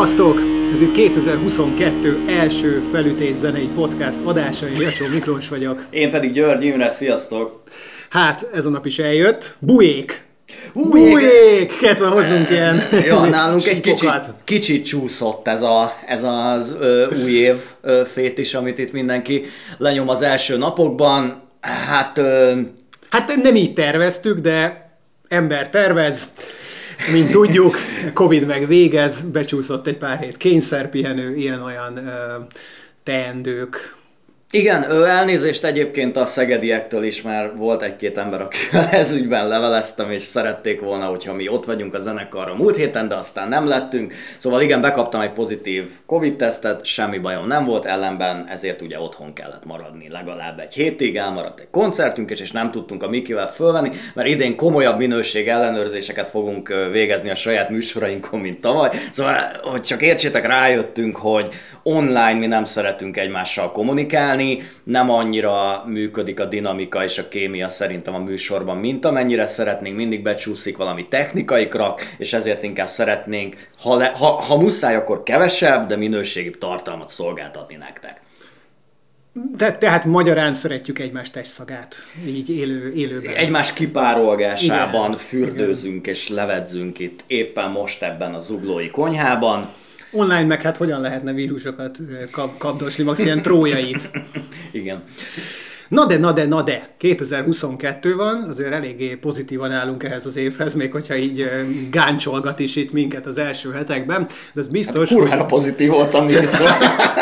Szevasztok! Ez itt 2022 első felütés zenei podcast adása, én Jacsó Miklós vagyok. Én pedig György Imre, sziasztok! Hát, ez a nap is eljött. Bujék! Bujék! Kellett volna hoznunk ilyen ja, nálunk egy sípokat. kicsit csúszott ez az új év fétis, amit itt mindenki lenyom az első napokban. Hát nem így terveztük, de ember tervez. Mint tudjuk, Covid meg végez, becsúszott egy pár hét kényszerpihenő, ilyen-olyan teendők. Igen, elnézést egyébként a szegediektől is, mert volt egy-két ember, akivel ez ügyben leveleztem, és szerették volna, hogyha mi ott vagyunk a zenekarra múlt héten, de aztán nem lettünk. Szóval igen, bekaptam egy pozitív Covid-tesztet, semmi bajom nem volt, ellenben ezért ugye otthon kellett maradni legalább egy hétig, elmaradt egy koncertünk, és nem tudtunk a Mikivel fölvenni, mert idén komolyabb minőség ellenőrzéseket fogunk végezni a saját műsorainkon, mint tavaly. Szóval, hogy csak értsétek, rájöttünk, hogy online mi nem szeretünk egymással kommunikálni, nem annyira működik a dinamika és a kémia szerintem a műsorban, mint amennyire szeretnénk, mindig becsúszik valami technikai krak, és ezért inkább szeretnénk, ha muszáj, akkor kevesebb, de minőségibb tartalmat szolgáltatni nektek. Tehát magyarán szeretjük egymás testszagát, így élőben. Egymás kipárolgásában igen, fürdőzünk igen. És levedzünk itt éppen most ebben a zuglói konyhában. Online meg hát hogyan lehetne vírusokat kapdosni, max ilyen trójait. Igen. Na de, 2022 van, azért eléggé pozitívan állunk ehhez az évhez, még hogyha így gáncsolgat is itt minket az első hetekben, de ez biztos, hát kurvára pozitív voltam mi viszont.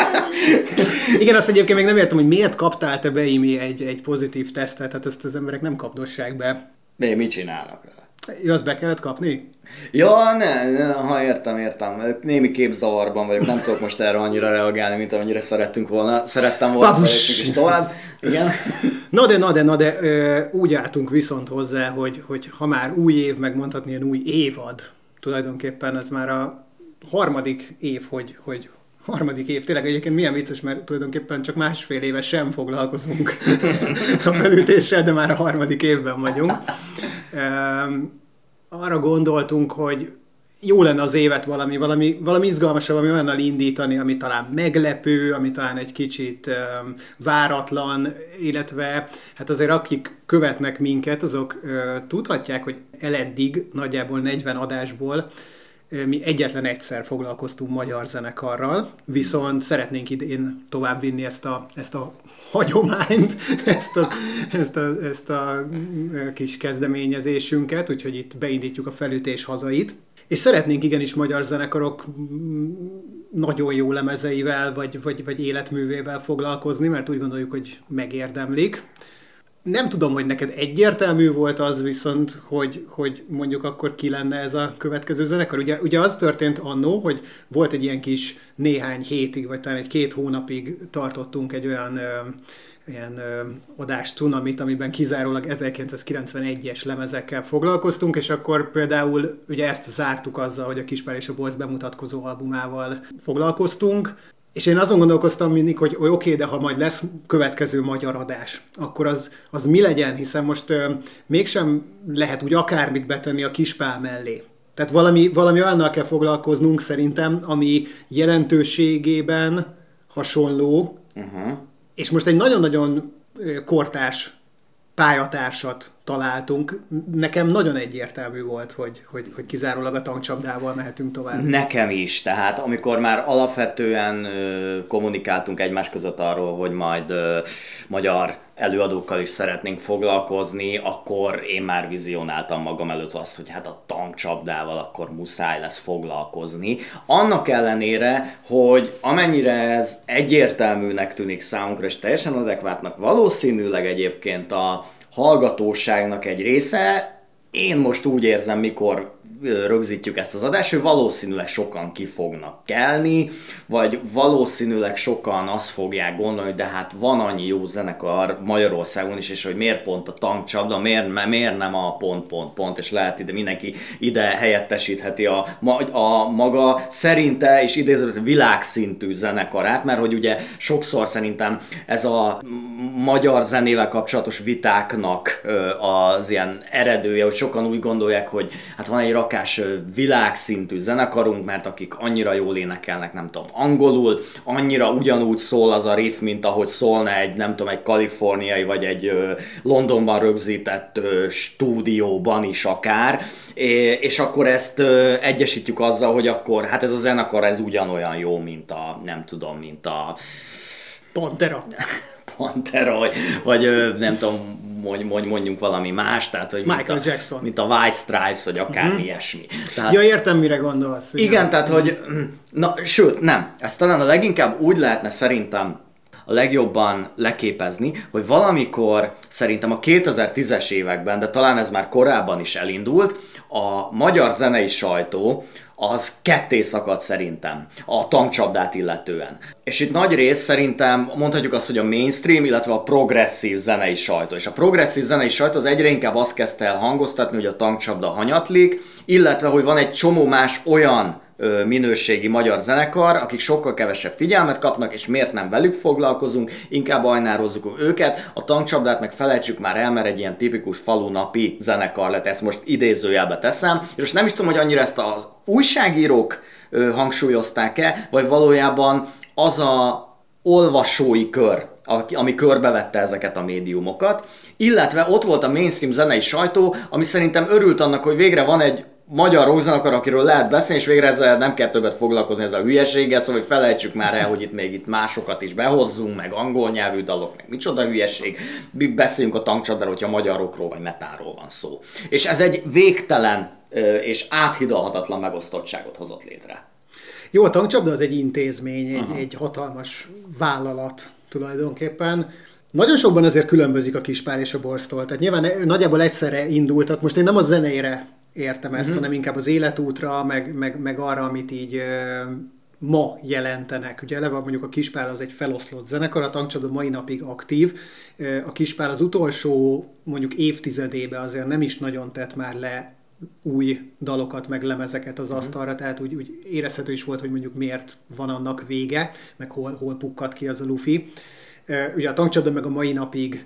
Igen, azt egyébként még nem értem, hogy miért kaptál te be, Imi, egy pozitív tesztet, hát ezt az emberek nem kapdossák be. Mit csinálnak? Ja, azt be kellett kapni? Ja, ha értem. Némi képzavarban vagyok, nem tudok most erre annyira reagálni, mint amennyire szerettem volna és tovább. Igen. Na de, úgy álltunk viszont hozzá, hogy ha már új év, megmondhatni ilyen új évad, tulajdonképpen ez már a harmadik év, harmadik év, tényleg egyébként milyen vicces, mert tulajdonképpen csak másfél éve sem foglalkozunk a felütéssel, de már a harmadik évben vagyunk. Arra gondoltunk, hogy jó lenne az évet valami izgalmasabb, valami olyannal indítani, ami talán meglepő, ami talán egy kicsit váratlan, illetve hát azért akik követnek minket, azok tudhatják, hogy eleddig nagyjából 40 adásból mi egyetlen egyszer foglalkoztunk magyar zenekarral, viszont szeretnénk idén továbbvinni ezt a hagyományt, ezt a kis kezdeményezésünket, úgyhogy itt beindítjuk a felütés hazait. És szeretnénk igenis magyar zenekarok nagyon jó lemezeivel, vagy életművével foglalkozni, mert úgy gondoljuk, hogy megérdemlik. Nem tudom, hogy neked egyértelmű volt az viszont, hogy mondjuk akkor ki lenne ez a következő zenekar. Ugye az történt annó, hogy volt egy ilyen kis néhány hétig, vagy talán egy-két hónapig tartottunk egy olyan adás cunamit, amiben kizárólag 1991-es lemezekkel foglalkoztunk, és akkor például ugye ezt zártuk azzal, hogy a Kispál és a Bolc bemutatkozó albumával foglalkoztunk, és én azon gondolkoztam mindig, hogy oké, de ha majd lesz következő magyar adás, akkor az mi legyen, hiszen most mégsem lehet úgy akármit betenni a Kispál mellé. Tehát valami olyannal kell foglalkoznunk szerintem, ami jelentőségében hasonló, és most egy nagyon-nagyon kortárs pályatársat találtunk. Nekem nagyon egyértelmű volt, hogy kizárólag a tankcsapdával mehetünk tovább. Nekem is, tehát amikor már alapvetően kommunikáltunk egymás között arról, hogy majd magyar előadókkal is szeretnénk foglalkozni, akkor én már vizionáltam magam előtt azt, hogy hát a tankcsapdával akkor muszáj lesz foglalkozni. Annak ellenére, hogy amennyire ez egyértelműnek tűnik számunkra, és teljesen adekvátnak, valószínűleg egyébként a hallgatóságnak egy része, én most úgy érzem, mikor rögzítjük ezt az adást, hogy valószínűleg sokan ki fognak kelni, vagy valószínűleg sokan azt fogják gondolni, hogy de hát van annyi jó zenekar Magyarországon is, és hogy miért pont a tankcsapda, miért nem a pont, és lehet ide mindenki ide helyettesítheti a maga szerinte és idézőben világszintű zenekarát, mert hogy ugye sokszor szerintem ez a magyar zenével kapcsolatos vitáknak az ilyen eredője, hogy sokan úgy gondolják, hogy hát van egy rakás világszintű zenekarunk, mert akik annyira jól énekelnek, nem tudom, angolul, annyira ugyanúgy szól az a riff, mint ahogy szólna egy, nem tudom, egy kaliforniai vagy egy Londonban rögzített stúdióban is akár, és akkor ezt egyesítjük azzal, hogy akkor hát ez a zenekar ez ugyanolyan jó, mint a, nem tudom, mint a Pantera, vagy nem tudom, mondjunk valami más, tehát hogy Michael Jackson. Mint a White Stripes, vagy akármi ilyesmi. Tehát, ja, értem, mire gondolsz. Igen, tehát hogy, sőt, nem, ezt talán a leginkább úgy lehetne szerintem a legjobban leképezni, hogy valamikor szerintem a 2010-es években, de talán ez már korábban is elindult, a magyar zenei sajtó az ketté szakadt szerintem a tankcsapdát illetően. És itt nagy rész szerintem mondhatjuk azt, hogy a mainstream, illetve a progresszív zenei sajtó. És a progresszív zenei sajtó az egyre inkább azt kezdte el hangoztatni, hogy a tankcsapda hanyatlik, illetve hogy van egy csomó más olyan minőségi magyar zenekar, akik sokkal kevesebb figyelmet kapnak, és miért nem velük foglalkozunk, inkább ajnározzuk őket, a tankcsapdát meg felejtsük már el, mert egy ilyen tipikus falunapi zenekar lett, ezt most idézőjelbe teszem, és most nem is tudom, hogy annyira ezt az újságírók hangsúlyozták-e, vagy valójában az a olvasói kör, ami körbevette ezeket a médiumokat, illetve ott volt a mainstream zenei sajtó, ami szerintem örült annak, hogy végre van egy magyar rockzenekar, akiről lehet beszélni, és végre ezzel nem kell többet foglalkozni ez a hülyeséggel, szóval hogy felejtsük már el, hogy itt másokat is behozzunk, meg angol nyelvű dalok, meg micsoda hülyeség. Beszéljünk a tankcsapdáról, hogyha magyar rockról vagy metálról van szó. És ez egy végtelen és áthidalhatatlan megosztottságot hozott létre. Jó, a tankcsapda az egy intézmény, egy hatalmas vállalat tulajdonképpen. Nagyon sokban azért különbözik a Kispál és a Borztól. Tehát nyilván nagyjából egyszerre indultak. Most én nem a zenére értem ezt, hanem inkább az életútra, meg arra, amit így ma jelentenek. Ugye eleve mondjuk a Kispál az egy feloszlott zenekar, a tankcsapda mai napig aktív. A Kispál az utolsó mondjuk évtizedébe azért nem is nagyon tett már le új dalokat, meg lemezeket az asztalra, tehát úgy érezhető is volt, hogy mondjuk miért van annak vége, meg hol pukkadt ki az a lufi. Ugye a tankcsapda meg a mai napig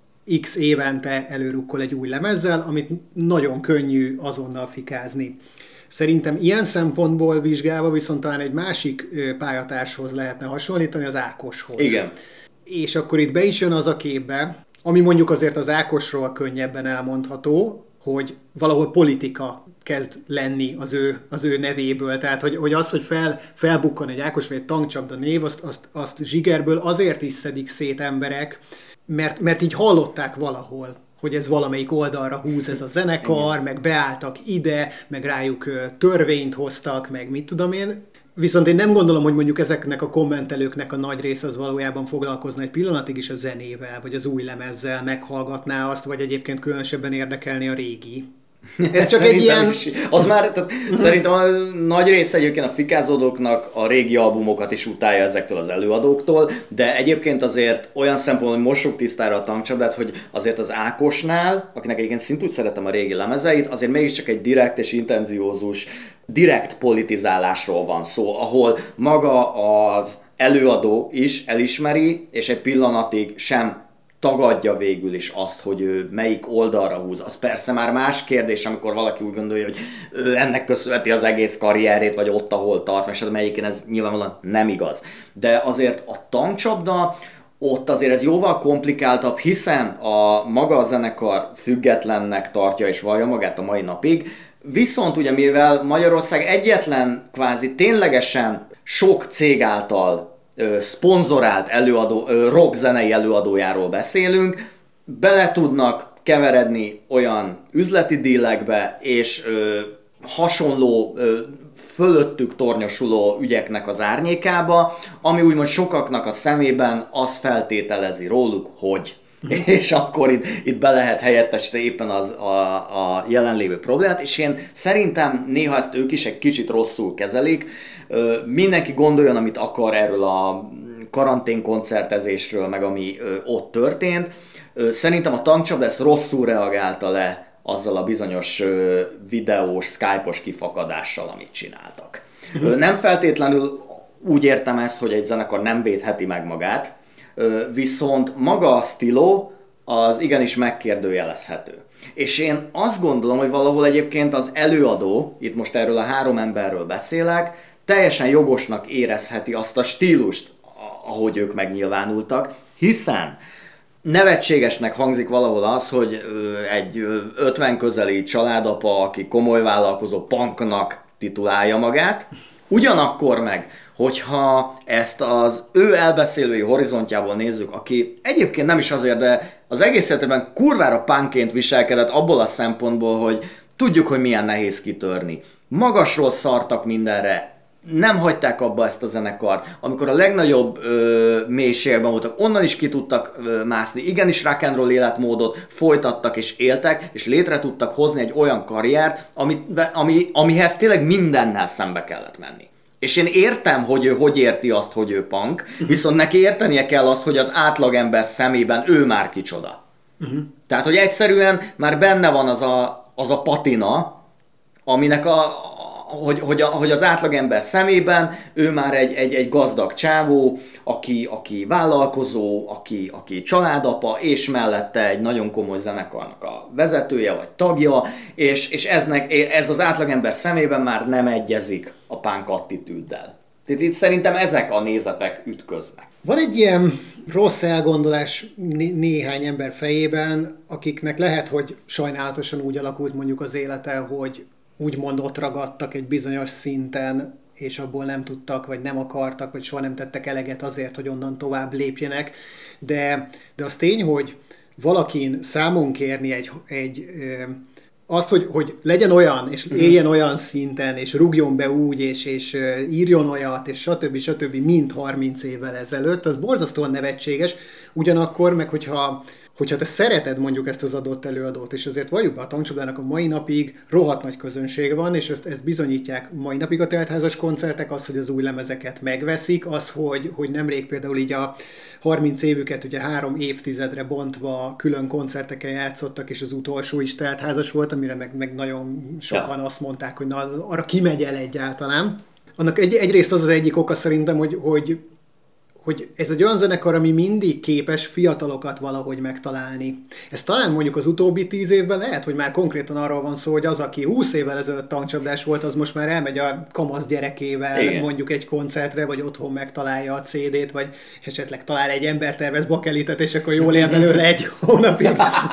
x évente előrukkol egy új lemezzel, amit nagyon könnyű azonnal fikázni. Szerintem ilyen szempontból vizsgálva viszont talán egy másik pályatárshoz lehetne hasonlítani, az Ákoshoz. Igen. És akkor itt be is jön az a képbe, ami mondjuk azért az Ákosról könnyebben elmondható, hogy valahol politika kezd lenni az ő nevéből. Tehát, hogy az, hogy felbukkan egy Ákos vagy egy tankcsapda név, azt zsigerből azért is szedik szét emberek, mert így hallották valahol, hogy ez valamelyik oldalra húz ez a zenekar, meg beálltak ide, meg rájuk törvényt hoztak, meg mit tudom én. Viszont én nem gondolom, hogy mondjuk ezeknek a kommentelőknek a nagy része az valójában foglalkozna egy pillanatig is a zenével, vagy az új lemezzel, meghallgatná azt, vagy egyébként különösebben érdekelni a régi. Ez csak egy ilyen... Az már, tehát szerintem a nagy része egyébként a fikázódóknak a régi albumokat is utálja ezektől az előadóktól, de egyébként azért olyan szempontból, hogy mossuk tisztára a tankcsapdát, hogy azért az Ákosnál, akinek egyébként szintúgy szeretem a régi lemezeit, azért mégiscsak egy direkt és intenciózus, direkt politizálásról van szó, ahol maga az előadó is elismeri, és egy pillanatig sem tagadja végül is azt, hogy ő melyik oldalra húz. Az persze már más kérdés, amikor valaki úgy gondolja, hogy ő ennek köszönheti az egész karrierét, vagy ott, ahol tart, és melyiken ez nyilvánvalóan nem igaz. De azért a tankcsapda, ott azért ez jóval komplikáltabb, hiszen a maga a zenekar függetlennek tartja és vallja magát a mai napig, viszont ugye mivel Magyarország egyetlen kvázi ténylegesen sok cég által szponzorált rockzenei előadójáról beszélünk, bele tudnak keveredni olyan üzleti dílekbe, és hasonló, fölöttük tornyosuló ügyeknek az árnyékába, ami úgymond sokaknak a szemében azt feltételezi róluk, hogy. És akkor itt be lehet helyettesíteni éppen a jelenlévő problémát, és én szerintem néha ezt ők is egy kicsit rosszul kezelik. Mindenki gondoljon, amit akar erről a karanténkoncertezésről, meg ami ott történt. Szerintem a tankcsapda ezt rosszul reagálta le azzal a bizonyos videós, Skype-os kifakadással, amit csináltak. Nem feltétlenül úgy értem ezt, hogy egy zenekar nem védheti meg magát, viszont maga a Stilo az igenis megkérdőjelezhető. És én azt gondolom, hogy valahol egyébként az előadó, itt most erről a 3 emberről beszélek, teljesen jogosnak érezheti azt a stílust, ahogy ők megnyilvánultak, hiszen nevetségesnek hangzik valahol az, hogy egy 50 közeli családapa, aki komoly vállalkozó punknak titulálja magát, ugyanakkor meg, hogyha ezt az ő elbeszélői horizontjából nézzük, aki egyébként nem is azért, de az egész életében kurvára punkként viselkedett abból a szempontból, hogy tudjuk, hogy milyen nehéz kitörni. Magasról szartak mindenre, nem hagyták abba ezt a zenekart, amikor a legnagyobb mélységben voltak, onnan is ki tudtak mászni, igenis rock and roll életmódot folytattak és éltek, és létre tudtak hozni egy olyan karriert, amihez tényleg mindennel szembe kellett menni. És én értem, hogy ő hogy érti azt, hogy ő punk, viszont neki értenie kell azt, hogy az átlagember szemében ő már kicsoda. Tehát, hogy egyszerűen már benne van az a patina, aminek hogy az átlagember szemében ő már egy gazdag csávó, aki vállalkozó, aki családapa, és mellette egy nagyon komoly zenekarnak a vezetője vagy tagja, és ez az átlagember szemében már nem egyezik a punk attitűddel. Tehát itt szerintem ezek a nézetek ütköznek. Van egy ilyen rossz elgondolás néhány ember fejében, akiknek lehet, hogy sajnálatosan úgy alakult mondjuk az élete, hogy úgymond ott ragadtak egy bizonyos szinten, és abból nem tudtak, vagy nem akartak, vagy soha nem tettek eleget azért, hogy onnan tovább lépjenek. De az tény, hogy valakin számon kérni azt, hogy legyen olyan, és éljen olyan szinten, és rúgjon be úgy, és írjon olyat, és stb. Mint 30 évvel ezelőtt, az borzasztóan nevetséges. Ugyanakkor meg, hogyha te szereted mondjuk ezt az adott előadót, és azért valljuk be, a Tankcsapdának a mai napig rohadt nagy közönség van, és ezt bizonyítják mai napig a teltházas koncertek, az, hogy az új lemezeket megveszik, az, hogy nemrég például így a 30 évüket ugye 3 évtizedre bontva külön koncerteken játszottak, és az utolsó is teltházas volt, amire meg nagyon sokan azt mondták, hogy na, arra kimegy el egyáltalán. Annak egyrészt az egyik oka szerintem, hogy ez egy olyan zenekar, ami mindig képes fiatalokat valahogy megtalálni. Ez talán mondjuk az utóbbi 10 évben lehet, hogy már konkrétan arról van szó, hogy az, aki 20 évvel ezelőtt tankcsapdás volt, az most már elmegy a kamasz gyerekével mondjuk egy koncertre, vagy otthon megtalálja a CD-t, vagy esetleg talál egy embertervez bakelitet, és akkor jól él belőle egy hónapig.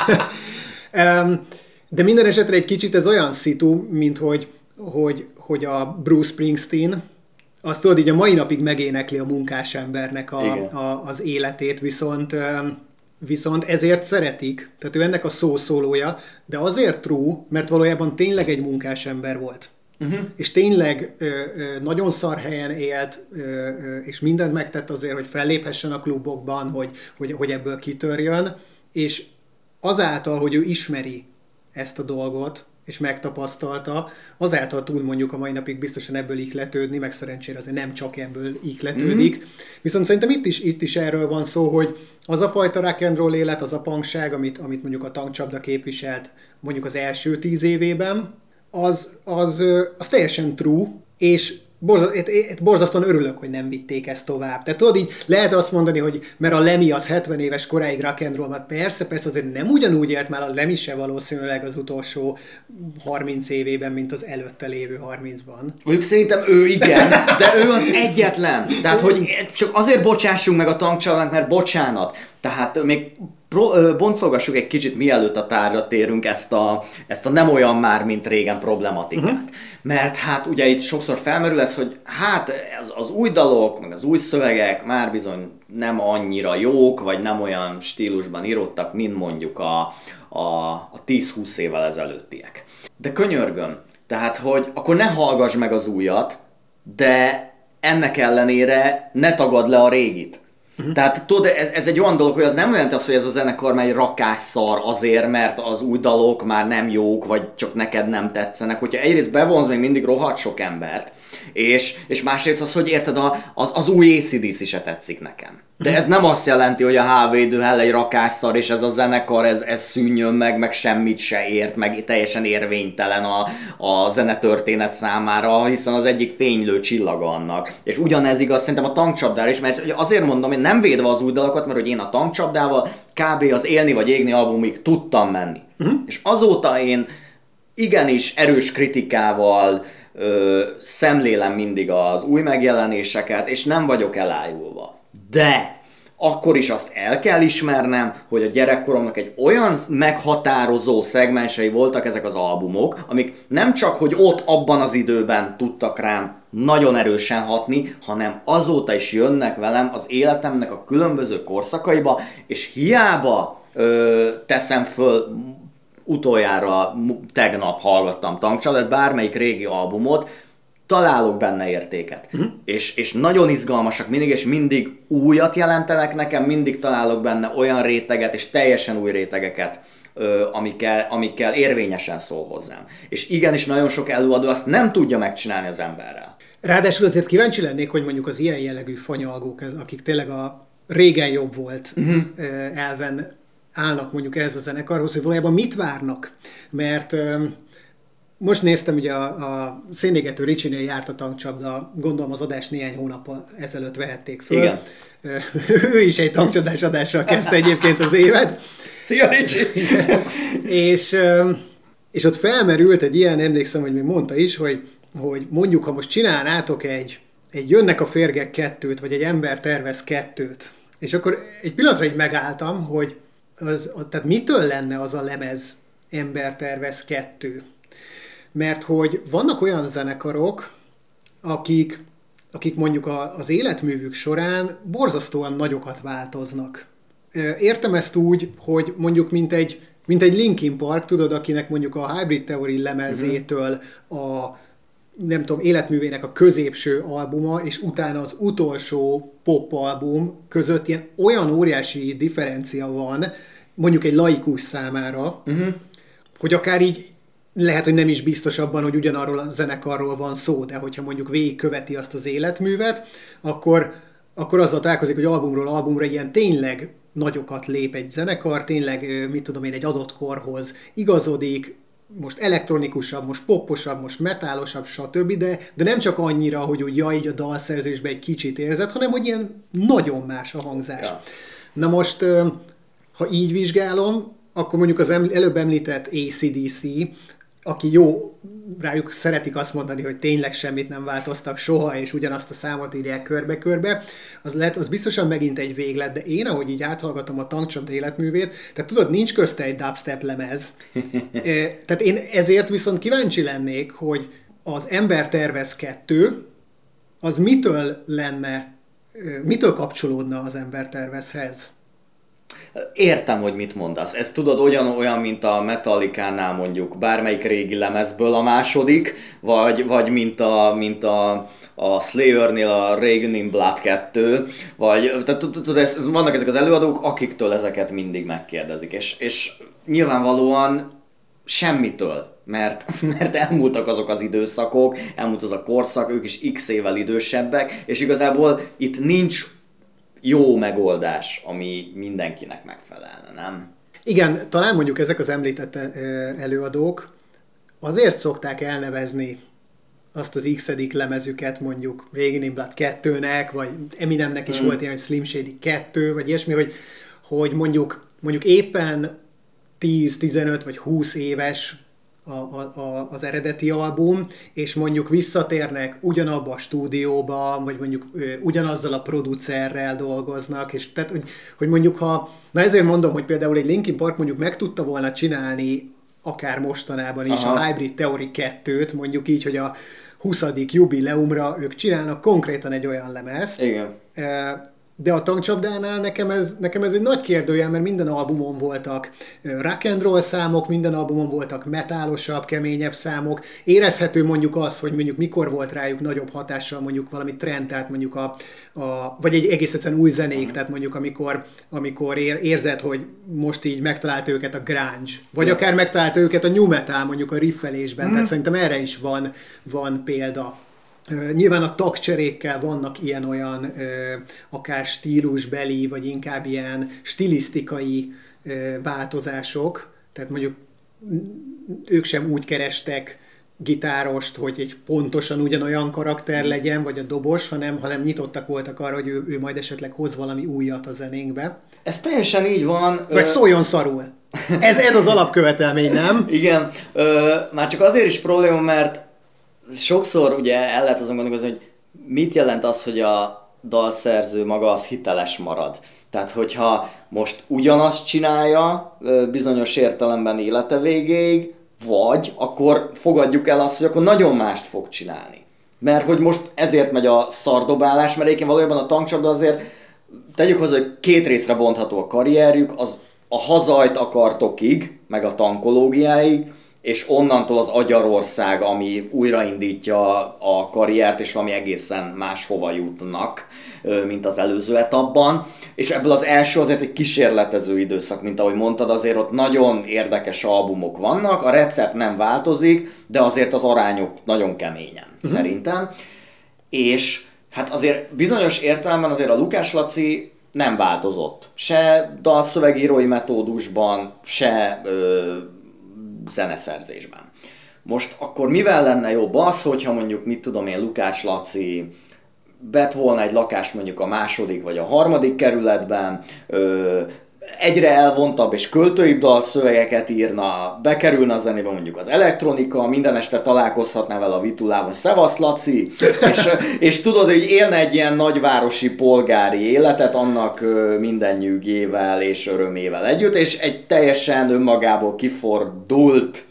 De minden esetre egy kicsit ez olyan szitu, mint hogy a Bruce Springsteen, azt tudod, így a mai napig megénekli a munkásembernek az életét, viszont ezért szeretik, tehát ő ennek a szószólója, de azért true, mert valójában tényleg egy munkásember volt. És tényleg nagyon szar helyen élt, és mindent megtett azért, hogy felléphessen a klubokban, hogy ebből kitörjön, és azáltal, hogy ő ismeri ezt a dolgot, és megtapasztalta, azáltal tud mondjuk a mai napig biztosan ebből ihletődni, meg szerencsére azért nem csak ebből ihletődik. Viszont szerintem itt is erről van szó, hogy az a fajta rock and roll élet, az a punkság, amit mondjuk a Tankcsapda képviselt mondjuk az első 10 évében, az teljesen true, és borzasztóan örülök, hogy nem vitték ezt tovább. Tehát tudod, így lehet azt mondani, hogy mert a Lemmy az 70 éves koráig rock and roll, hát persze, azért nem ugyanúgy élt már a Lemmy se valószínűleg az utolsó 30 évében, mint az előtte lévő 30-ban. Mondjuk szerintem ő igen, de ő az egyetlen. Tehát, hogy csak azért bocsássunk meg a Tankcsapdának, mert bocsánat. Tehát még boncolgassuk egy kicsit, mielőtt a tárgyra térünk ezt a nem olyan már, mint régen problematikát. Mert hát ugye itt sokszor felmerül ez, hogy hát az új dalok, meg az új szövegek már bizony nem annyira jók, vagy nem olyan stílusban íródtak, mint mondjuk a 10-20 évvel ezelőttiek. De könyörgöm, tehát hogy akkor ne hallgass meg az újat, de ennek ellenére ne tagadd le a régit. Tehát tudod, ez egy olyan dolog, hogy az nem olyan az, hogy ez a zenekar már egy rakásszar azért, mert az új dalok már nem jók, vagy csak neked nem tetszenek. Hogyha egyrészt bevonz még mindig rohadt sok embert, és másrészt az, hogy érted, az új AC/DC se tetszik nekem. De ez nem azt jelenti, hogy a HV-Duhell egy rakásszar, és ez a zenekar, ez szűnjön meg semmit se ért, meg teljesen érvénytelen a zenetörténet számára, hiszen az egyik fénylő csillaga annak. És ugyanez igaz szerintem a Tankcsapdára is, mert azért mondom, hogy nem védve az új dalokat, mert hogy én a Tankcsapdával kb. Az Élni vagy égni albumig tudtam menni. És azóta én igenis erős kritikával szemlélem mindig az új megjelenéseket, és nem vagyok elájulva. De akkor is azt el kell ismernem, hogy a gyerekkoromnak egy olyan meghatározó szegmensei voltak ezek az albumok, amik nem csak, hogy ott abban az időben tudtak rám nagyon erősen hatni, hanem azóta is jönnek velem az életemnek a különböző korszakaiba, és hiába teszem föl, utoljára tegnap hallgattam Tankcsapdát, bármelyik régi albumot, találok benne értéket. És nagyon izgalmasak mindig, és mindig újat jelentenek nekem, mindig találok benne olyan réteget, és teljesen új rétegeket, amikkel érvényesen szól hozzám. És igenis nagyon sok előadó azt nem tudja megcsinálni az emberrel. Ráadásul azért kíváncsi lennék, hogy mondjuk az ilyen jellegű fanyalgók, akik tényleg a régen jobb volt elven állnak mondjuk ehhez a zenekarhoz, hogy valójában mit várnak. Mert most néztem, ugye a szénégető Ricsinél járt a Tankcsapda, gondolom az adást néhány hónappal ezelőtt vehették föl. Igen. Ő is egy tankcsapdás adással kezdte egyébként az évet. Szia Ricsi! és ott felmerült egy ilyen, emlékszem, hogy még mondta is, hogy mondjuk, ha most csinálnátok egy Jönnek a férgek 2-t, vagy egy Ember tervez 2-t, és akkor egy pillanatra így megálltam, hogy tehát mitől lenne az a lemez Ember tervez 2? Mert hogy vannak olyan zenekarok, akik mondjuk az életművük során borzasztóan nagyokat változnak. Értem ezt úgy, hogy mondjuk mint egy Linkin Park, tudod, akinek mondjuk a Hybrid Theory lemezétől a nem tudom, életművének a középső albuma, és utána az utolsó pop album között olyan óriási differencia van, mondjuk egy laikus számára, hogy akár így lehet, hogy nem is biztos abban, hogy ugyanarról a zenekarról van szó, de hogyha mondjuk végigköveti azt az életművet, akkor azzal találkozik, hogy albumról albumra ilyen tényleg nagyokat lép egy zenekar, tényleg, mit tudom én, egy adott korhoz igazodik, most elektronikusabb, most poposabb, most metálosabb, stb., de nem csak annyira, hogy úgy így a dalszerzésben egy kicsit érzed, hanem hogy ilyen nagyon más a hangzás. Ja. Na most, ha így vizsgálom, akkor mondjuk az előbb említett AC/DC, aki jó, rájuk szeretik azt mondani, hogy tényleg semmit nem változtak soha, és ugyanazt a számot írják körbe-körbe, az biztosan megint egy véglet, de én, ahogy így áthallgatom a Tankcsapda életművét, tehát tudod, nincs közte egy dubstep lemez. Tehát én ezért viszont kíváncsi lennék, hogy az Ember tervez 2, az mitől kapcsolódna az Ember tervezhez? Értem, hogy mit mondasz. Ez tudod olyan, mint a Metallicánál mondjuk bármelyik régi lemezből a második, vagy mint a Slayernél a Reign in Blood 2, vagy tudod, vannak ezek az előadók, akiktől ezeket mindig megkérdezik, és nyilvánvalóan semmitől, mert elmúltak azok az időszakok, elmúlt az a korszak, ők is x évvel idősebbek, és igazából itt nincs jó megoldás, ami mindenkinek megfelelne, nem? Igen, talán mondjuk ezek az említett előadók azért szokták elnevezni azt az x-edik lemezüket mondjuk Reign in Blood 2-nek, vagy Eminemnek is volt ilyen, hogy Slim Shady 2, vagy ilyesmi, hogy mondjuk éppen 10, 15 vagy 20 éves az eredeti album, és mondjuk visszatérnek ugyanabba a stúdióba, vagy mondjuk ugyanazzal a producerrel dolgoznak, és tehát, hogy mondjuk na ezért mondom, hogy például egy Linkin Park mondjuk meg tudta volna csinálni akár mostanában is a Hybrid Theory 2-t, mondjuk így, hogy a 20. jubileumra ők csinálnak konkrétan egy olyan lemezt. Igen. De a Tankcsapdánál nekem ez egy nagy kérdőjel, mert minden albumon voltak rock and roll számok, minden albumon voltak metálosabb, keményebb számok. Érezhető mondjuk az, hogy mondjuk mikor volt rájuk nagyobb hatással mondjuk valami trend, tehát mondjuk vagy egy egész egyszerűen új zenék, tehát mondjuk amikor érzed, hogy most így megtalált őket a grunge, vagy akár megtalált őket a new metal mondjuk a riffelésben, tehát szerintem erre is van példa. Nyilván a tagcserékkel vannak ilyen-olyan akár stílusbeli, vagy inkább ilyen stilisztikai változások, tehát mondjuk ők sem úgy kerestek gitárost, hogy egy pontosan ugyanolyan karakter legyen, vagy a dobos, hanem nyitottak voltak arra, hogy ő majd esetleg hoz valami újat a zenénkbe. Ez teljesen így van. Vagy szóljon szarul. Ez az alapkövetelmény, nem? Igen. Már csak azért is probléma, mert sokszor ugye el lehet azon gondolkozni, hogy mit jelent az, hogy a dalszerző maga az hiteles marad. Tehát, hogyha most ugyanazt csinálja bizonyos értelemben élete végéig, vagy akkor fogadjuk el azt, hogy akkor nagyon mást fog csinálni. Mert hogy most ezért megy a szardobálás, mert egyébként valójában a tankcsapda azért, tegyük hozzá, hogy 2 részre bontható a karrierjük, az a hazajt akartokig, meg a tankológiáig, és onnantól az Agyarország, ami újraindítja a karriert, és valami egészen máshova jutnak, mint az előző etapban. És ebből az első azért egy kísérletező időszak, mint ahogy mondtad, azért ott nagyon érdekes albumok vannak, a recept nem változik, de azért az arányok nagyon keményen, szerintem. És hát azért bizonyos értelemben azért a Lukács Laci nem változott. Se dalszövegírói metódusban, se zeneszerzésben. Most akkor mivel lenne jobb az, hogyha mondjuk, mit tudom én, Lukács Laci vett volna egy lakást mondjuk a 2. vagy a 3. kerületben, egyre elvontabb és költőibb dalszövegeket írna, bekerülne a zenébe mondjuk az elektronika, minden este találkozhatná vele a Vitulában, szevasz Laci, és tudod, hogy élne egy ilyen nagyvárosi polgári életet annak minden nyűgével és örömével együtt, és egy teljesen önmagából kifordult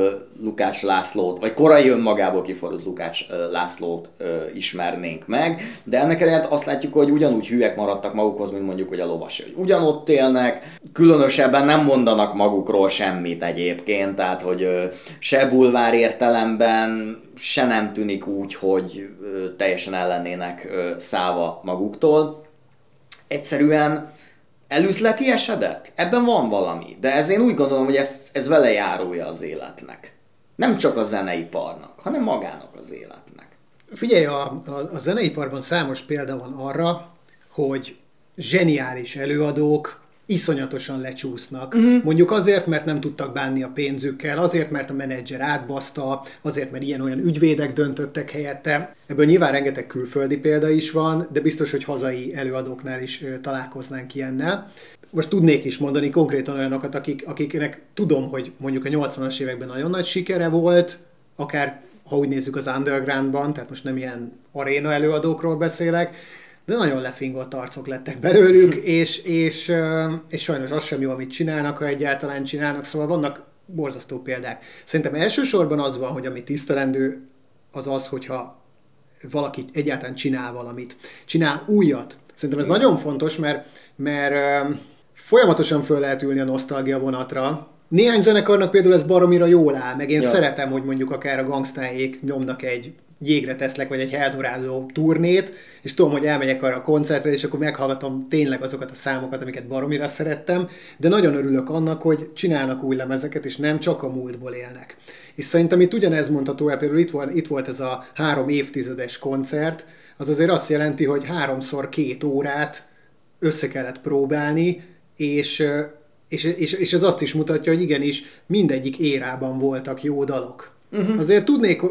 Lukács Lászlót, vagy korai önmagából kifordult Lukács Lászlót ismernénk meg, de ennek ellenére azt látjuk, hogy ugyanúgy hülyek maradtak magukhoz, mint mondjuk, hogy a Lovasi, hogy ugyanott élnek, különösebben nem mondanak magukról semmit egyébként, tehát hogy se bulvár értelemben, se nem tűnik úgy, hogy teljesen ellennének szállva maguktól. Egyszerűen elüzleti esedett? Ebben van valami, de ez én úgy gondolom, hogy ez vele járója az életnek. Nem csak a zeneiparnak, hanem magának az életnek. Figyelj, a zeneiparban számos példa van arra, hogy zseniális előadók iszonyatosan lecsúsznak. Mondjuk azért, mert nem tudtak bánni a pénzükkel, azért, mert a menedzser átbaszta, azért, mert ilyen-olyan ügyvédek döntöttek helyette. Ebből nyilván rengeteg külföldi példa is van, de biztos, hogy hazai előadóknál is találkoznánk ilyennel. Most tudnék is mondani konkrétan olyanokat, akiknek tudom, hogy mondjuk a 80-as években nagyon nagy sikere volt, akár ha úgy nézzük az undergroundban, tehát most nem ilyen aréna előadókról beszélek, de nagyon lefingott arcok lettek belőlük, és sajnos az sem jó, amit csinálnak, ha egyáltalán csinálnak, szóval vannak borzasztó példák. Szerintem elsősorban az van, hogy ami tisztelendő, az az, hogyha valaki egyáltalán csinál valamit, csinál újat. Szerintem ez nagyon fontos, mert folyamatosan föl lehet ülni a nosztalgia vonatra. Néhány zenekarnak például ez baromira jól áll, meg én szeretem, hogy mondjuk akár a gangstáék nyomnak egy Jégre teszlek, vagy egy Eldorado turnét, és tudom, hogy elmegyek arra a koncertre, és akkor meghallgatom tényleg azokat a számokat, amiket baromira szerettem, de nagyon örülök annak, hogy csinálnak új lemezeket, és nem csak a múltból élnek. És szerintem itt ugyanez mondható el, például itt volt ez a 3 évtizedes koncert, az azért azt jelenti, hogy 3x2 órát össze kellett próbálni, és ez azt is mutatja, hogy igenis mindegyik érában voltak jó dalok. Azért tudnék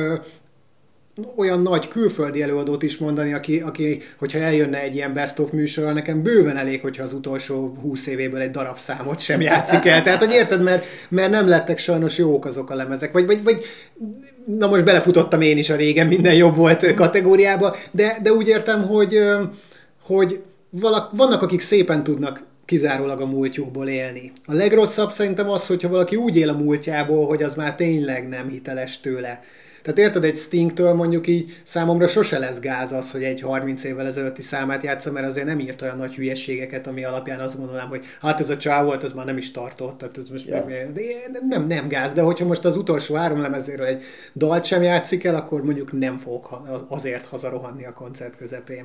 olyan nagy külföldi előadót is mondani, aki, hogyha eljönne egy ilyen best-of műsorral, nekem bőven elég, hogyha az utolsó 20 évéből egy darab számot sem játszik el. Tehát, hogy érted, mert nem lettek sajnos jók azok a lemezek. Vagy na most belefutottam én is a régen minden jobb volt kategóriába, de úgy értem, hogy vannak, akik szépen tudnak kizárólag a múltjukból élni. A legrosszabb szerintem az, hogyha valaki úgy él a múltjából, hogy az már tényleg nem hiteles tőle. Tehát érted, egy Stingtől mondjuk így számomra sose lesz gáz az, hogy egy 30 évvel ezelőtti számát játssza, mert azért nem írt olyan nagy hülyeségeket, ami alapján azt gondolom, hogy hát ez a csá volt, ez már nem is tartott. Tehát ez most nem gáz, de hogyha most az utolsó 3 lemezéről egy dalt sem játszik el, akkor mondjuk nem fogok azért hazarohanni a koncert közepén.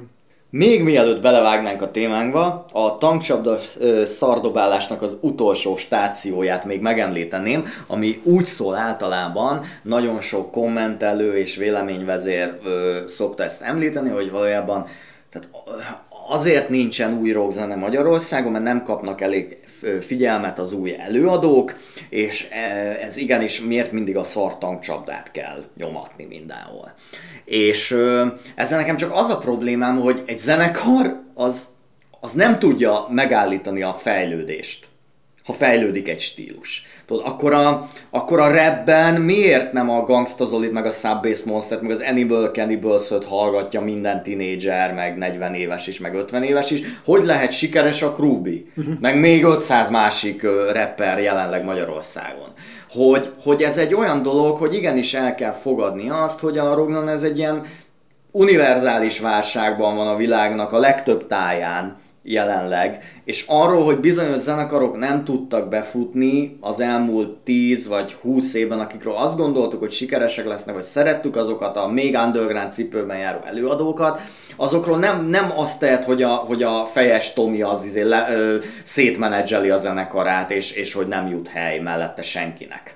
Még mielőtt belevágnánk a témánkba, a tankcsapda szardobálásnak az utolsó stációját még megemlíteném, ami úgy szól általában, nagyon sok kommentelő és véleményvezér szokta ezt említeni, hogy valójában tehát azért nincsen új rockzene Magyarországon, mert nem kapnak elég figyelmet az új előadók, és ez igenis miért mindig a szar tankcsapdát kell nyomatni mindenhol. És ezzel nekem csak az a problémám, hogy egy zenekar az nem tudja megállítani a fejlődést, ha fejlődik egy stílus. Tudod, akkor a rapben miért nem a Gangsta Zolit, meg a Subbase Monstert, meg az Animal Cannibals-öt hallgatja minden tinédzser, meg 40 éves is, meg 50 éves is? Hogy lehet sikeres a Krúbi? Meg még 500 másik rapper jelenleg Magyarországon. Hogy ez egy olyan dolog, hogy igenis el kell fogadni azt, hogy a rockzene ez egy ilyen univerzális válságban van a világnak a legtöbb táján jelenleg, és arról, hogy bizonyos zenekarok nem tudtak befutni az elmúlt 10 vagy 20 évben, akikről azt gondoltuk, hogy sikeresek lesznek, vagy szerettük azokat a még underground cipőben járó előadókat, azokról nem azt tehet, hogy a fejes Tomi az szétmenedzseli a zenekarát, és hogy nem jut hely mellette senkinek.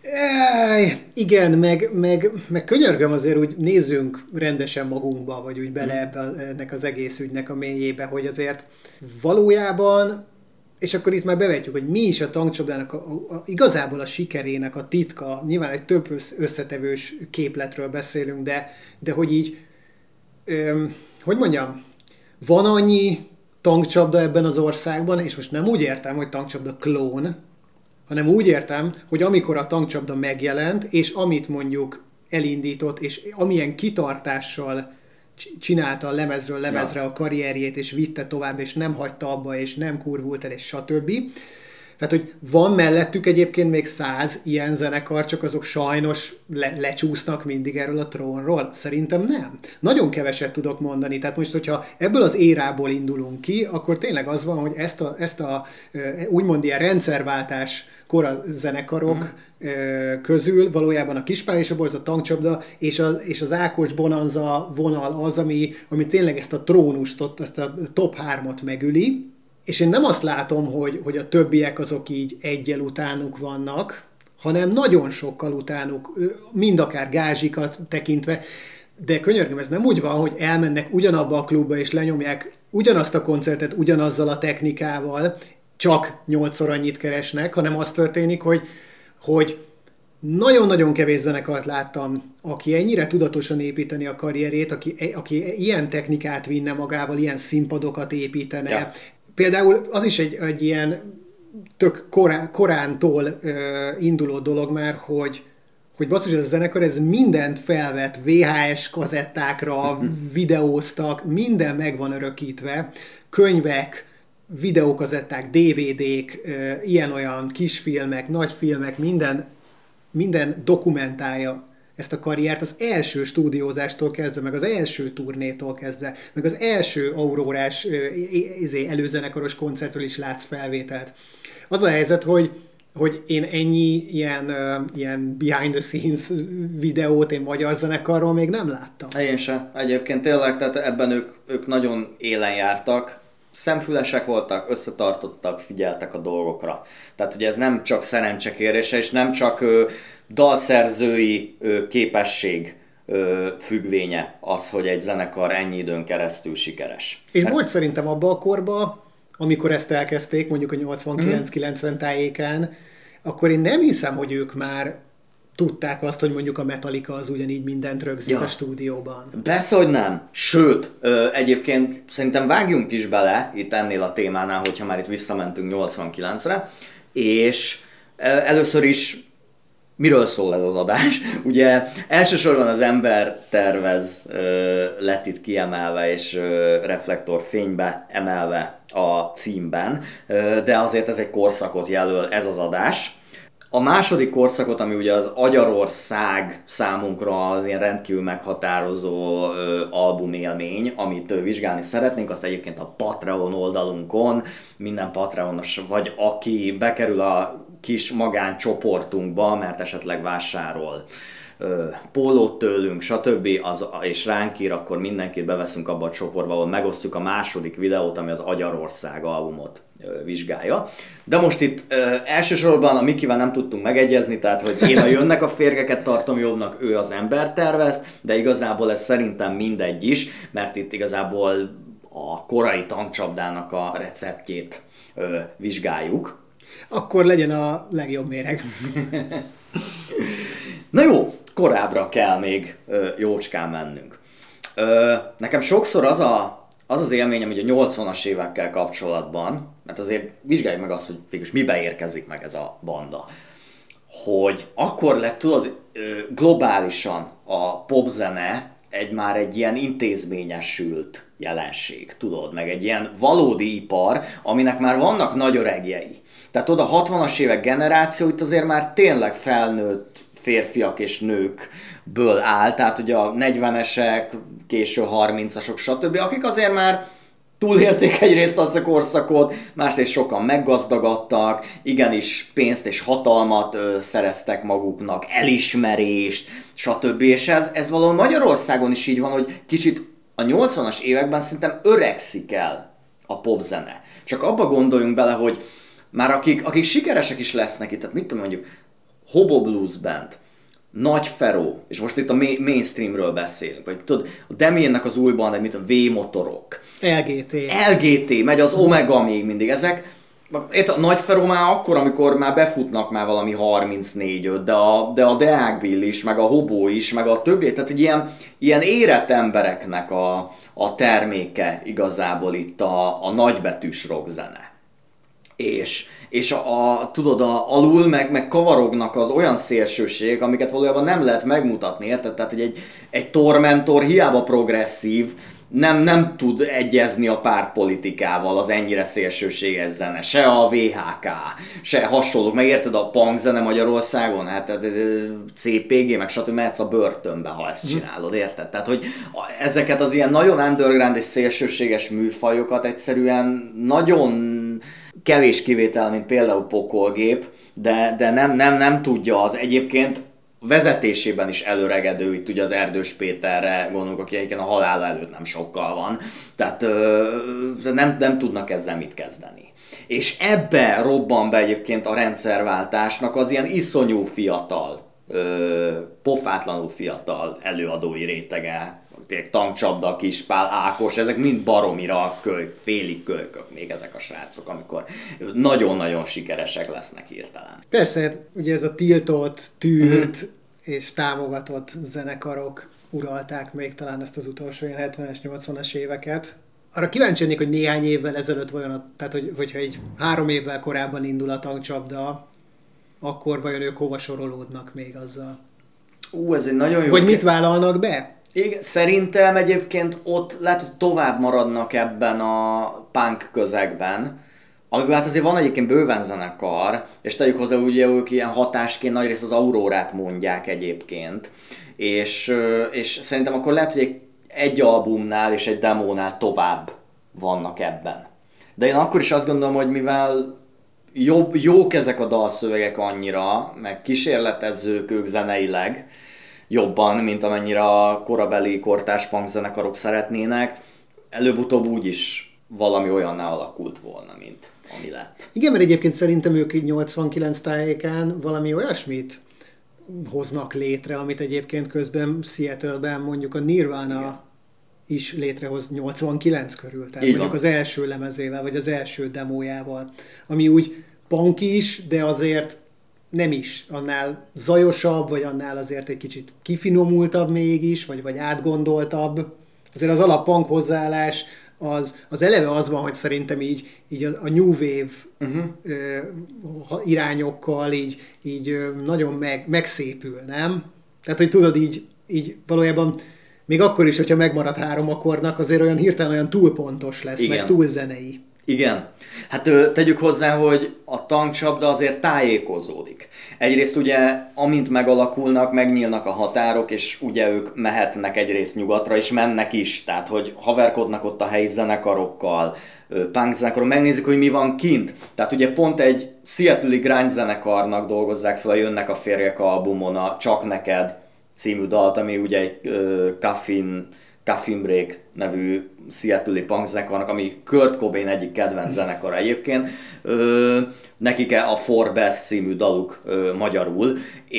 Igen, meg könyörgöm azért úgy nézzünk rendesen magunkba, vagy úgy bele ennek az egész ügynek a mélyébe, hogy azért valójában, és akkor itt már bevetjük, hogy mi is a tankcsapdának igazából a sikerének a titka, nyilván egy több összetevős képletről beszélünk, de hogy így, hogy mondjam, van annyi tankcsapda ebben az országban, és most nem úgy értem, hogy tankcsapda klón, hanem úgy értem, hogy amikor a tankcsapda megjelent, és amit mondjuk elindított, és amilyen kitartással csinálta a lemezről lemezre a karrierjét, és vitte tovább, és nem hagyta abba, és nem kurvult el, és stb. Tehát, hogy van mellettük egyébként még 100 ilyen zenekar, csak azok sajnos lecsúsznak mindig erről a trónról. Szerintem nem. Nagyon keveset tudok mondani. Tehát most, hogyha ebből az érából indulunk ki, akkor tényleg az van, hogy ezt a úgymond ilyen rendszerváltás kora zenekarok közül valójában a Kispál és a Borz, a tankcsapda és az Ákos Bonanza vonal az, ami tényleg ezt a trónust, ezt a top 3-at megüli. És én nem azt látom, hogy a többiek azok így egyel utánuk vannak, hanem nagyon sokkal utánuk, mind akár gázsikat tekintve, de könyörgöm, ez nem úgy van, hogy elmennek ugyanabba a klubba és lenyomják ugyanazt a koncertet ugyanazzal a technikával, csak 8-szor annyit keresnek, hanem az történik, hogy nagyon-nagyon kevés zenekart láttam, aki ennyire tudatosan építeni a karrierét, aki ilyen technikát vinne magával, ilyen színpadokat építene. Ja. Például az is egy ilyen tök korántól induló dolog már, hogy basszus, ez a zenekar, ez mindent felvett, VHS kazettákra, videóztak, minden meg van örökítve, könyvek, videókazetták, DVD-k, ilyen-olyan kisfilmek, nagyfilmek, minden dokumentálja ezt a karriert, az első stúdiózástól kezdve, meg az első turnétól kezdve, meg az első aurórás előzenekaros koncertről is látsz felvételt. Az a helyzet, hogy én ennyi ilyen behind the scenes videót én magyar zenekarról még nem láttam. Én sem. Egyébként tényleg, tehát ebben ők nagyon élen jártak, szemfülesek voltak, összetartottak, figyeltek a dolgokra. Tehát ugye ez nem csak szerencsekérése, és nem csak dalszerzői képesség függvénye az, hogy egy zenekar ennyi időn keresztül sikeres. És volt szerintem abban a korban, amikor ezt elkezdték, mondjuk a 89-90 tájékán, akkor én nem hiszem, hogy ők már tudták azt, hogy mondjuk a Metallica az ugyanígy mindent rögzít a stúdióban. Persze, hogy nem. Sőt, egyébként szerintem vágjunk is bele itt ennél a témánál, hogyha már itt visszamentünk 89-re, és először is miről szól ez az adás? Ugye elsősorban az ember tervez lett itt kiemelve és reflektorfénybe emelve a címben, de azért ez egy korszakot jelöl ez az adás. A második korszakot, ami ugye az Agyarország számunkra az ilyen rendkívül meghatározó albumélmény, amit vizsgálni szeretnénk, azt egyébként a Patreon oldalunkon, minden Patreonos vagy aki bekerül a kis magáncsoportunkba, mert esetleg vásárol pólót tőlünk, stb. És ránk ír, akkor mindenkit beveszünk abba a csoportba, ahol megosztjuk a második videót, ami az Agyarország albumot vizsgálja. De most itt elsősorban a Mikivel nem tudtunk megegyezni, tehát hogy én a Jönnek a férgeket tartom jobbnak, ő az Ember tervez, de igazából ez szerintem mindegy is, mert itt igazából a korai tankcsapdának a receptjét vizsgáljuk. Akkor legyen a legjobb méreg. Na jó, korábbra kell még jócskán mennünk. Nekem sokszor az élményem, hogy a 80-as évekkel kapcsolatban, mert azért vizsgáljuk meg azt, hogy végülis mibe érkezik meg ez a banda, hogy akkor lett, tudod, globálisan a popzene már egy ilyen intézményesült jelenség, tudod, meg egy ilyen valódi ipar, aminek már vannak nagy öregjei. Tehát oda a 60-as évek generáció itt azért már tényleg felnőtt férfiak és nőkből áll, tehát ugye a 40-esek, késő 30-asok, stb., akik azért már túlélték egyrészt azt a korszakot, másrészt sokan meggazdagadtak, igenis pénzt és hatalmat szereztek maguknak, elismerést, stb. És ez valahol Magyarországon is így van, hogy kicsit a 80-as években szerintem öregszik el a popzene. Csak abba gondoljunk bele, hogy már akik sikeresek is lesznek itt, tehát mit tudom mondjuk, Hobo Blues Band, Nagy Feró, és most itt a mainstreamről beszélünk, vagy tudod, a Demiennek az új band, mit tudom, V-motorok. LGT, megy az Omega még mindig, ezek, a Nagy Feró már akkor, amikor már befutnak már valami 34-5, de a Deák Bill is, meg a Hobo is, meg a többi, tehát egy ilyen érett embereknek a terméke igazából itt a nagybetűs rockzene. És tudod, alul meg kavarognak az olyan szélsőségek, amiket valójában nem lehet megmutatni, érted? Tehát, hogy egy Tormentor hiába progresszív, nem tud egyezni a pártpolitikával az ennyire szélsőséges zene, se a VHK, se hasonlók, meg érted a punk zene Magyarországon, hát CPG, meg stb. Mehetsz a börtönbe, ha ezt csinálod, érted? Tehát, hogy ezeket az ilyen nagyon underground és szélsőséges műfajokat egyszerűen nagyon kevés kivétel, mint például Pokolgép, de nem tudja az egyébként vezetésében is előregedő, itt ugye az Erdős Péterre gondolunk, aki egyébként a halála előtt nem sokkal van, tehát nem tudnak ezzel mit kezdeni. És ebbe robban be egyébként a rendszerváltásnak az ilyen iszonyú fiatal, pofátlanul fiatal előadói rétege, Tankcsapda, Kispál, Ákos, ezek mind baromira félig kölykök még ezek a srácok, amikor nagyon-nagyon sikeresek lesznek hirtelen. Persze, ugye ez a tiltott, tűrt és támogatott zenekarok uralták még talán ezt az utolsó ilyen 70-es, 80-as éveket. Arra kíváncsi lennék, hogy néhány évvel ezelőtt vajon, tehát hogyha egy 3 évvel korábban indul a Tankcsapda, akkor vajon ők hova sorolódnak még azzal? Ez egy nagyon jó... Vagy mit vállalnak be? Igen, szerintem egyébként ott lehet, hogy tovább maradnak ebben a punk közegben, amiben hát azért van egyébként bőven zenekar, és tegyük hozzá, ugye ők ilyen hatásként nagyrészt az Aurórát mondják egyébként, és szerintem akkor lehet, hogy egy albumnál és egy demónál tovább vannak ebben. De én akkor is azt gondolom, hogy mivel jók ezek a dalszövegek annyira, meg kísérletezők ők zeneileg, jobban, mint amennyire a korabeli kortárs punk zenekarok szeretnének, előbb-utóbb úgyis valami olyannál alakult volna, mint ami lett. Igen, mert egyébként szerintem ők 89 tájékán valami olyasmit hoznak létre, amit egyébként közben Seattle-ben mondjuk a Nirvana is létrehoz 89 körül. Tehát mondjuk az első lemezével, vagy az első demójával, ami úgy punk is, de azért nem is, annál zajosabb, vagy annál azért egy kicsit kifinomultabb mégis, vagy átgondoltabb. Azért az alappunk hozzáállás az eleve az van, hogy szerintem így a New Wave irányokkal így nagyon megszépül, nem? Tehát, hogy tudod, így valójában még akkor is, hogyha megmarad 3 akkordnak, azért olyan hirtelen olyan túl pontos lesz, igen, meg túl zenei. Igen. Hát tegyük hozzá, hogy a Tankcsapda azért tájékozódik. Egyrészt ugye, amint megalakulnak, megnyílnak a határok, és ugye ők mehetnek egyrészt nyugatra, és mennek is. Tehát, hogy haverkodnak ott a helyi zenekarokkal, punk zenekarok, megnézik, hogy mi van kint. Tehát ugye pont egy Seattle-i grunge zenekarnak dolgozzák fel a Jönnek a férgek albumon a Csak neked című dalt, ami ugye egy Coffin Break nevű Seattle-i punk zenekarnak, ami Kurt Cobain egyik kedvenc zenekara egyébként. Nekik a Forbes című daluk magyarul,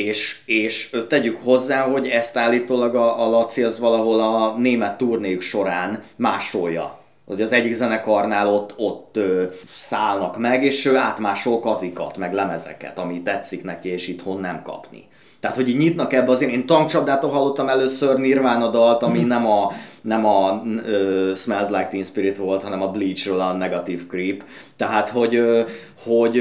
és tegyük hozzá, hogy ezt állítólag a Laci az valahol a német turnéjuk során másolja. Hogy az egyik zenekarnál ott szállnak meg, és ő átmásol kazikat, meg lemezeket, ami tetszik neki, és itthon nem kapni. Tehát, hogy így nyitnak ebbe azért, én Tankcsapdától hallottam először Nirvana dalt, ami nem a Smells Like Teen Spirit volt, hanem a Bleachről a Negative Creep. Tehát, hogy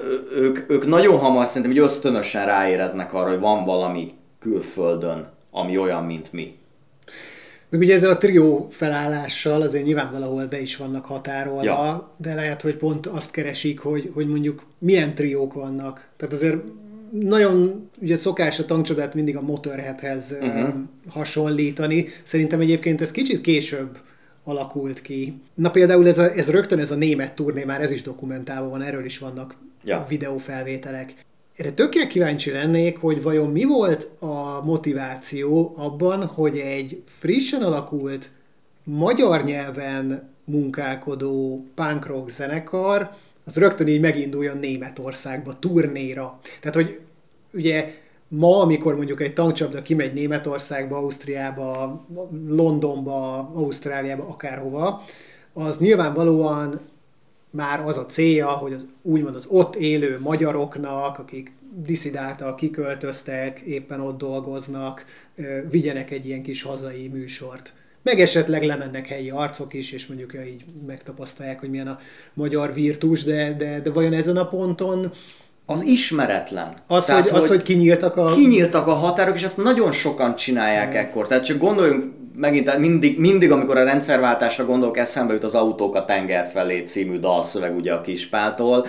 ők nagyon hamar szerintem így ösztönösen ráéreznek arra, hogy van valami külföldön, ami olyan, mint mi. Meg ugye ezzel a trió felállással azért nyilván valahol be is vannak határolva, ja. De lehet, hogy pont azt keresik, hogy mondjuk milyen triók vannak. Tehát azért nagyon ugye szokás a Tankcsapdát mindig a Motorheadhez hasonlítani. Szerintem egyébként ez kicsit később alakult ki. Na például ez rögtön ez a német turné, már ez is dokumentálva van, erről is vannak videófelvételek. Erre tökéletesen kíváncsi lennék, hogy vajon mi volt a motiváció abban, hogy egy frissen alakult, magyar nyelven munkálkodó punk rock zenekar, az rögtön így meginduljon Németországba, turnéra. Tehát, hogy ugye ma, amikor mondjuk egy Tankcsapda kimegy Németországba, Ausztriába, Londonba, Ausztráliába, akárhova, az nyilvánvalóan már az a célja, hogy úgymond az ott élő magyaroknak, akik diszidáltak, kiköltöztek, éppen ott dolgoznak, vigyenek egy ilyen kis hazai műsort. Meg esetleg lemennek helyi arcok is, és mondjuk így megtapasztalják, hogy milyen a magyar virtus, de vajon ezen a ponton... Az ismeretlen. Hogy kinyíltak a határok, és ezt nagyon sokan csinálják ekkor. Tehát csak gondoljunk, megint mindig, amikor a rendszerváltásra gondolok, eszembe jut az Autók a tenger felé című dalszöveg ugye a Kispáltól,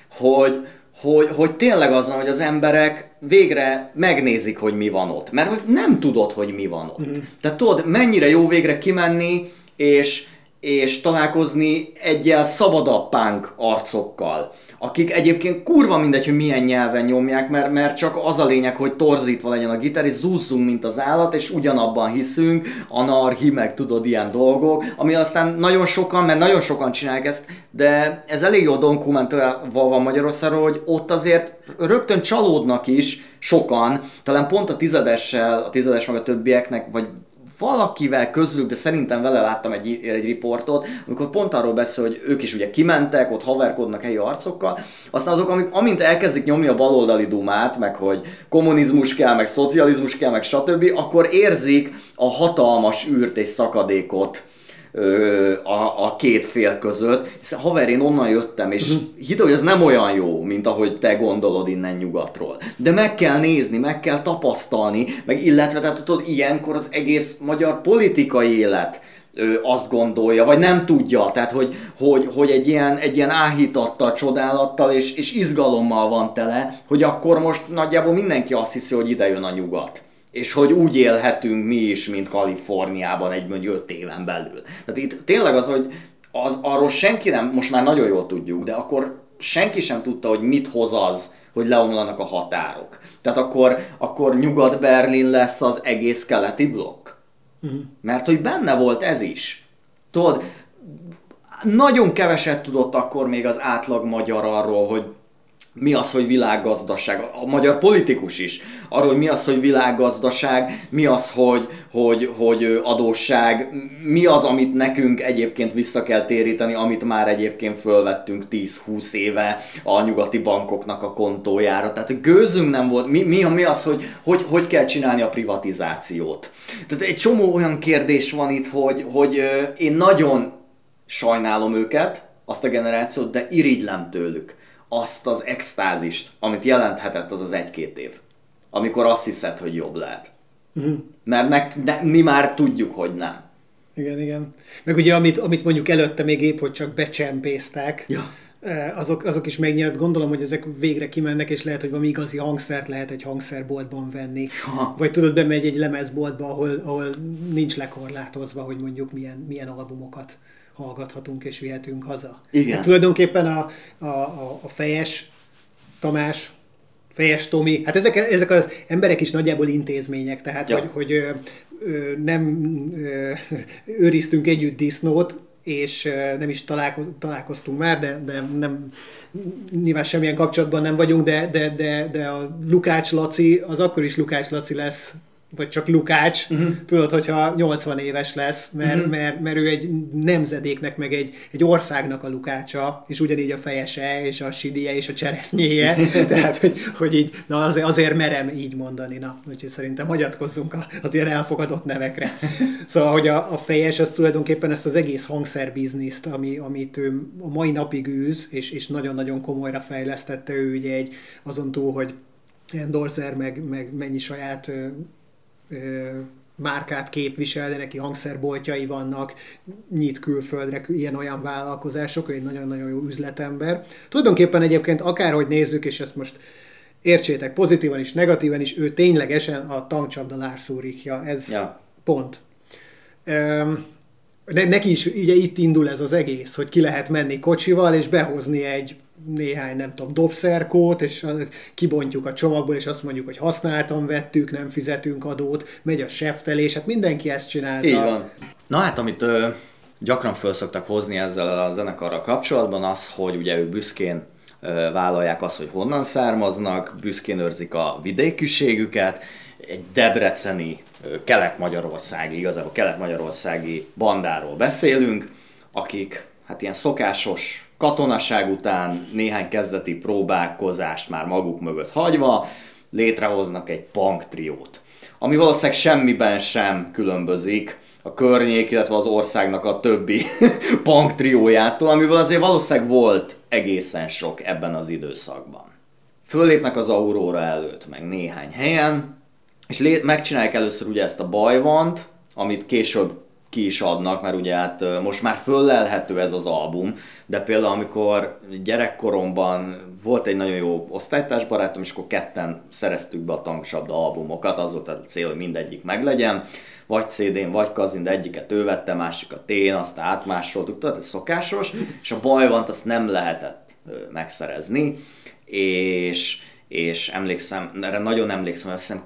hogy tényleg az van, hogy az emberek végre megnézik, hogy mi van ott. Mert hogy nem tudod, hogy mi van ott. Tehát tudod, mennyire jó végre kimenni, és találkozni egyel szabadabb punk arcokkal, akik egyébként kurva mindegy, hogy milyen nyelven nyomják, mert csak az a lényeg, hogy torzítva legyen a gitár, és zúzzunk, mint az állat, és ugyanabban hiszünk, anarchi, meg tudod, ilyen dolgok, ami aztán nagyon sokan csinálják ezt, de ez elég jó dokumentálva van Magyarországról, hogy ott azért rögtön csalódnak is sokan, talán pont a tizedes meg a többieknek, vagy valakivel közülük, de szerintem vele láttam egy riportot, amikor pont arról beszél, hogy ők is ugye kimentek, ott haverkodnak helyi arcokkal, aztán azok, amint elkezdik nyomni a baloldali dumát, meg hogy kommunizmus kell, meg szocializmus kell, meg stb., akkor érzik a hatalmas űrt és szakadékot a két fél között. Hiszen haver, én onnan jöttem, és hidd, hogy ez nem olyan jó, mint ahogy te gondolod innen nyugatról. De meg kell nézni, meg kell tapasztalni, meg illetve, tehát tudod, ilyenkor az egész magyar politikai élet azt gondolja, vagy nem tudja, tehát hogy egy ilyen áhítattal, csodálattal és izgalommal van tele, hogy akkor most nagyjából mindenki azt hiszi, hogy ide jön a nyugat. És hogy úgy élhetünk mi is, mint Kaliforniában mondjuk 5 éven belül. Tehát itt tényleg az, hogy arról senki nem, most már nagyon jól tudjuk, de akkor senki sem tudta, hogy mit hoz az, hogy leomlanak a határok. Tehát akkor Nyugat-Berlin lesz az egész keleti blokk. Mert hogy benne volt ez is. Tudod, nagyon keveset tudott akkor még az átlag magyar arról, hogy mi az, hogy világgazdaság, a magyar politikus is, arról, hogy mi az, hogy világgazdaság, mi az, hogy adósság, mi az, amit nekünk egyébként vissza kell téríteni, amit már egyébként fölvettünk 10-20 éve a nyugati bankoknak a kontójára. Tehát gőzünk nem volt, mi az, hogy kell csinálni a privatizációt. Tehát egy csomó olyan kérdés van itt, hogy én nagyon sajnálom őket, azt a generációt, de irigylem tőlük azt az extázist, amit jelenthetett az 1-2 év. Amikor azt hiszed, hogy jobb lehet. Mert mi már tudjuk, hogy nem. Igen. Meg ugye, amit mondjuk előtte még épp, hogy csak becsempésztek, azok is megnyert. Gondolom, hogy ezek végre kimennek, és lehet, hogy valami igazi hangszert lehet egy hangszerboltban venni. Vagy tudod, bemegy egy lemezboltba, ahol nincs lekorlátozva, hogy mondjuk milyen albumokat hallgathatunk és vihetünk haza. Igen. Hát tulajdonképpen a Fejes Tamás Fejes Tomi, hát ezek az emberek is nagyjából intézmények, tehát hogy nem őriztünk együtt disznót, és nem is találkoztunk már, de nem, nyilván semmilyen kapcsolatban nem vagyunk, de a Lukács Laci, az akkor is Lukács Laci lesz, vagy csak Lukács, tudod, hogyha 80 éves lesz, mert ő egy nemzedéknek, meg egy országnak a Lukácsa, és ugyanígy a Fejese, és a Sidie, és a Cseresznyéje, tehát, hogy így, na azért merem így mondani, na, úgyhogy szerintem hagyatkozzunk az ilyen elfogadott nevekre. Szóval, hogy a Fejes az tulajdonképpen ezt az egész hangszerbizniszt, amit ő a mai napig űz, és nagyon-nagyon komolyra fejlesztette, ő ugye azon túl, hogy endorser, meg mennyi saját márkát képvisel, de neki hangszerboltjai vannak, nyit külföldre ilyen-olyan vállalkozások, ő egy nagyon-nagyon jó üzletember. Tulajdonképpen egyébként akárhogy nézzük, és ezt most értsétek pozitívan is, negatívan is, ő ténylegesen a tankcsapda Lars Ulrichja, ez pont. Neki is ugye itt indul ez az egész, hogy ki lehet menni kocsival, és behozni néhány, nem tudom, dobszerkót, és kibontjuk a csomagból, és azt mondjuk, hogy használtan vettük, nem fizetünk adót, megy a seftelés, hát mindenki ezt csinálta. Így van. Na hát, amit gyakran föl szoktak hozni ezzel a zenekarral kapcsolatban, az, hogy ugye ők büszkén vállalják azt, hogy honnan származnak, büszkén őrzik a vidékűségüket, egy debreceni, kelet-magyarországi, igazából kelet-magyarországi bandáról beszélünk, akik hát ilyen szokásos katonaság után néhány kezdeti próbálkozást már maguk mögött hagyva létrehoznak egy punk triót, ami valószínűleg semmiben sem különbözik a környék, illetve az országnak a többi punk triójától, amiből azért valószínűleg volt egészen sok ebben az időszakban. Föllépnek az Aurora előtt, meg néhány helyen, és megcsinálják először ugye ezt a Bajvant, amit később ki is adnak, mert ugye hát most már föllelhető ez az album, de például amikor gyerekkoromban volt egy nagyon jó osztálytársbarátom, és akkor ketten szereztük be a tankcsapda albumokat, az volt a cél, hogy mindegyik meglegyen, vagy CD-n, vagy kazin, de egyiket ő vette, másikat én, azt átmásoltuk, tudod, ez szokásos, és a Bajvant azt nem lehetett megszerezni, és emlékszem, erre nagyon emlékszem, hogy azt hiszem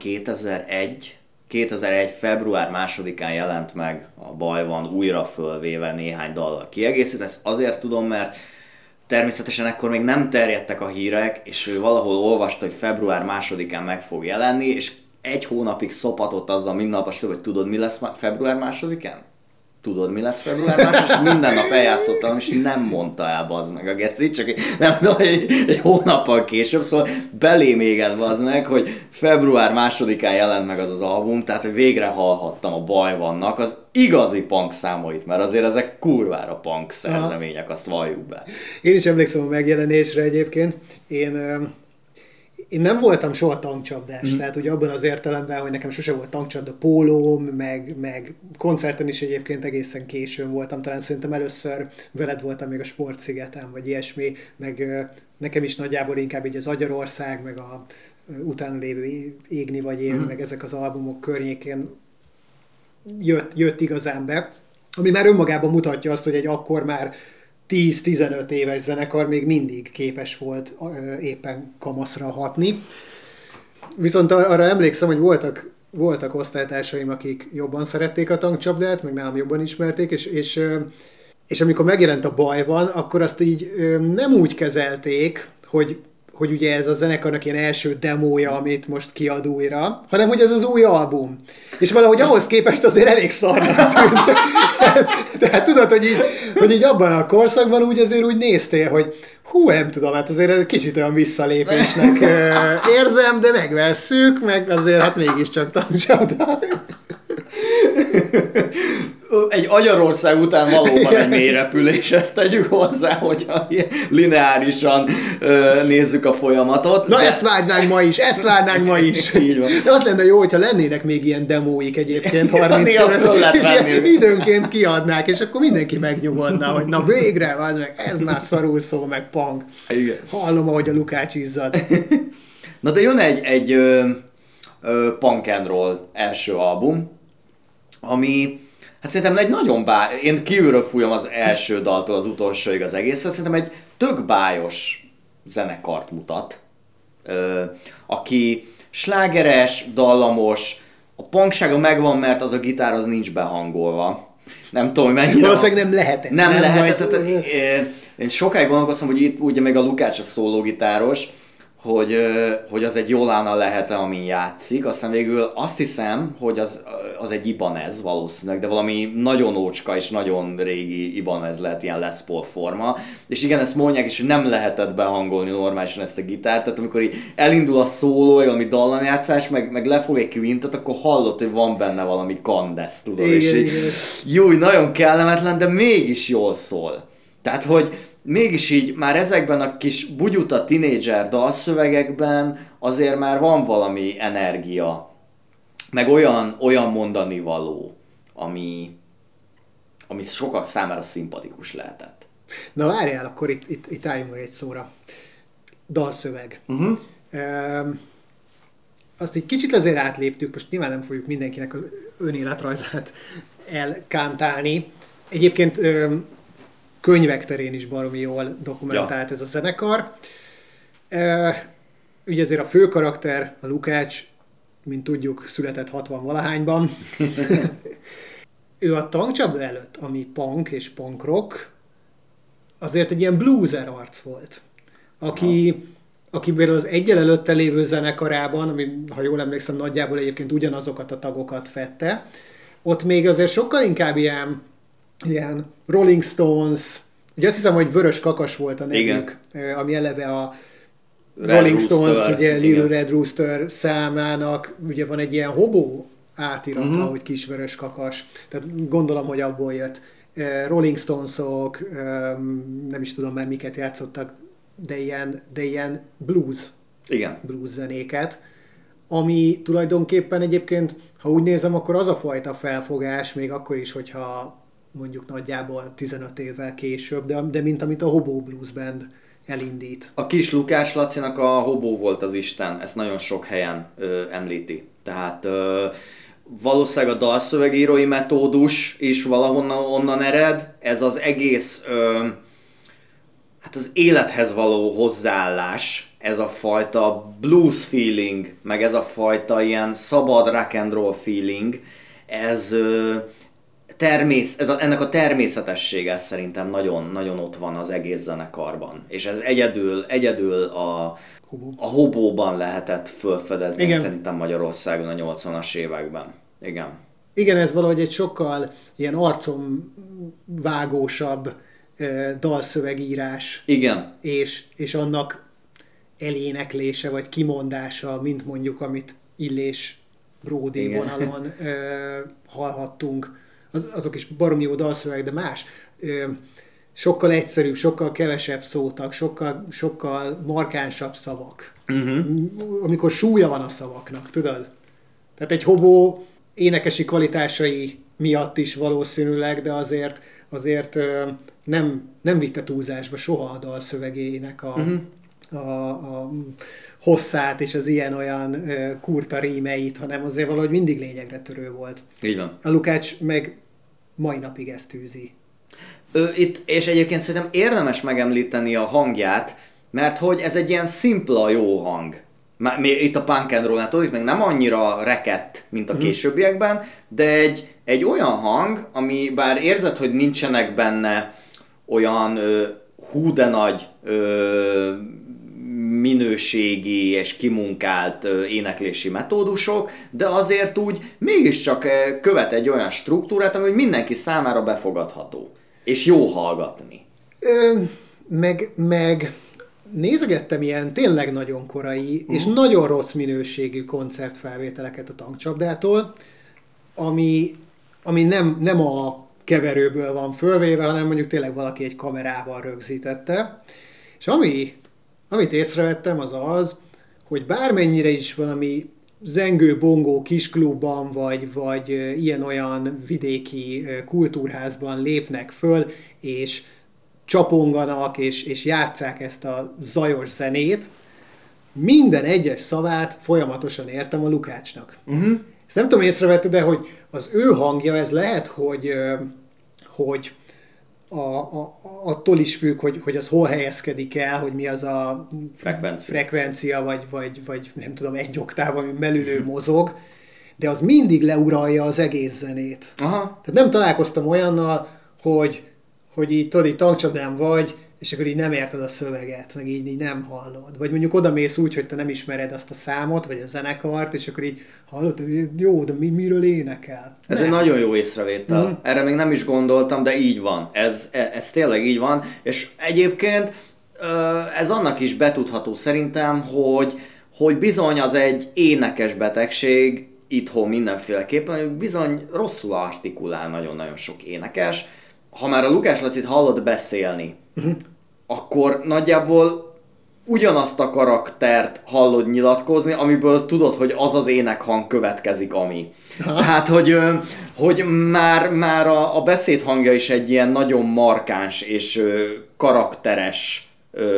2001. február 2-án jelent meg a Bajvan újra fölvéve néhány dallal kiegészítve. Ezt azért tudom, mert természetesen ekkor még nem terjedtek a hírek, és ő valahol olvasta, hogy február 2-án meg fog jelenni, és egy hónapig szopatott azzal minden nap, hogy tudod, mi lesz február 2-án? Tudod, mi lesz február 2-án? És minden nap eljátszottam, és nem mondta el, bazd meg a geci, csak nem tudom, egy hónappal később, szóval belém égett, bazd meg, hogy február 2-án jelent meg az album, tehát végre hallhattam a Bajvannak az igazi punk számait, mert azért ezek kurvára punk szerzemények, azt valljuk be. Én is emlékszem a megjelenésre egyébként. Én nem voltam soha tankcsapdás, tehát ugye abban az értelemben, hogy nekem sose volt tankcsapda pólóm, meg koncerten is egyébként egészen későn voltam, talán szerintem először veled voltam még a Sportszigeten, vagy ilyesmi, meg nekem is nagyjából inkább így az Agyarország, meg a utána lévő Égni vagy élni, meg ezek az albumok környékén jött igazán be, ami már önmagában mutatja azt, hogy egy akkor már 10-15 éves zenekar még mindig képes volt éppen kamaszra hatni. Viszont arra emlékszem, hogy voltak osztálytársaim, akik jobban szerették a tankcsapdát, meg nálam jobban ismerték, és amikor megjelent a Bajvan, akkor azt így nem úgy kezelték, hogy ugye ez a zenekarnak ilyen első demója, amit most kiad újra, hanem hogy ez az új album. És valahogy ahhoz képest azért elég szarnak tűnt. Tehát tudod, hogy így abban a korszakban azért úgy néztél, hogy nem tudom, hát azért ez kicsit olyan visszalépésnek érzem, de megvesszük, meg azért hát mégiscsak tankcsapda. Egy Agyarország után valóban egy mély repülés, ezt tegyük hozzá, hogyha lineárisan nézzük a folyamatot. Na de... ezt várnánk ma is. Így van. De az lenne jó, hogyha lennének még ilyen demóik egyébként 30 és időnként kiadnák, és akkor mindenki megnyugodna, hogy na végre, ez már szarul szó, meg punk. Igen. Hallom, ahogy a Lukács izzad. Na de jön egy punk and roll első album, ami hát szerintem egy nagyon én kívülről fújom az első daltól az utolsóig az egészről, szerintem egy tök bájos zenekart mutat. aki slágeres, dallamos, a punksága megvan, mert az a gitár az nincs behangolva. Nem tudom, hogy mennyire... Valószínűleg nem lehetett. Nem lehetett. Én sokáig gondolkoztam, hogy itt ugye még a Lukács a szólógitáros, hogy az egy Jolana lehet-e, amin játszik. Aztán végül azt hiszem, hogy az egy Ibanez valószínűleg, de valami nagyon ócska és nagyon régi Ibanez lehet, ilyen Les Paul forma. És igen, ezt mondják is, hogy nem lehetett behangolni normálisan ezt a gitárt, tehát amikor így elindul a szóló, valami dallamjátszás, meg lefog egy quintet, akkor hallott, hogy van benne valami kandesz, tudod, igen, és így, júj, nagyon kellemetlen, de mégis jól szól. Tehát, hogy mégis így már ezekben a kis bugyuta tinédzser dalszövegekben azért már van valami energia, meg olyan mondani való, ami sokak számára szimpatikus lehetett. Na várjál, akkor itt álljunk meg egy szóra. Dalszöveg. Azt egy kicsit azért átléptük, most nyilván nem fogjuk mindenkinek az önéletrajzát elkántálni. Egyébként könyvek terén is baromi jól dokumentált ez a zenekar. Ugye azért a fő karakter, a Lukács, mint tudjuk, született 60-valahányban. Ő a tankcsapda előtt, ami punk és punk rock, azért egy ilyen blueser arc volt. Aki például az egyel előtte lévő zenekarában, ami, ha jól emlékszem, nagyjából egyébként ugyanazokat a tagokat fedte, ott még azért sokkal inkább ilyen Rolling Stones, ugye azt hiszem, hogy Vörös Kakas volt a nevük, ami eleve a Rolling Stones, ugye Little Red Rooster számának, ugye van egy ilyen hobó átirata, hogy Kis Vörös Kakas, tehát gondolom, hogy abból jött. Rolling Stonesok, nem is tudom már miket játszottak, de ilyen blues zenéket, ami tulajdonképpen egyébként, ha úgy nézem, akkor az a fajta felfogás, még akkor is, hogyha mondjuk nagyjából 15 évvel később, de mint amit a Hobo Blues Band elindít. A Kis Lukács Lacinak a hobó volt az Isten, ezt nagyon sok helyen említi. Tehát valószínűleg a dalszövegírói metódus is valahonnan onnan ered, ez az egész hát az élethez való hozzáállás, ez a fajta blues feeling, meg ez a fajta ilyen szabad rock and roll feeling, ennek a természetessége szerintem nagyon ott van az egész zenekarban. És ez egyedül a hobóban lehetett felfedezni. Igen. Szerintem Magyarországon a 80-as években. Igen. Igen, ez valahogy egy sokkal ilyen arcomvágósabb dalszövegírás. Igen. És annak eléneklése vagy kimondása, mint mondjuk, amit Illés Bródi vonalon hallhattunk. Azok is baromi jó dalszöveg, de más. Sokkal egyszerűbb, sokkal kevesebb szótag, sokkal markánsabb szavak. Amikor súlya van a szavaknak, tudod? Tehát egy hobó énekesi kvalitásai miatt is valószínűleg, de azért nem vitte túlzásba soha a dalszövegének a hosszát és az ilyen-olyan kurta rímeit, hanem azért valahogy mindig lényegre törő volt. Így van. A Lukács meg mai napig ezt tűzi. És egyébként szerintem érdemes megemlíteni a hangját, mert hogy ez egy ilyen szimpla jó hang. Itt a punk and roll-nál, itt még nem annyira rekett, mint a későbbiekben, de egy olyan hang, ami bár érzed, hogy nincsenek benne olyan hú de nagy minőségi és kimunkált éneklési metódusok, de azért úgy mégiscsak követ egy olyan struktúrát, ami mindenki számára befogadható. És jó hallgatni. Meg nézegettem ilyen tényleg nagyon korai és nagyon rossz minőségű koncertfelvételeket a Tankcsapdától, ami nem a keverőből van fölvéve, hanem mondjuk tényleg valaki egy kamerával rögzítette. És amit észrevettem az, hogy bármennyire is valami zengő-bongó kisklubban, vagy ilyen-olyan vidéki kultúrházban lépnek föl, és csaponganak, és játsszák ezt a zajos zenét, minden egyes szavát folyamatosan értem a Lukácsnak. Ezt nem tudom, észrevetted, de hogy az ő hangja, ez lehet, hogy attól is függ, hogy az hol helyezkedik el, hogy mi az a frekvencia vagy nem tudom, egy oktáv, ami belül ő mozog, de az mindig leuralja az egész zenét. Aha. Tehát nem találkoztam olyannal, hogy így tudod, így tankcsapdán vagy, és akkor így nem érted a szöveget, meg így nem hallod. Vagy mondjuk odamész úgy, hogy te nem ismered azt a számot, vagy a zenekart, és akkor így hallod, hogy jó, de miről énekel? Ez egy nagyon jó észrevétel. Erre még nem is gondoltam, de így van. Ez tényleg így van. És egyébként ez annak is betudható szerintem, hogy bizony az egy énekes betegség, itthon mindenféleképpen, hogy bizony rosszul artikulál nagyon-nagyon sok énekes. Ha már a Lukács Lacit hallod beszélni, akkor nagyjából ugyanazt a karaktert hallod nyilatkozni, amiből tudod, hogy az az énekhang következik, ami. Tehát, hogy már a beszédhangja is egy ilyen nagyon markáns és karakteres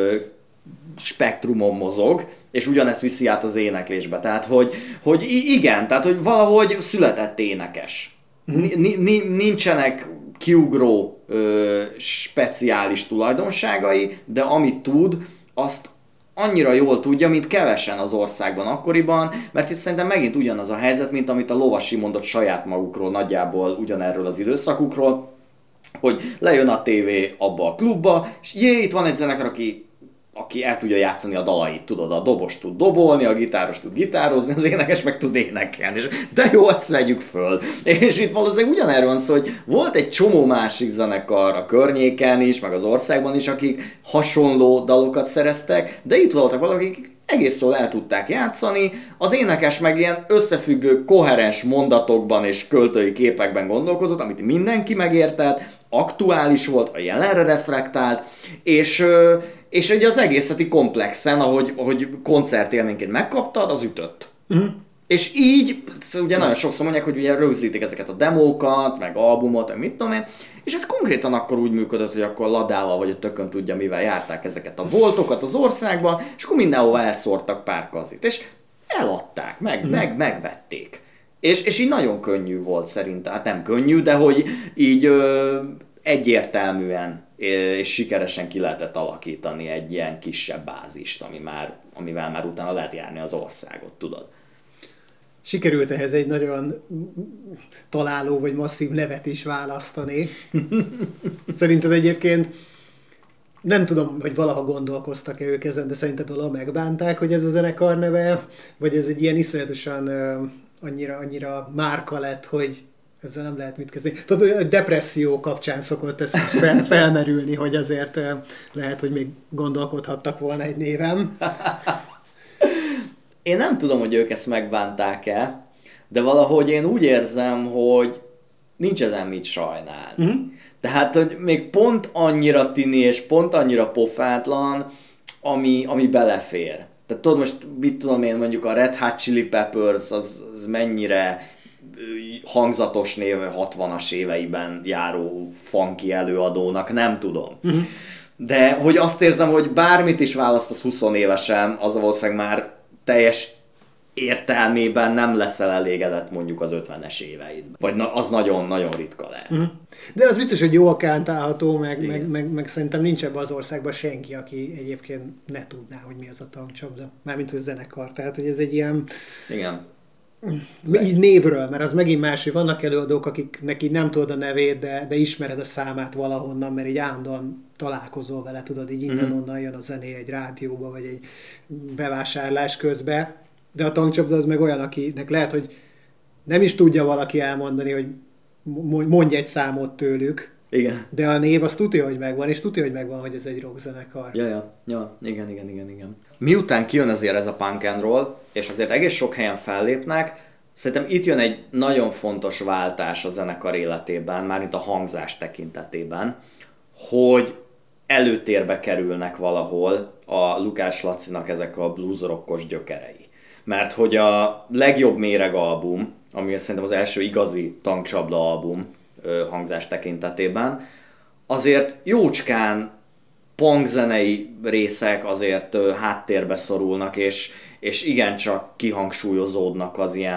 spektrumon mozog, és ugyanezt viszi át az éneklésbe. Tehát, hogy igen, tehát, hogy valahogy született énekes. Nincsenek kiugró speciális tulajdonságai, de amit tud, azt annyira jól tudja, mint kevesen az országban akkoriban, mert itt szerintem megint ugyanaz a helyzet, mint amit a Lovasi mondott saját magukról, nagyjából ugyanerről az időszakukról, hogy lejön a tévé abba a klubba, és itt van egy zenekar, aki el tudja játszani a dalait, tudod, a dobos tud dobolni, a gitáros tud gitározni, az énekes meg tud énekelni, és de jó, ezt vegyük föl. És itt valószínűleg ugyanerről van szó, hogy volt egy csomó másik zenekar a környéken is, meg az országban is, akik hasonló dalokat szereztek, de itt voltak valakik, egész jól el tudták játszani, az énekes meg ilyen összefüggő, koherens mondatokban és költői képekben gondolkozott, amit mindenki megértett, aktuális volt, a jelenre reflektált, és ugye az egészeti komplexen, ahogy koncertélményként megkaptad, az ütött. És így, ugye nagyon sokszor mondják, hogy ugye rögzítik ezeket a demókat, meg albumot, meg mit tudom én, és ez konkrétan akkor úgy működött, hogy akkor ladával vagy a tökön tudja, mivel járták ezeket a boltokat az országban, és akkor mindenhova elszórtak pár kazit, és eladták, megvették. És így nagyon könnyű volt szerintem, hát nem könnyű, de hogy így egyértelműen és sikeresen ki lehetett alakítani egy ilyen kisebb bázist, amivel már utána lehet járni az országot, tudod. Sikerült ehhez egy nagyon találó vagy masszív nevet is választani. Szerinted egyébként nem tudom, hogy valaha gondolkoztak-e ők ezen, de szerinted valaha megbánták, hogy ez a zenekar neve, vagy ez egy ilyen iszonyatosan annyira márka lett, hogy ezzel nem lehet mit kezdeni. Tudod, a depresszió kapcsán szokott ez felmerülni, hogy azért lehet, hogy még gondolkodhattak volna egy névem. Én nem tudom, hogy ők ezt megbánták-e, de valahogy én úgy érzem, hogy nincs ezen mit sajnálni. Tehát, hogy még pont annyira tini és pont annyira pofátlan, ami belefér. Tehát tudod, most mit tudom én, mondjuk a Red Hot Chili Peppers az mennyire hangzatos név 60-as éveiben járó funky előadónak, nem tudom. De hogy azt érzem, hogy bármit is választasz 20 évesen, az valószínűleg már teljes értelmében nem leszel elégedett mondjuk az 50-es éveidben. Vagy az nagyon-nagyon ritka lehet. De az biztos, hogy jó akkántálható, meg szerintem nincs ebben az országban senki, aki egyébként ne tudná, hogy mi az a tankcsapda. Mármint, hogy zenekar. Tehát, hogy ez egy ilyen... Igen. Így névről, mert az megint más, hogy vannak előadók, akiknek így nem tudod a nevét, de ismered a számát valahonnan, mert így állandóan találkozol vele, tudod, így innen-onnan jön a zené egy rádióba, vagy egy bevásárlás közben. De a tankcsapda az meg olyan, akinek lehet, hogy nem is tudja valaki elmondani, hogy mondj egy számot tőlük. Igen. De a név az tudja, hogy megvan, és tudja, hogy megvan, hogy ez egy rockzenekar. Ja, igen. Miután kijön azért ez a punk and roll, és azért egész sok helyen fellépnek, szerintem itt jön egy nagyon fontos váltás a zenekar életében, mármint a hangzás tekintetében, hogy előtérbe kerülnek valahol a Lukács Lacinak ezek a blues rockos gyökerei. Mert hogy a legjobb méreg album, ami szerintem az első igazi tankcsapda album hangzás tekintetében, azért jócskán punkzenei részek azért háttérbe szorulnak, és igencsak kihangsúlyozódnak az ilyen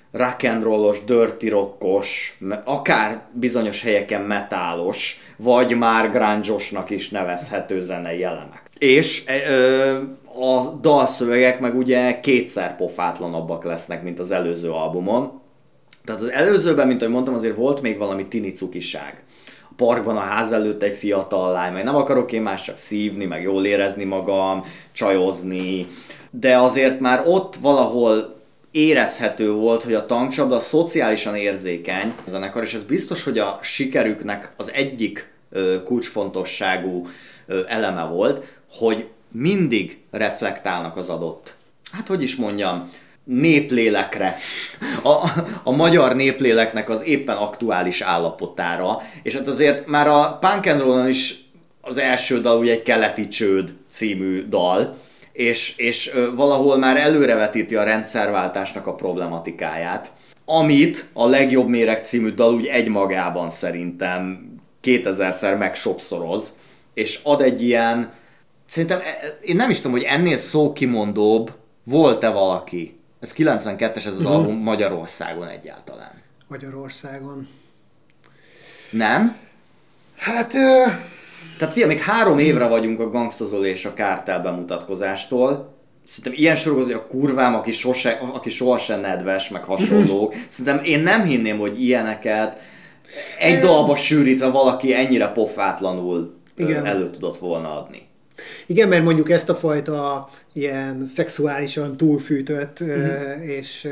rock and rollos, dirty rockos, akár bizonyos helyeken metálos, vagy már grunge-osnak is nevezhető zenei elemek. És a dalszövegek meg ugye kétszer pofátlanabbak lesznek, mint az előző albumon. Tehát az előzőben, mint ahogy mondtam, azért volt még valami tini cukiság. A parkban a ház előtt egy fiatal lány, meg nem akarok én más csak szívni, meg jól érezni magam, csajozni, de azért már ott valahol érezhető volt, hogy a Tankcsapda szociálisan érzékeny zenekar, és ez biztos, hogy a sikerüknek az egyik kulcsfontosságú eleme volt, hogy mindig reflektálnak az adott, hát hogy is mondjam, néplélekre, a magyar népléleknek az éppen aktuális állapotára, és hát azért már a Punk and Roll-on is az első dal ugye egy Keleti Csőd című dal, és valahol már előrevetíti a rendszerváltásnak a problematikáját, amit a Legjobb Méreg című dal úgy egymagában szerintem 2000-szer megsokszoroz, és ad egy ilyen, szerintem én nem is tudom, hogy ennél szókimondóbb volt-e valaki. Ez 92-es ez az album Magyarországon egyáltalán. Magyarországon. Nem? Hát... Tehát figyelj, még 3 évre vagyunk a Gangsta Zoli és a Kártel bemutatkozástól. Szerintem ilyen sorokat, hogy a kurvám, aki sohasem nedves, meg hasonlók. Szerintem én nem hinném, hogy ilyeneket egy dalba sűrítve valaki ennyire pofátlanul elő tudott volna adni. Igen, mert mondjuk ezt a fajta ilyen szexuálisan túlfűtött és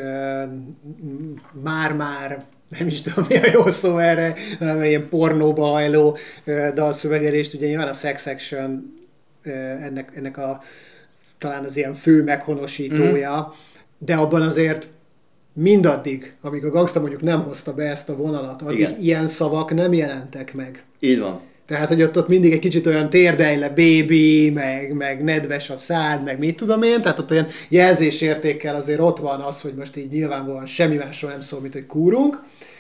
már nem is tudom mi a jó szó erre, hanem ilyen pornóba hajló dalszövegelést, ugye nyilván a Sex Action ennek a talán az ilyen fő meghonosítója, de abban azért mindaddig, amíg a Gangsta mondjuk nem hozta be ezt a vonalat, addig ilyen szavak nem jelentek meg. Így van. Tehát, hogy ott mindig egy kicsit olyan térdelj le, baby, meg nedves a szád, meg mit tudom én, tehát ott olyan jelzésértékkel azért ott van az, hogy most így nyilvánvalóan semmi másról nem szól, mint hogy kúrunk,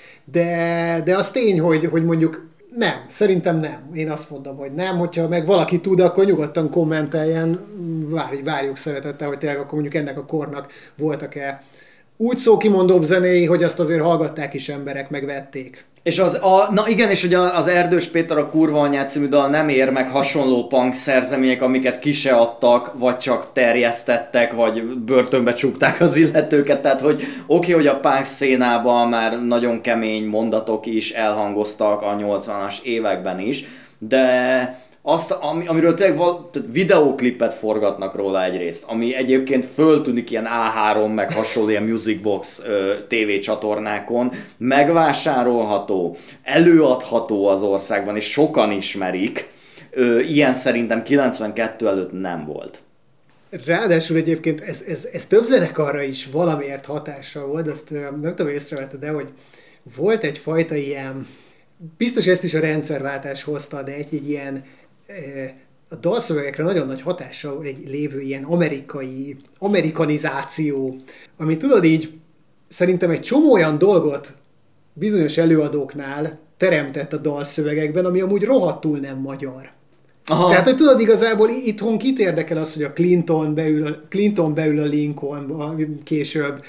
de az tény, hogy mondjuk nem, szerintem nem. Én azt mondom, hogy nem, hogyha meg valaki tud, akkor nyugodtan kommenteljen, várjuk szeretettel, hogy tényleg akkor mondjuk ennek a kornak voltak-e úgy szókimondóbb zenéi, hogy azt azért hallgatták is emberek, megvették. És és ugye az Erdős Péter a Kurva Anyád című dal nem ér meg hasonló punk szerzemények, amiket ki se adtak, vagy csak terjesztettek, vagy börtönbe csukták az illetőket. Tehát, hogy oké, hogy a punk szénában már nagyon kemény mondatok is elhangoztak a 80-as években is, de azt, amiről tényleg videóklipet forgatnak róla egyrészt, ami egyébként föltűnik ilyen A3, meg hasonló ilyen Music Box tévécsatornákon, megvásárolható, előadható az országban, és sokan ismerik, ilyen szerintem 92 előtt nem volt. Ráadásul egyébként ez több zenekarra is valamiért hatással volt, azt nem tudom, észrevetted, de hogy volt egyfajta ilyen, biztos ezt is a rendszerváltás hozta, de egy ilyen a dalszövegekre nagyon nagy hatással egy lévő ilyen amerikanizáció, ami tudod így, szerintem egy csomó olyan dolgot bizonyos előadóknál teremtett a dalszövegekben, ami amúgy rohadtul nem magyar. Aha. Tehát, hogy tudod, igazából itthon kit érdekel az, hogy a Clinton beül a Lincolnba később,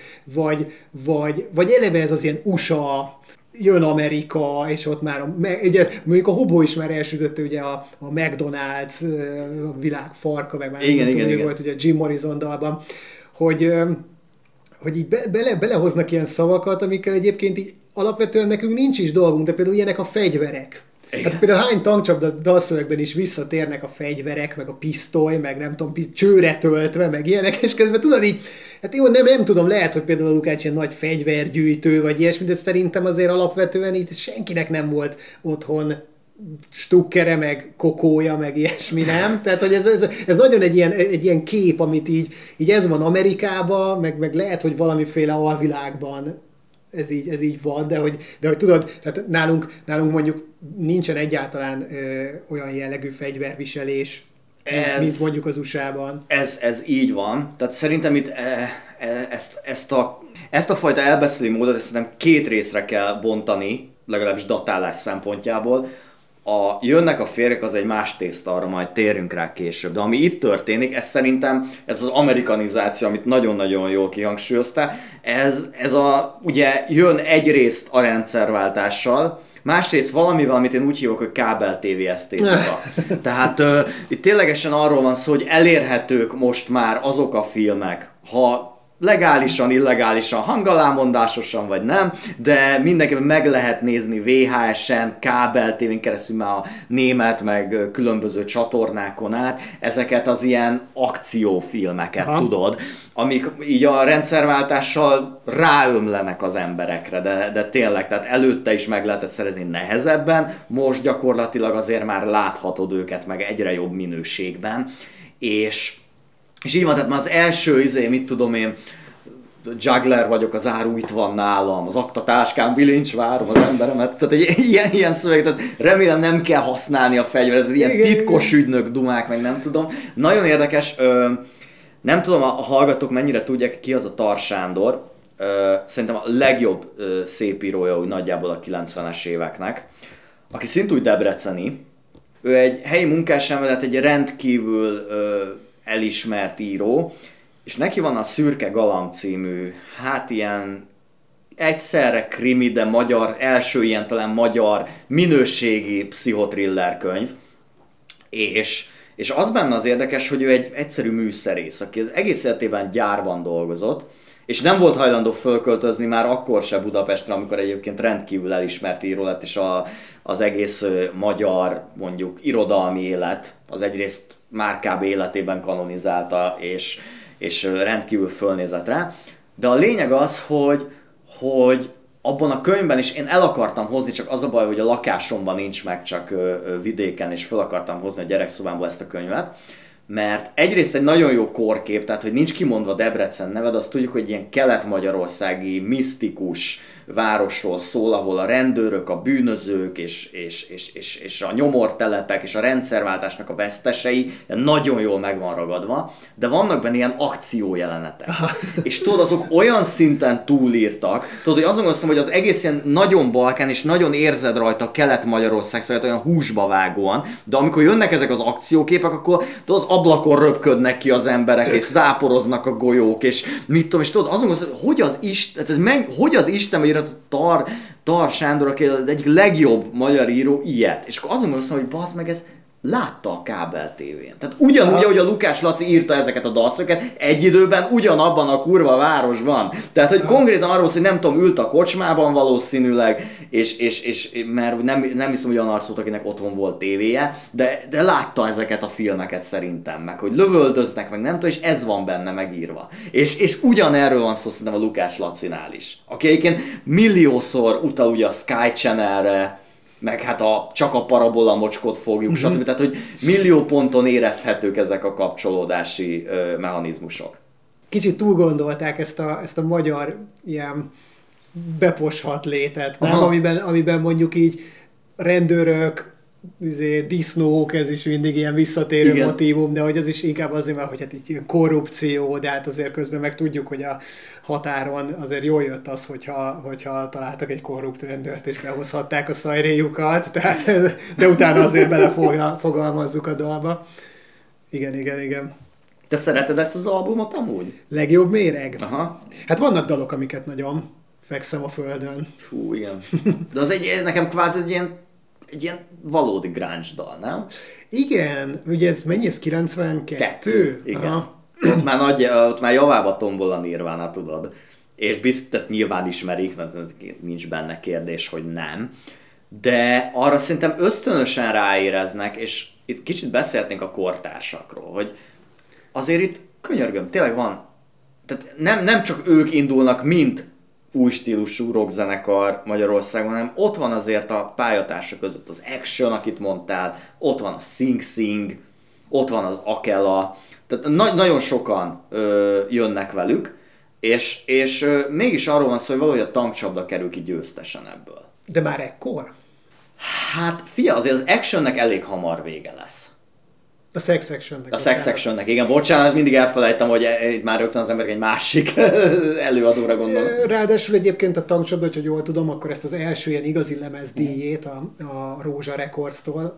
vagy eleve ez az ilyen USA, jön Amerika, és ott már ugye, mondjuk a Hobó is már elsütötte ugye a McDonald's, a világ farka, meg már igen. volt ugye a Jim Morrison dalban, hogy így belehoznak ilyen szavakat, amikkel egyébként így alapvetően nekünk nincs is dolgunk, de például ilyenek a fegyverek. Hát például hány Tankcsapda dalszövegben is visszatérnek a fegyverek, meg a pisztoly, meg nem tudom, csőre töltve, meg ilyenek, és közben tudod így, hát jó, nem tudom, lehet, hogy például a Lukács ilyen nagy fegyvergyűjtő, vagy ilyesmi, de szerintem azért alapvetően itt senkinek nem volt otthon stukkere, meg kokója, meg ilyesmi, nem? Tehát, hogy ez nagyon egy ilyen kép, amit így ez van Amerikában, meg lehet, hogy valamiféle alvilágban ez így van, de hogy tudod, tehát nálunk mondjuk nincsen egyáltalán olyan jellegű fegyverviselés, mint mondjuk az USA-ban. Ez így van. Tehát szerintem itt ezt a fajta elbeszélő módot szerintem 2 részre kell bontani, legalábbis datálás szempontjából. jönnek a férjek, az egy más tészta, arra majd térünk rá később. De ami itt történik, ez szerintem, ez az amerikanizáció, amit nagyon-nagyon jól kihangsúlyoztál, ugye jön egyrészt a rendszerváltással, másrészt valamivel, amit én úgy hívok, hogy kábel TV esztétika. Tehát itt ténylegesen arról van szó, hogy elérhetők most már azok a filmek, ha legálisan, illegálisan, hangalámondásosan vagy nem, de mindenképpen meg lehet nézni VHS-en, kábel tévén keresztül már a német, meg különböző csatornákon át, ezeket az ilyen akciófilmeket, tudod, amik így a rendszerváltással ráömlenek az emberekre, de tényleg, tehát előtte is meg lehetett szerezni nehezebben, most gyakorlatilag azért már láthatod őket meg egyre jobb minőségben, és így van, tehát már az első, mit tudom én, juggler vagyok, az áru itt van nálam, az aktatáskám bilincs, várom az emberemet. Tehát egy ilyen szöveg, tehát remélem nem kell használni a fegyveret, ilyen titkos ügynök dumák, meg nem tudom. Nagyon érdekes, nem tudom a hallgatók mennyire tudják, ki az a Tar Sándor. Szerintem a legjobb szépírója úgy nagyjából a 90-es éveknek, aki szintúgy debreceni. Ő egy helyi munkásember, egy rendkívül elismert író, és neki van a Szürke Galamb című, hát ilyen egyszerre krimi, de első ilyen talán magyar minőségi pszichotriller könyv, és az benne az érdekes, hogy ő egy egyszerű műszerész, aki az egész életében gyárban dolgozott, és nem volt hajlandó fölköltözni már akkor se Budapestre, amikor egyébként rendkívül elismert író lett, és az egész magyar, mondjuk, irodalmi élet az egyrészt már kb. Életében kanonizálta, és rendkívül fölnézett rá. De a lényeg az, hogy abban a könyvben is én el akartam hozni, csak az a baj, hogy a lakásomban nincs meg, csak vidéken, és fel akartam hozni a gyerekszobámból ezt a könyvet, mert egyrészt egy nagyon jó korkép, tehát hogy nincs kimondva Debrecen neve, de azt tudjuk, hogy ilyen kelet-magyarországi, misztikus városról szól, ahol a rendőrök, a bűnözők és a nyomortelepek és a rendszerváltásnak a vesztesei nagyon jól meg van ragadva, de vannak benne ilyen akciójelenetek. És tudod, azok olyan szinten túlírtak, tudod, hogy azon gondolom, hogy az egész ilyen nagyon Balkán, és nagyon érzed rajta Kelet-Magyarország, szóval olyan húsba vágóan, de amikor jönnek ezek az akcióképek, akkor tudod, az ablakon röpködnek ki az emberek, és záporoznak a golyók, és mit tudom, és tudod, azon gondolom, hogy hogy az Isten írt Tar Sándor, aki az egyik legjobb magyar író ilyet. És akkor azon gondolom, hogy bazd meg, ez látta a kábel tévén. Tehát ugyanúgy, ahogy a Lukács Laci írta ezeket a dalszöket, egy időben ugyanabban a kurva városban. Tehát, hogy konkrétan arról szól, hogy nem tudom, ült a kocsmában valószínűleg, és mert nem hiszem, hogy olyan arc akinek otthon volt tévéje, de látta ezeket a filmeket szerintem meg, hogy lövöldöznek, meg nem tudom, és ez van benne megírva. És ugyanerről van szó szerintem a Lukács Lacinál is. Aki egyébként milliószor utal ugye a Sky Channelre, meg hát csak a parabola mocskot fogjuk, stb. Tehát, hogy millió ponton érezhetők ezek a kapcsolódási mechanizmusok. Kicsit túl gondolták ezt a magyar ilyen beposhat létet, nem? Amiben mondjuk így rendőrök, disznók, ez is mindig ilyen visszatérő motívum, de hogy az is inkább azért, mert hogy hát így korrupció, de hát azért közben meg tudjuk, hogy a határon azért jól jött az, hogyha találtak egy korrupt rendőrt és behozhatták a szajréjukat, tehát, de utána azért belefogalmazzuk a dalba. Igen. Te szereted ezt az albumot amúgy? Legjobb méreg? Aha. Hát vannak dalok, amiket nagyon fekszem a földön. Fú, igen. De az nekem kvázi egy ilyen valódi grunge dal, nem? Igen, ugye ez mennyi, ez 92? Igen. Aha. Ott már javába tombol a Nirvana, tudod. És biztos nyilván ismerik, mert nincs benne kérdés, hogy nem. De arra szerintem ösztönösen ráéreznek, és itt kicsit beszélhetnénk a kortársakról, hogy azért itt könyörgöm, tényleg van, tehát nem csak ők indulnak, mint új stílusú rockzenekar Magyarországon, hanem ott van azért a pályatársak között az Action, akit mondtál, ott van a Sing Sing, ott van az Akela, tehát nagyon sokan jönnek velük, és mégis arról van szó, hogy valahogy a tankcsapda kerül ki győztesen ebből. De már ekkor? Hát fia, azért az Actionnek elég hamar vége lesz. A Sex Actionnek. A Sex Actionnek, igen, bocsánat, mindig elfelejtem, hogy már rögtön az emberek egy másik előadóra gondolnak. Ráadásul egyébként a Tankcsapda, hogyha jól tudom, akkor ezt az első ilyen igazi lemezdíjét a Rózsa Records-tól,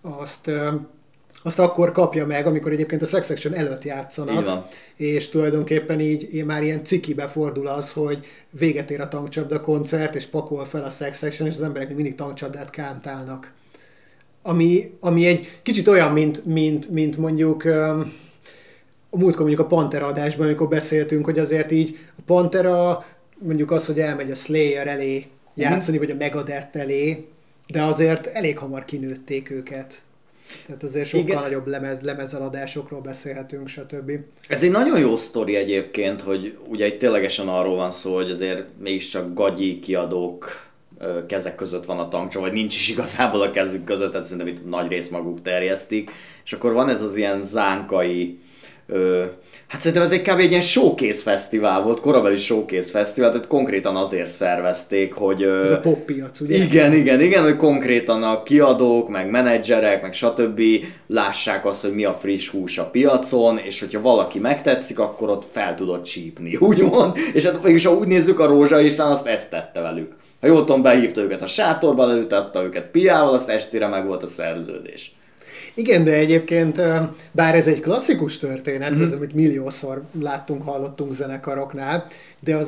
azt akkor kapja meg, amikor egyébként a Sex Action előtt játszanak, és tulajdonképpen így már ilyen cikibe fordul az, hogy véget ér a Tankcsapda koncert, és pakol fel a Sex Action, és az emberek mindig tankcsapdát kántálnak. Ami egy kicsit olyan, mint mondjuk a múltkor mondjuk a Pantera adásban, amikor beszéltünk, hogy azért így a Pantera mondjuk az, hogy elmegy a Slayer elé játszani, vagy a Megadeth elé, de azért elég hamar kinőtték őket. Tehát azért sokkal nagyobb lemezeladásokról beszélhetünk, stb. Ez egy nagyon jó sztori egyébként, hogy ugye itt ténylegesen arról van szó, hogy azért mégiscsak gagyi kiadók kezek között van a Tankcsapda, vagy nincs is igazából a kezük között, tehát szerintem itt nagy rész maguk terjesztik. És akkor van ez az ilyen zánkai, hát szerintem ez egy kb. Egy ilyen showcase fesztivál volt, korabeli showcase fesztivál, tehát konkrétan azért szervezték, hogy... Ez a poppiac, ugye? Igen, hogy konkrétan a kiadók, meg menedzserek, meg stb. Lássák azt, hogy mi a friss hús a piacon, és hogyha valaki megtetszik, akkor ott fel tudod csípni, úgymond. És hát mégis, ha úgy nézzük, a Rózsa István azt ezt tette velük. Ha jól tudom, behívta őket a sátorba, leütette őket piával, azt estére meg volt a szerződés. Igen, de egyébként, bár ez egy klasszikus történet, ez, amit milliószor láttunk, hallottunk zenekaroknál, de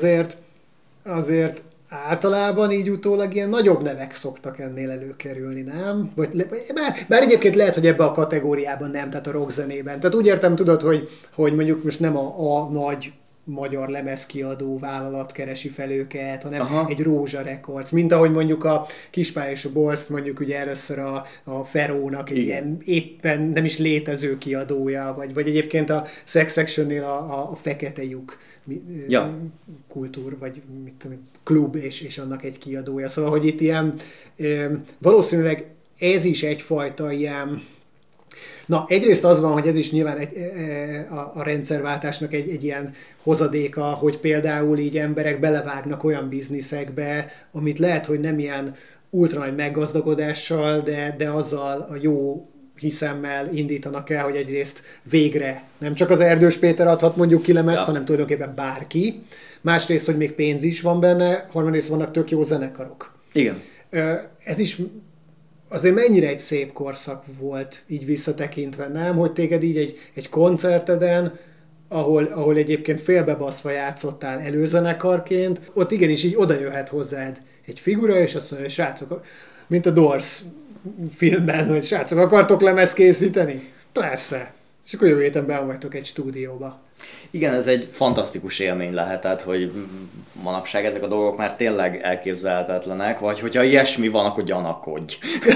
azért általában így utólag ilyen nagyobb nevek szoktak ennél előkerülni, nem? Bár egyébként lehet, hogy ebbe a kategóriában nem, tehát a rockzenében. Tehát úgy értem, tudod, hogy mondjuk most nem a nagy magyar lemezkiadó vállalat keresi fel őket, hanem egy Rózsa Records. Mint ahogy mondjuk a Kispál és a Borszt mondjuk ugye először a Ferónak egy ilyen éppen nem is létező kiadója, vagy egyébként a Sex Actionnél a Fekete lyuk kultúr, vagy mit tudom, klub és annak egy kiadója. Szóval, hogy itt ilyen valószínűleg ez is egyfajta ilyen. Na, egyrészt az van, hogy ez is nyilván a rendszerváltásnak egy ilyen hozadéka, hogy például így emberek belevágnak olyan bizniszekbe, amit lehet, hogy nem ilyen ultra nagy meggazdagodással, de azzal a jó hiszemmel indítanak el, hogy egyrészt végre nem csak az Erdős Péter adhat mondjuk ki lemezt, hanem tulajdonképpen bárki. Másrészt, hogy még pénz is van benne, harmadrészt vannak tök jó zenekarok. Igen. Ez is azért mennyire egy szép korszak volt így visszatekintve, nem? Hogy téged így egy koncerteden, ahol egyébként félbebaszva játszottál előzenekarként, ott igenis így oda jöhet hozzád egy figura, és azt mondja, hogy srácok, mint a Doors filmben, hogy srácok, akartok lemezt készíteni? Persze. És akkor jövő héten beavagytok egy stúdióba. Igen, ez egy fantasztikus élmény lehetett, hogy manapság ezek a dolgok már tényleg elképzelhetetlenek, vagy hogyha ilyesmi van, akkor gyanakodj.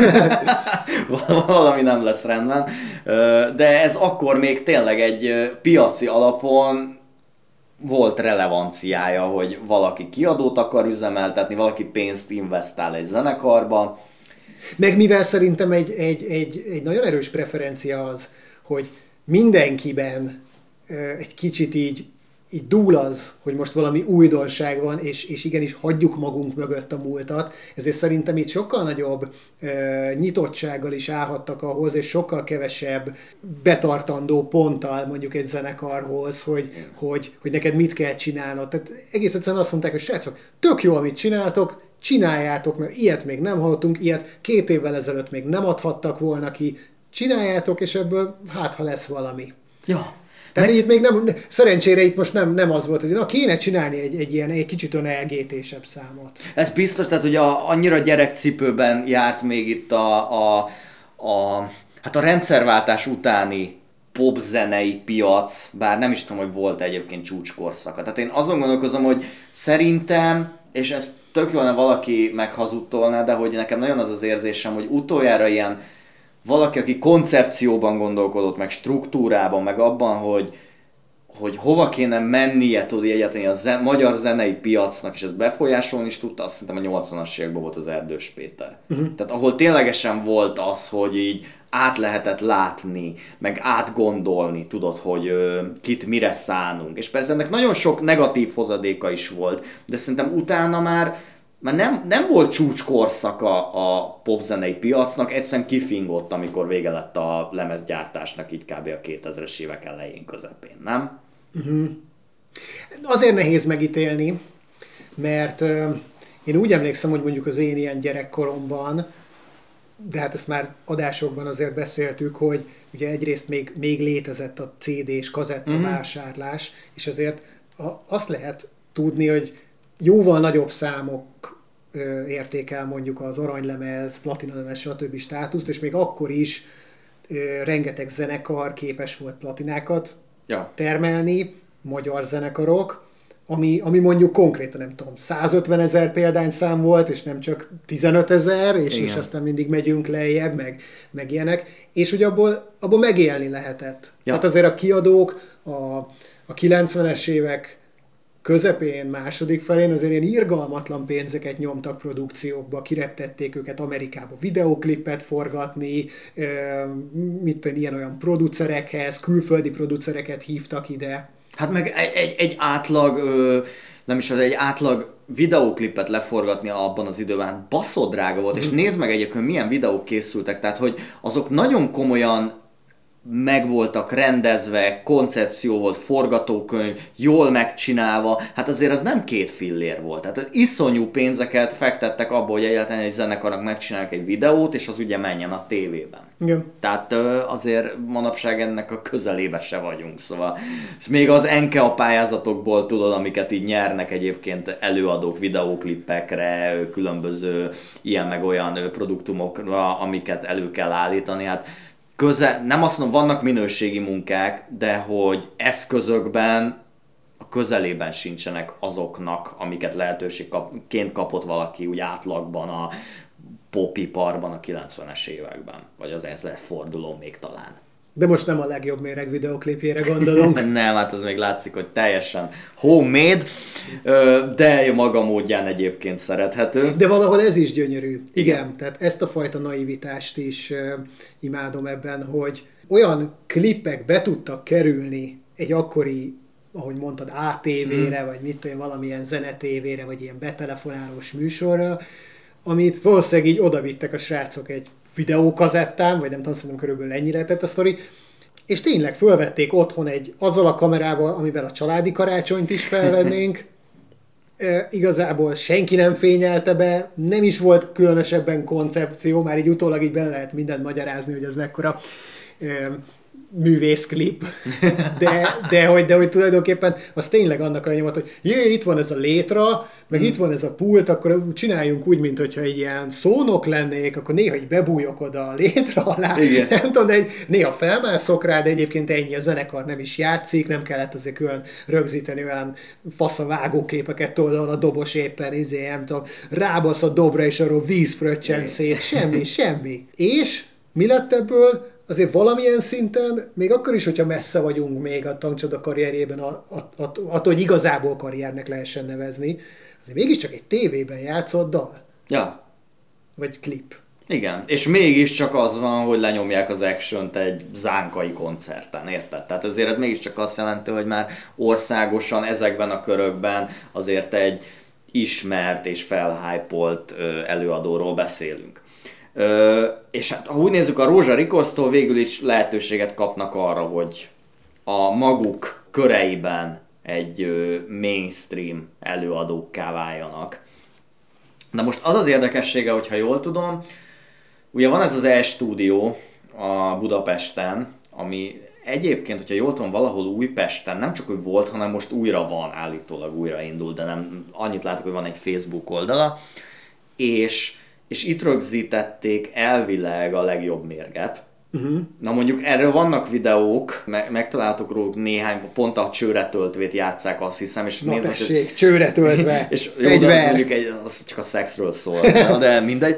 Valami nem lesz rendben. De ez akkor még tényleg egy piaci alapon volt relevanciája, hogy valaki kiadót akar üzemeltetni, valaki pénzt investál egy zenekarba. Meg mivel szerintem egy nagyon erős preferencia az, hogy mindenkiben egy kicsit így dúl az, hogy most valami újdonság van, és igenis hagyjuk magunk mögött a múltat, ezért szerintem itt sokkal nagyobb nyitottsággal is állhattak ahhoz, és sokkal kevesebb betartandó ponttal mondjuk egy zenekarhoz, hogy neked mit kell csinálnod. Tehát egész egyszerűen azt mondták, hogy srácok, tök jó, amit csináltok, csináljátok, mert ilyet még nem hallottunk, ilyet 2 évvel ezelőtt még nem adhattak volna ki, csináljátok, és ebből hát, ha lesz valami. Ja. Tehát itt még nem, szerencsére itt most nem az volt, hogy kéne csinálni egy ilyen egy kicsit olyan elgétésebb számot. Ez biztos, tehát hogy annyira gyerekcipőben járt még itt hát a rendszerváltás utáni popzenei piac, bár nem is tudom, hogy volt egyébként csúcskorszaka. Tehát én azon gondolkozom, hogy szerintem, és ezt tök jól valaki meghazudtolná, de hogy nekem nagyon az az érzésem, hogy utoljára ilyen valaki, aki koncepcióban gondolkodott, meg struktúrában, meg abban, hogy hova kéne mennie, tudod, egyáltalán a magyar zenei piacnak, és ezt befolyásolni is tudta, azt szerintem a 80-as években volt az Erdős Péter. Tehát ahol ténylegesen volt az, hogy így át lehetett látni, meg átgondolni, tudod, hogy kit mire szánunk. És persze ennek nagyon sok negatív hozadéka is volt, de szerintem utána már már nem volt csúcskorszaka a popzenei piacnak, egyszerűen kifingott, amikor vége lett a lemezgyártásnak így kb. A 2000-es évek elején, közepén, nem? Azért nehéz megítélni, mert én úgy emlékszem, hogy mondjuk az én ilyen gyerekkoromban, de hát ezt már adásokban azért beszéltük, hogy ugye egyrészt még létezett a CD és kazetta vásárlás, és azért azt lehet tudni, hogy jóval nagyobb számok érték el mondjuk az aranylemez, platinalemez, stb. Státuszt, és még akkor is rengeteg zenekar képes volt platinákat termelni, magyar zenekarok, ami mondjuk konkrétan, nem tudom, 150 000 példányszám volt, és nem csak 15 000, és aztán mindig megyünk lejjebb, meg ilyenek, és ugye abból megélni lehetett. Ja. Tehát azért a kiadók a 90-es évek közepén, második felén azért ilyen irgalmatlan pénzeket nyomtak produkciókba, kireptették őket Amerikába videóklipet forgatni, ilyen-olyan producerekhez, külföldi producereket hívtak ide. Hát meg egy átlag, nem is az, egy átlag videóklipet leforgatni abban az időben baszott drága volt, és nézd meg egyébként milyen videók készültek, tehát hogy azok nagyon komolyan meg voltak rendezve, koncepció volt, forgatókönyv, jól megcsinálva, hát azért az nem 2 fillér volt. Tehát iszonyú pénzeket fektettek abba, hogy egyáltalán egy zenekarnak megcsinálják egy videót, és az ugye menjen a tévében. Igen. Tehát azért manapság ennek a közelébe se vagyunk, szóval még az NKA pályázatokból tudod, amiket így nyernek egyébként előadók videóklippekre, különböző ilyen meg olyan produktumokra, amiket elő kell állítani, hát nem azt mondom, vannak minőségi munkák, de hogy eszközökben a közelében sincsenek azoknak, amiket lehetőségként kapott valaki úgy átlagban a popiparban a 90-es években, vagy az 1000 forduló még talán. De most nem a legjobb méreg videoklipjére gondolom. Nem, hát az még látszik, hogy teljesen homemade, de maga módján egyébként szerethető. De valahol ez is gyönyörű. Igen, tehát ezt a fajta naivitást is imádom ebben, hogy olyan klippek be tudtak kerülni egy akkori, ahogy mondtad, ATV-re, vagy mit tudom, valamilyen zenetévére, vagy ilyen betelefonálós műsorra, amit valószínűleg így odavittek a srácok egy videókazettán, vagy nem tudom, szerintem körülbelül ennyi lehetett a sztori, és tényleg fölvették otthon azzal a kamerával, amivel a családi karácsonyt is felvennénk. Igazából senki nem fényelte be, nem is volt különösebben koncepció, már így utólag így bele lehet mindent magyarázni, hogy ez mekkora művészklip, de hogy tulajdonképpen az tényleg annak a nyomat, hogy itt van ez a létra, meg itt van ez a pult, akkor csináljunk úgy, mint hogyha ilyen szónok lennék, akkor néha így bebújok oda a létra alá, igen. Nem tudom, de néha felmászok rá, de egyébként ennyi, a zenekar nem is játszik, nem kellett azért külön rögzíteni olyan faszavágóképeket, ahol a dobos éppen nem tudom, rábasz a dobra, és arról víz fröccsen szét, semmi. És mi lett ebből? Azért valamilyen szinten, még akkor is, hogyha messze vagyunk még a Tankcsoda karrierjében, attól, hogy igazából karriernek lehessen nevezni, azért mégiscsak egy tévében játszott dal. Ja. Vagy klip. Igen, és mégiscsak az van, hogy lenyomják az action-t egy zánkai koncerten, érted? Tehát azért ez mégiscsak azt jelenti, hogy már országosan ezekben a körökben azért egy ismert és felhypolt előadóról beszélünk. És hát ha úgy nézzük, a Rózsa Records-tól végül is lehetőséget kapnak arra, hogy a maguk köreiben egy mainstream előadókká váljanak. Na most az az érdekessége, hogyha jól tudom, ugye van ez az E-stúdió a Budapesten, ami egyébként, hogyha jól tudom, valahol Újpesten nem csak hogy volt, hanem most újra van, állítólag újraindult, de nem annyit látok, hogy van egy Facebook oldala, és itt rögzítették elvileg a legjobb mérget. Na mondjuk erről vannak videók, megtaláltuk róluk néhány, pont a csőre töltvét játsszák, azt hiszem. És na tessék, hogy csőre töltve, és jó, az csak a szexről szól, de mindegy.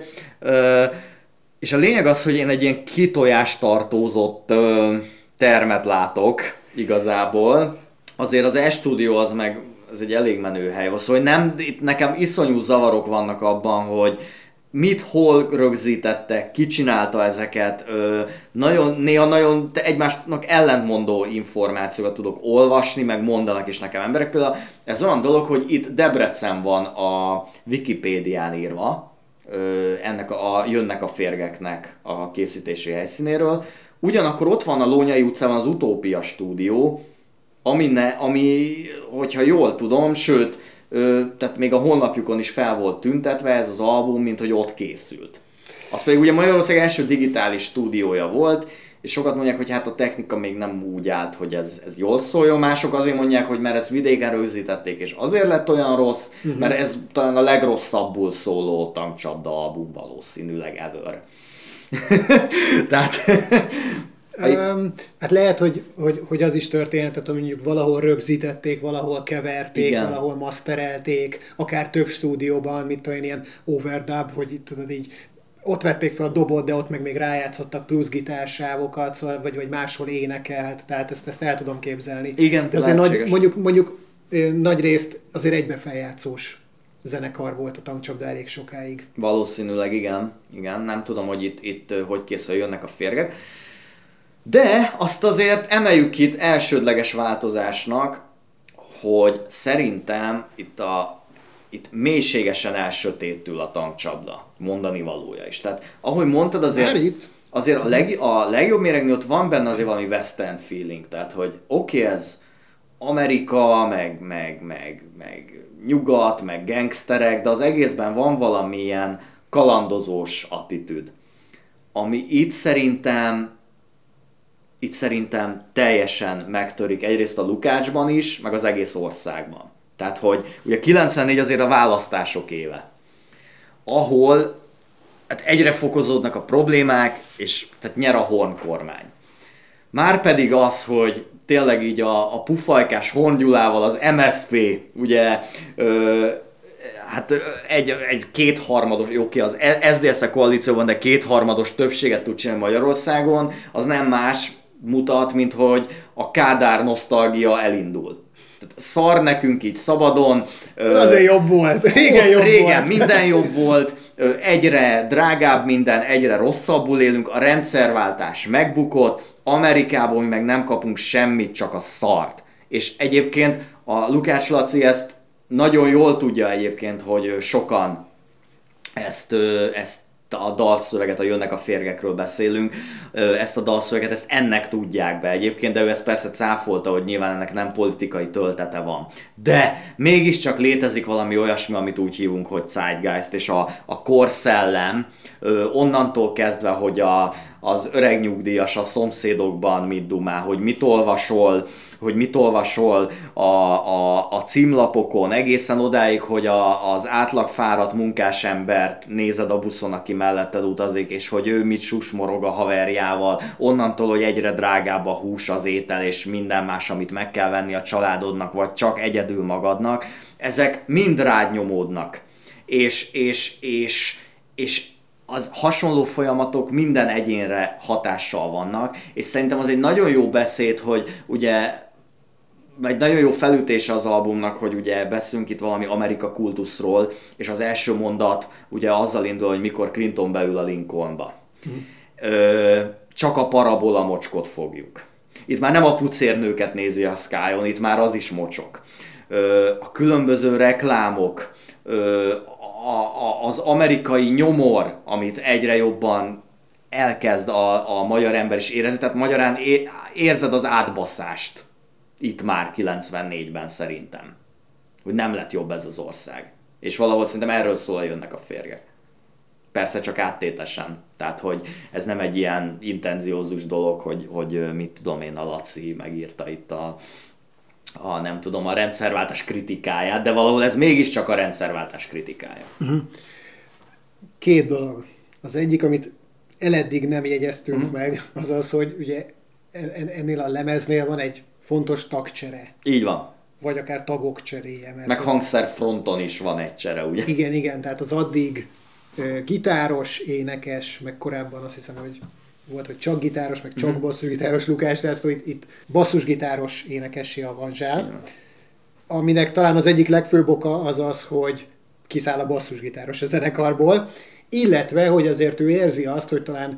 És a lényeg az, hogy én egy ilyen kitojást tartózott termet látok igazából. Azért az E-stúdió az meg, ez egy elég menő hely. Szóval itt nekem iszonyú zavarok vannak abban, hogy mit hol rögzítettek, ki csinálta ezeket, néha nagyon egymásnak ellentmondó információkat tudok olvasni, meg mondanak is nekem emberek. Például ez olyan dolog, hogy itt Debrecen van a Wikipédián írva, jönnek a férgeknek a készítési helyszínéről. Ugyanakkor ott van a Lónyai utcában az Utópia stúdió, ami, hogyha jól tudom, sőt, tehát még a honlapjukon is fel volt tüntetve ez az album, mint hogy ott készült. Az pedig ugye Magyarország első digitális stúdiója volt, és sokat mondják, hogy hát a technika még nem úgy állt, hogy ez jól szóljon. Mások azért mondják, hogy mert ezt vidéken rögzítették, és azért lett olyan rossz, mert ez talán a legrosszabbul szóló tankcsapda album valószínűleg ever. Tehát... Hát lehet, hogy az is történt, tehát mondjuk valahol rögzítették, valahol keverték, igen, valahol masterelték, akár több stúdióban, mint olyan ilyen overdub, hogy itt tudod így, ott vették fel a dobot, de ott meg még rájátszottak plusz gitársávokat, szóval, vagy máshol énekelt, tehát ezt el tudom képzelni. Igen, de azért mondjuk nagy részt azért egybefeljátszós zenekar volt a tankcsapda elég sokáig. Valószínűleg igen, nem tudom, hogy itt hogy készül, jönnek a férgek. De azt azért emeljük ki itt elsődleges változásnak, hogy szerintem itt mélységesen elsötétül a tankcsapda, mondani valója is. Tehát ahogy mondtad, azért a legjobb méregnél ott van benne azért valami western feeling, tehát hogy oké, ez Amerika, meg nyugat, meg gangsterek, de az egészben van valamilyen kalandozós attitűd, ami itt szerintem teljesen megtörik egyrészt a Lukácsban is, meg az egész országban. Tehát, hogy ugye 94 azért a választások éve, ahol hát egyre fokozódnak a problémák, és tehát nyer a Horn kormány. Márpedig az, hogy tényleg így a pufajkás Horn Gyulával az MSZP, ugye hát egy kétharmados, oké, az SZDSZ koalícióban, de kétharmados többséget tud csinálni Magyarországon, az nem más mutat, mint hogy a Kádár nosztalgia elindul. Tehát szar nekünk így szabadon. Azért jobb volt. Régen minden jobb volt, egyre drágább minden, egyre rosszabbul élünk, a rendszerváltás megbukott, Amerikában mi meg nem kapunk semmit, csak a szart. És egyébként a Lukács Laci ezt nagyon jól tudja egyébként, hogy sokan ezt a dalszöveget, a Jönnek a férgekről beszélünk, ezt a dalszöveget, ezt ennek tudják be egyébként, de ő ezt persze cáfolta, hogy nyilván ennek nem politikai töltete van. De mégiscsak létezik valami olyasmi, amit úgy hívunk, hogy zeitgeist, és a korszellem onnantól kezdve, hogy az öreg nyugdíjas a szomszédokban mit dumál, hogy mit olvasol a címlapokon, egészen odáig, hogy az átlagfáradt munkásembert nézed a buszon, aki melletted utazik, és hogy ő mit susmorog a haverjával, onnantól, hogy egyre drágább a hús, az étel, és minden más, amit meg kell venni a családodnak, vagy csak egyedül magadnak, ezek mind rád nyomódnak. És az hasonló folyamatok minden egyénre hatással vannak, és szerintem az egy nagyon jó beszéd, hogy ugye egy nagyon jó felütése az albumnak, hogy ugye beszélünk itt valami Amerika kultuszról, és az első mondat ugye azzal indul, hogy mikor Clinton beül a Lincolnba. Csak a parabola mocskot fogjuk. Itt már nem a pucérnőket nézi a Skyon, itt már az is mocsok. A különböző reklámok, az amerikai nyomor, amit egyre jobban elkezd a magyar ember is érezni, tehát magyarán érzed az átbaszást itt már 94-ben szerintem, hogy nem lett jobb ez az ország. És valahol szerintem erről szól, Jönnek a férgek. Persze csak áttétesen, tehát hogy ez nem egy ilyen intenziózus dolog, hogy mit tudom én, a Laci megírta itt nem tudom, a rendszerváltás kritikáját, de valahol ez mégiscsak a rendszerváltás kritikája. Két dolog. Az egyik, amit eleddig nem jegyeztünk meg, az az, hogy ugye ennél a lemeznél van egy fontos tagcsere. Így van. Vagy akár tagok cseréje. Mert meg hangszerfronton is van egy csere, ugye? Igen, tehát az addig gitáros, énekes, meg korábban azt hiszem, hogy volt, hogy csak gitáros, meg csak basszusgitáros Lukács László, itt basszusgitáros énekessé avanzsál, aminek talán az egyik legfőbb oka az az, hogy kiszáll a basszusgitáros a zenekarból, illetve, hogy azért ő érzi azt, hogy talán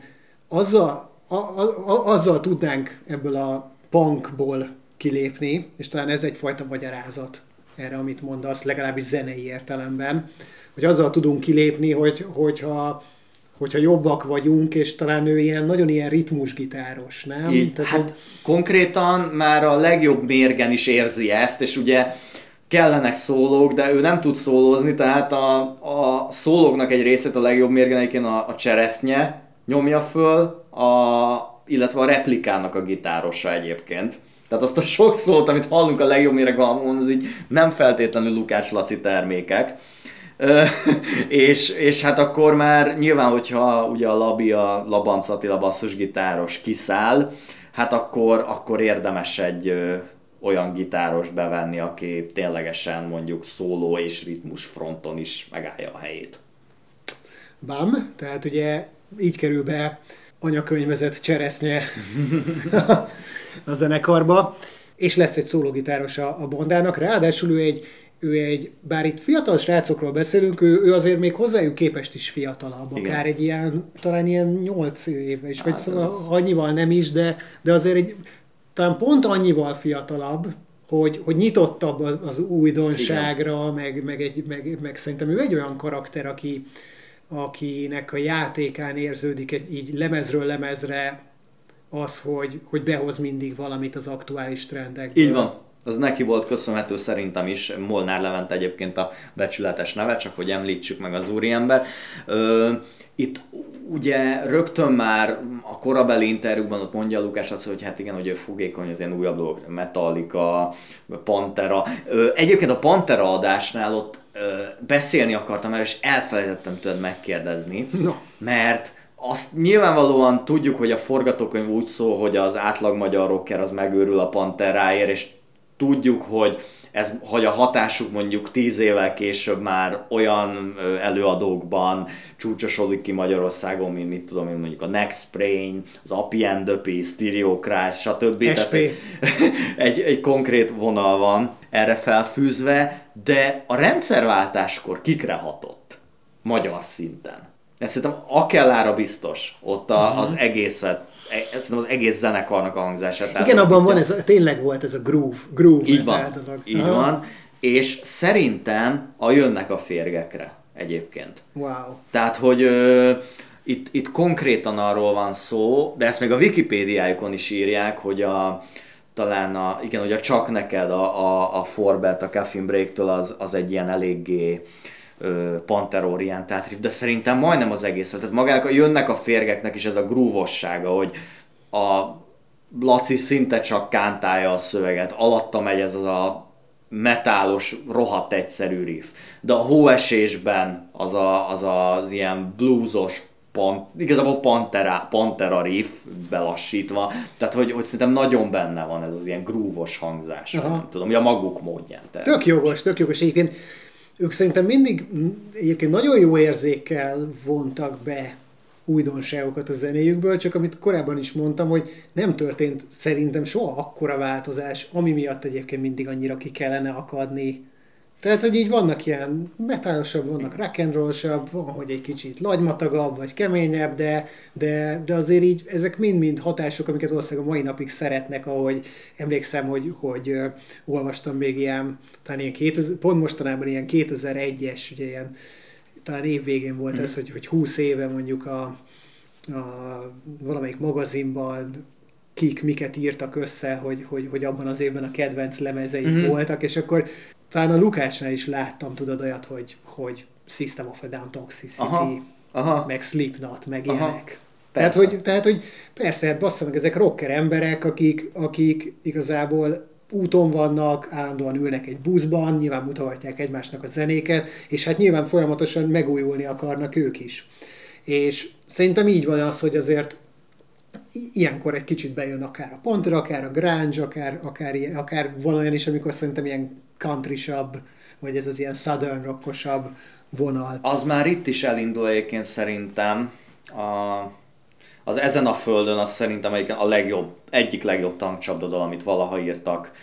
azzal tudnánk ebből a punkból kilépni, és talán ez egyfajta magyarázat erre, amit mondasz, legalábbis zenei értelemben, hogy azzal tudunk kilépni, hogyha jobbak vagyunk, és talán ő nagyon ilyen ritmusgitáros, nem? Így, Tehát, hát konkrétan már a legjobb mérgen is érzi ezt, és ugye kellenek szólók, de ő nem tud szólózni, tehát a szólóknak egy részét a legjobb mérgen egyébként a cseresznye nyomja föl, illetve a replikának a gitárosa egyébként. Tehát azt a sok szót, amit hallunk a legjobb méreg halmon, az így nem feltétlenül Lukács Laci termékek. és hát akkor már nyilván, hogyha ugye a Labanc Attila basszusgitáros kiszáll, hát akkor érdemes egy olyan gitáros bevenni, aki ténylegesen mondjuk szóló és ritmus fronton is megállja a helyét. Bam, tehát ugye így kerül be anyakönyvezett cseresznye a zenekarba, és lesz egy szólógitáros a Bondának, ráadásul bár itt fiatal srácokról beszélünk, ő azért még hozzájuk képest is fiatalabb, igen. akár talán ilyen 8 éve is, vagy szóval annyival nem is, de azért talán pont annyival fiatalabb, hogy nyitottabb az újdonságra, meg szerintem ő egy olyan karakter, akinek a játékán érződik így lemezről lemezre az, hogy behoz mindig valamit az aktuális trendekből. Így van. Az neki volt köszönhető szerintem is, Molnár Levent egyébként a becsületes neve, csak hogy említsük meg az úriember. Itt ugye rögtön már a korabeli interjúkban ott mondja Lukás azt, hogy hát igen, hogy ő fogékony az ilyen újabb dolgok, Metallica, Pantera. Egyébként a Pantera adásnál ott beszélni akartam erről, és elfelejtettem tőled megkérdezni, mert azt nyilvánvalóan tudjuk, hogy a forgatókönyv úgy szól, hogy az átlag magyar rocker az megőrül a Panteráért, és tudjuk, hogy a hatásuk mondjuk 10 évvel később már olyan előadókban csúcsosodik ki Magyarországon, mint mit tudom én, mondjuk a Next Brain, az Appy and Duppy, Stereo Crash, stb. Egy konkrét vonal van erre felfűzve, de a rendszerváltáskor kikre hatott magyar szinten? Ezt szerintem Akellára biztos, ott az egészet, szerintem az egész zenekarnak a hangzását. Igen, abban van tényleg volt ez a groove. Így van, és szerintem jönnek a férgekre egyébként. Wow. Tehát, hogy itt konkrétan arról van szó, de ezt még a Wikipédiájukon is írják, hogy hogy a Csak neked a Forbet, a Coffin Break-től az egy ilyen eléggé Panther-orientált riff, de szerintem majdnem az egész. Tehát magának jönnek a férgeknek is ez a grúvossága, hogy a Laci szinte csak kántálja a szöveget, alatta megy ez a metálos, rohadt egyszerű riff. De a hóesésben az ilyen bluesos, igazából Pantera riff belassítva, tehát hogy szerintem nagyon benne van ez az ilyen grúvos hangzás, nem tudom, a maguk módján. Tök jogos. Egyébként ők szerintem mindig egyébként nagyon jó érzékkel vontak be újdonságokat a zenéjükből, csak amit korábban is mondtam, hogy nem történt szerintem soha akkora változás, ami miatt egyébként mindig annyira ki kellene akadni. Tehát, hogy így vannak ilyen metálosabb, vannak rock'n'roll-sabb, van, hogy egy kicsit lagymatagabb, vagy keményebb, de azért így ezek mind-mind hatások, amiket valószínűleg a mai napig szeretnek, ahogy emlékszem, hogy olvastam még ilyen, talán ilyen pont mostanában ilyen 2001-es, ugye ilyen, talán évvégén volt ez, hogy 20 éve mondjuk a valamelyik magazinban kik miket írtak össze, hogy abban az évben a kedvenc lemezeik voltak, és akkor talán a Lukácsnál is láttam, tudod, olyat, hogy System of a Down, Toxicity, meg Slipknot, meg ilyenek. Tehát hogy persze, hát bassza meg, ezek rocker emberek, akik igazából úton vannak, állandóan ülnek egy buszban, nyilván mutogatják egymásnak a zenéket, és hát nyilván folyamatosan megújulni akarnak ők is. És szerintem így van az, hogy azért ilyenkor egy kicsit bejön akár a Panther, akár a grunge, akár van olyan is, amikor szerintem ilyen countrysabb, vagy ez az ilyen southern rockosabb vonal. Az már itt is elindul egyébként szerintem. Az Ezen a Földön az szerintem egyik legjobb tankcsapda dal, amit valaha írtak.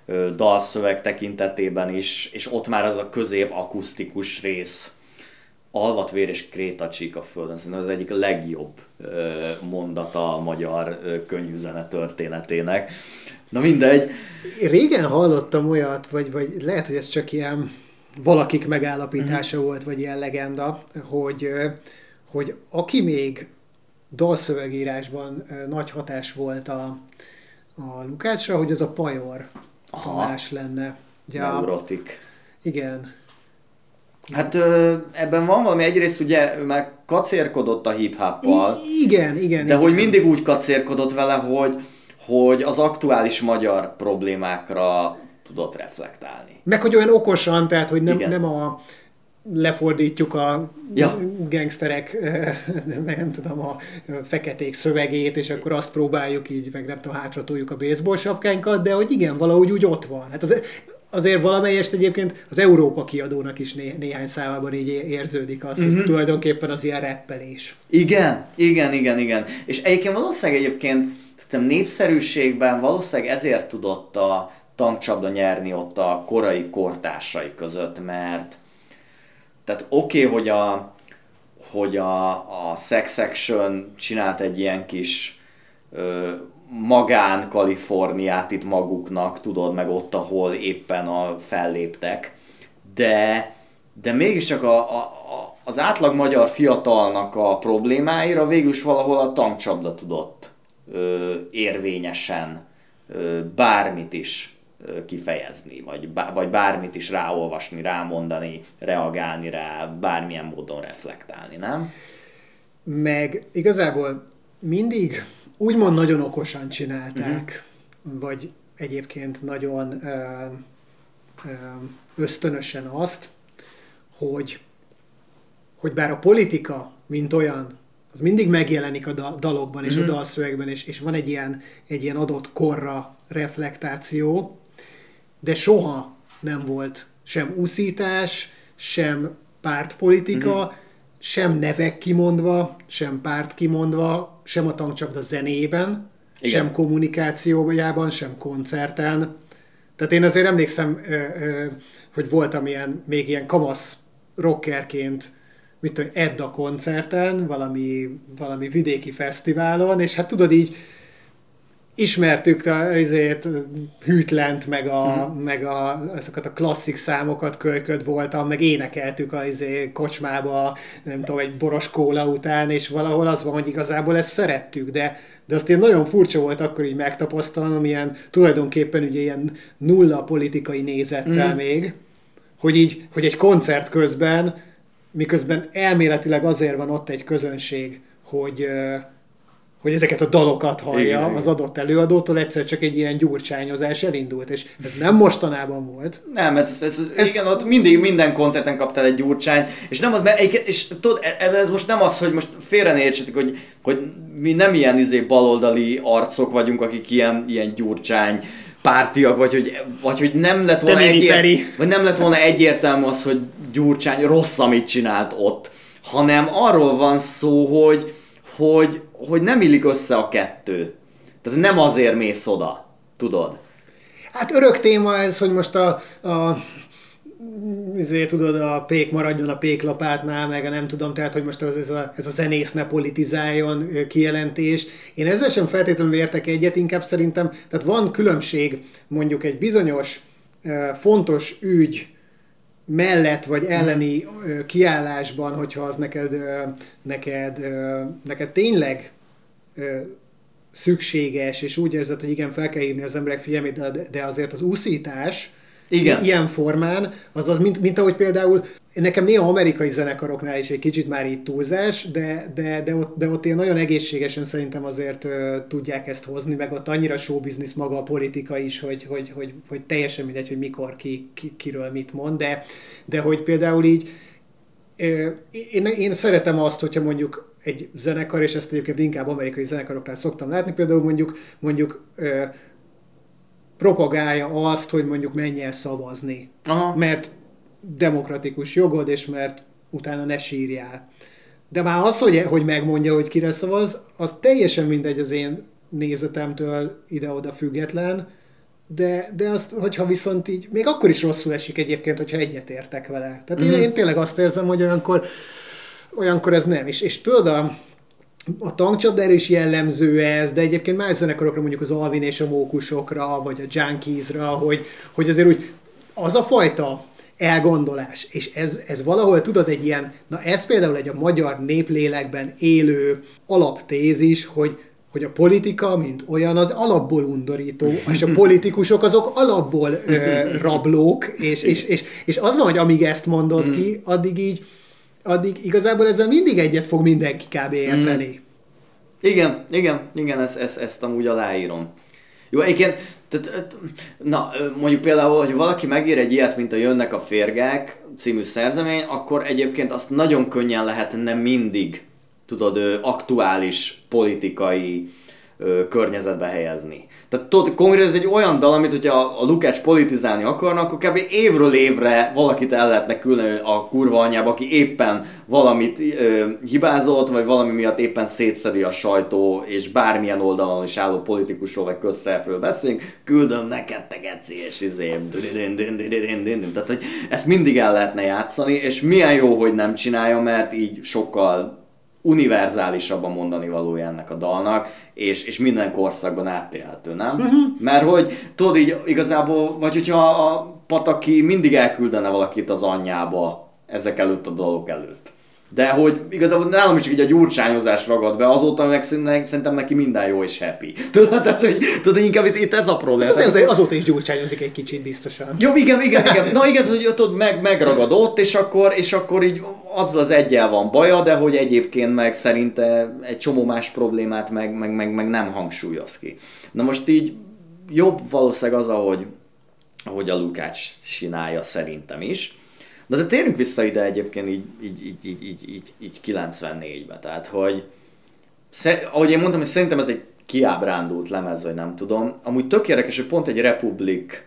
dalszöveg tekintetében is, és ott már az a közép akusztikus rész. Alvatvér és krétacsík a földön, szerintem az egyik legjobb mondata a magyar könyvzene történetének. Na mindegy. Régen hallottam olyat, vagy lehet, hogy ez csak ilyen valakik megállapítása volt, vagy ilyen legenda, hogy aki még dalszövegírásban nagy hatás volt a Lukácsra, hogy ez a Pajor Tamás lenne. Ugye Neurotik. Igen. Hát ebben van valami, egyrészt ugye ő már kacérkodott a hip-hoppal. Igen. De hogy mindig úgy kacérkodott vele, hogy az aktuális magyar problémákra tudott reflektálni. Meg hogy olyan okosan, tehát hogy nem lefordítjuk a gangsterek, nem tudom, a feketék szövegét, és akkor azt próbáljuk így, meg nem tudom, hátratoljuk a baseball sapkánkat, de hogy igen, valahogy úgy ott van. Hát azért valamelyest egyébként az Európa kiadónak is néhány számában így érződik az, hogy tulajdonképpen az ilyen rappelés. Igen. És egyébként népszerűségben valószínűleg ezért tudott a tankcsapda nyerni ott a korai kortársai között, mert tehát oké, hogy a Sex Action csinált egy ilyen kis magán Kaliforniát itt maguknak, tudod, meg ott, ahol éppen felléptek, de mégiscsak az átlag magyar fiatalnak a problémáira végülis valahol a tankcsapda tudott érvényesen bármit is kifejezni, vagy bármit is ráolvasni, rámondani, reagálni rá, bármilyen módon reflektálni, nem? Meg igazából mindig úgymond nagyon okosan csinálták, vagy egyébként nagyon ösztönösen azt, hogy bár a politika, mint olyan, az mindig megjelenik a dalokban és a dalszövegben, és van egy ilyen adott korra reflektáció, de soha nem volt sem uszítás, sem pártpolitika, sem nevek kimondva, sem párt kimondva, sem a tankcsapda zenében, sem kommunikációjában, sem koncerten. Tehát én azért emlékszem, hogy voltam még ilyen kamasz rockerként, mit tudom, Edda koncerten, valami vidéki fesztiválon, és hát tudod így, ismertük azért Hűtlent, meg azokat a klasszik számokat, Kölyköd voltam, meg énekeltük kocsmába, nem tudom, egy boros kóla után, és valahol az van, hogy igazából ezt szerettük, de azt én nagyon furcsa volt akkor így megtapasztalnom, tulajdonképpen ugye ilyen nulla politikai nézettel még, hogy egy koncert közben, miközben elméletileg azért van ott egy közönség, hogy ezeket a dalokat hallja az adott előadótól, egyszer csak egy ilyen gyurcsányozás elindult, és ez nem mostanában volt. Nem, igen, ott mindig minden koncerten kaptál egy gyurcsányt, és nem az, és tudod, ez most nem az, hogy most félre ne értsetek, hogy mi nem ilyen baloldali arcok vagyunk, akik ilyen gyurcsány pártiak, vagy hogy nem lett volna egyértelmű az, hogy Gyurcsány rossz, amit csinált ott, hanem arról van szó, hogy nem illik össze a kettő. Tehát nem azért mész oda, tudod? Hát örök téma ez, hogy most tudod, a pék maradjon a péklapátnál, meg nem tudom, tehát, hogy most ez a zenész ne politizáljon kijelentés. Én ezzel sem feltétlenül értek egyet, inkább szerintem, tehát van különbség mondjuk egy bizonyos fontos ügy mellett vagy elleni kiállásban, hogyha az neked tényleg szükséges, és úgy érzed, hogy igen, fel kell hívni az emberek figyelmét, de azért az úszítás ilyen formán, azaz, mint ahogy például nekem néha amerikai zenekaroknál is egy kicsit már így túlzás, de ott ilyen nagyon egészségesen szerintem azért tudják ezt hozni, meg ott annyira showbiznisz maga a politika is, hogy teljesen mindegy, hogy mikor kiről mit mond, de hogy például így én szeretem azt, hogyha mondjuk egy zenekar, és ezt egyébként inkább amerikai zenekaroknál szoktam látni, például mondjuk propagálja azt, hogy mondjuk menj el szavazni. Aha. Mert demokratikus jogod, és mert utána ne sírjál. De már az, hogy megmondja, hogy kire szavaz, az teljesen mindegy az én nézetemtől ide-oda független, de azt, hogyha viszont így, még akkor is rosszul esik egyébként, hogyha egyetértek vele. Tehát én tényleg azt érzem, hogy olyankor ez nem. És tudod, a tankcsapdára is jellemző ez, de egyébként más zenekarokra, mondjuk az Alvin és a Mókusokra, vagy a Junkiesra, hogy azért úgy az a fajta elgondolás, és ez valahol tudod egy ilyen, na ez például egy a magyar néplélekben élő alaptézis, hogy a politika, mint olyan, az alapból undorító, és a politikusok azok alapból rablók, és az van, hogy amíg ezt mondod ki, addig igazából ezzel mindig egyet fog mindenki kb. Érteni. Igen, ezt amúgy aláírom. Jó, egyébként, na, mondjuk például, hogy valaki megír egy ilyet, mint a Jönnek a férgek című szerzemény, akkor egyébként azt nagyon könnyen lehetne mindig, tudod, aktuális politikai környezetbe helyezni. Tehát tudod, konkrétan ez egy olyan dal, amit hogyha a Lukács politizálni akarna, akkor kb. Évről évre valakit el lehetne küldeni a kurva anyjába, aki éppen valamit hibázott, vagy valami miatt éppen szétszedi a sajtó, és bármilyen oldalon is álló politikusról vagy közszereplőről beszélünk, küldöm neked, te geci, és tehát, hogy ezt mindig el lehetne játszani, és milyen jó, hogy nem csinálja, mert így sokkal univerzálisabb a mondani valója ennek a dalnak, és minden korszakban átélhető, nem? Mert hogy tudod így igazából, vagy hogyha a Pataki mindig elküldene valakit az anyjába ezek előtt a dalok előtt. De hogy igazából nálam is csak így a gyurcsányozás ragad be, azóta meg szerintem neki minden jó és happy. Tudod, inkább itt ez a probléma. Azóta is gyurcsányozik egy kicsit biztosan. Jó, igen. Na igen, hogy tudod, megragadott, és akkor így azzal az egyel van baja, de hogy egyébként meg szerinte egy csomó más problémát meg nem hangsúlyoz ki. Na most így jobb valószínűleg az, ahogy a Lukács csinálja szerintem is. De térjünk vissza ide egyébként így 94-be, tehát hogy ahogy én mondtam, hogy szerintem ez egy kiábrándult lemez, vagy nem tudom. Amúgy tök érdekes, hogy pont egy Republic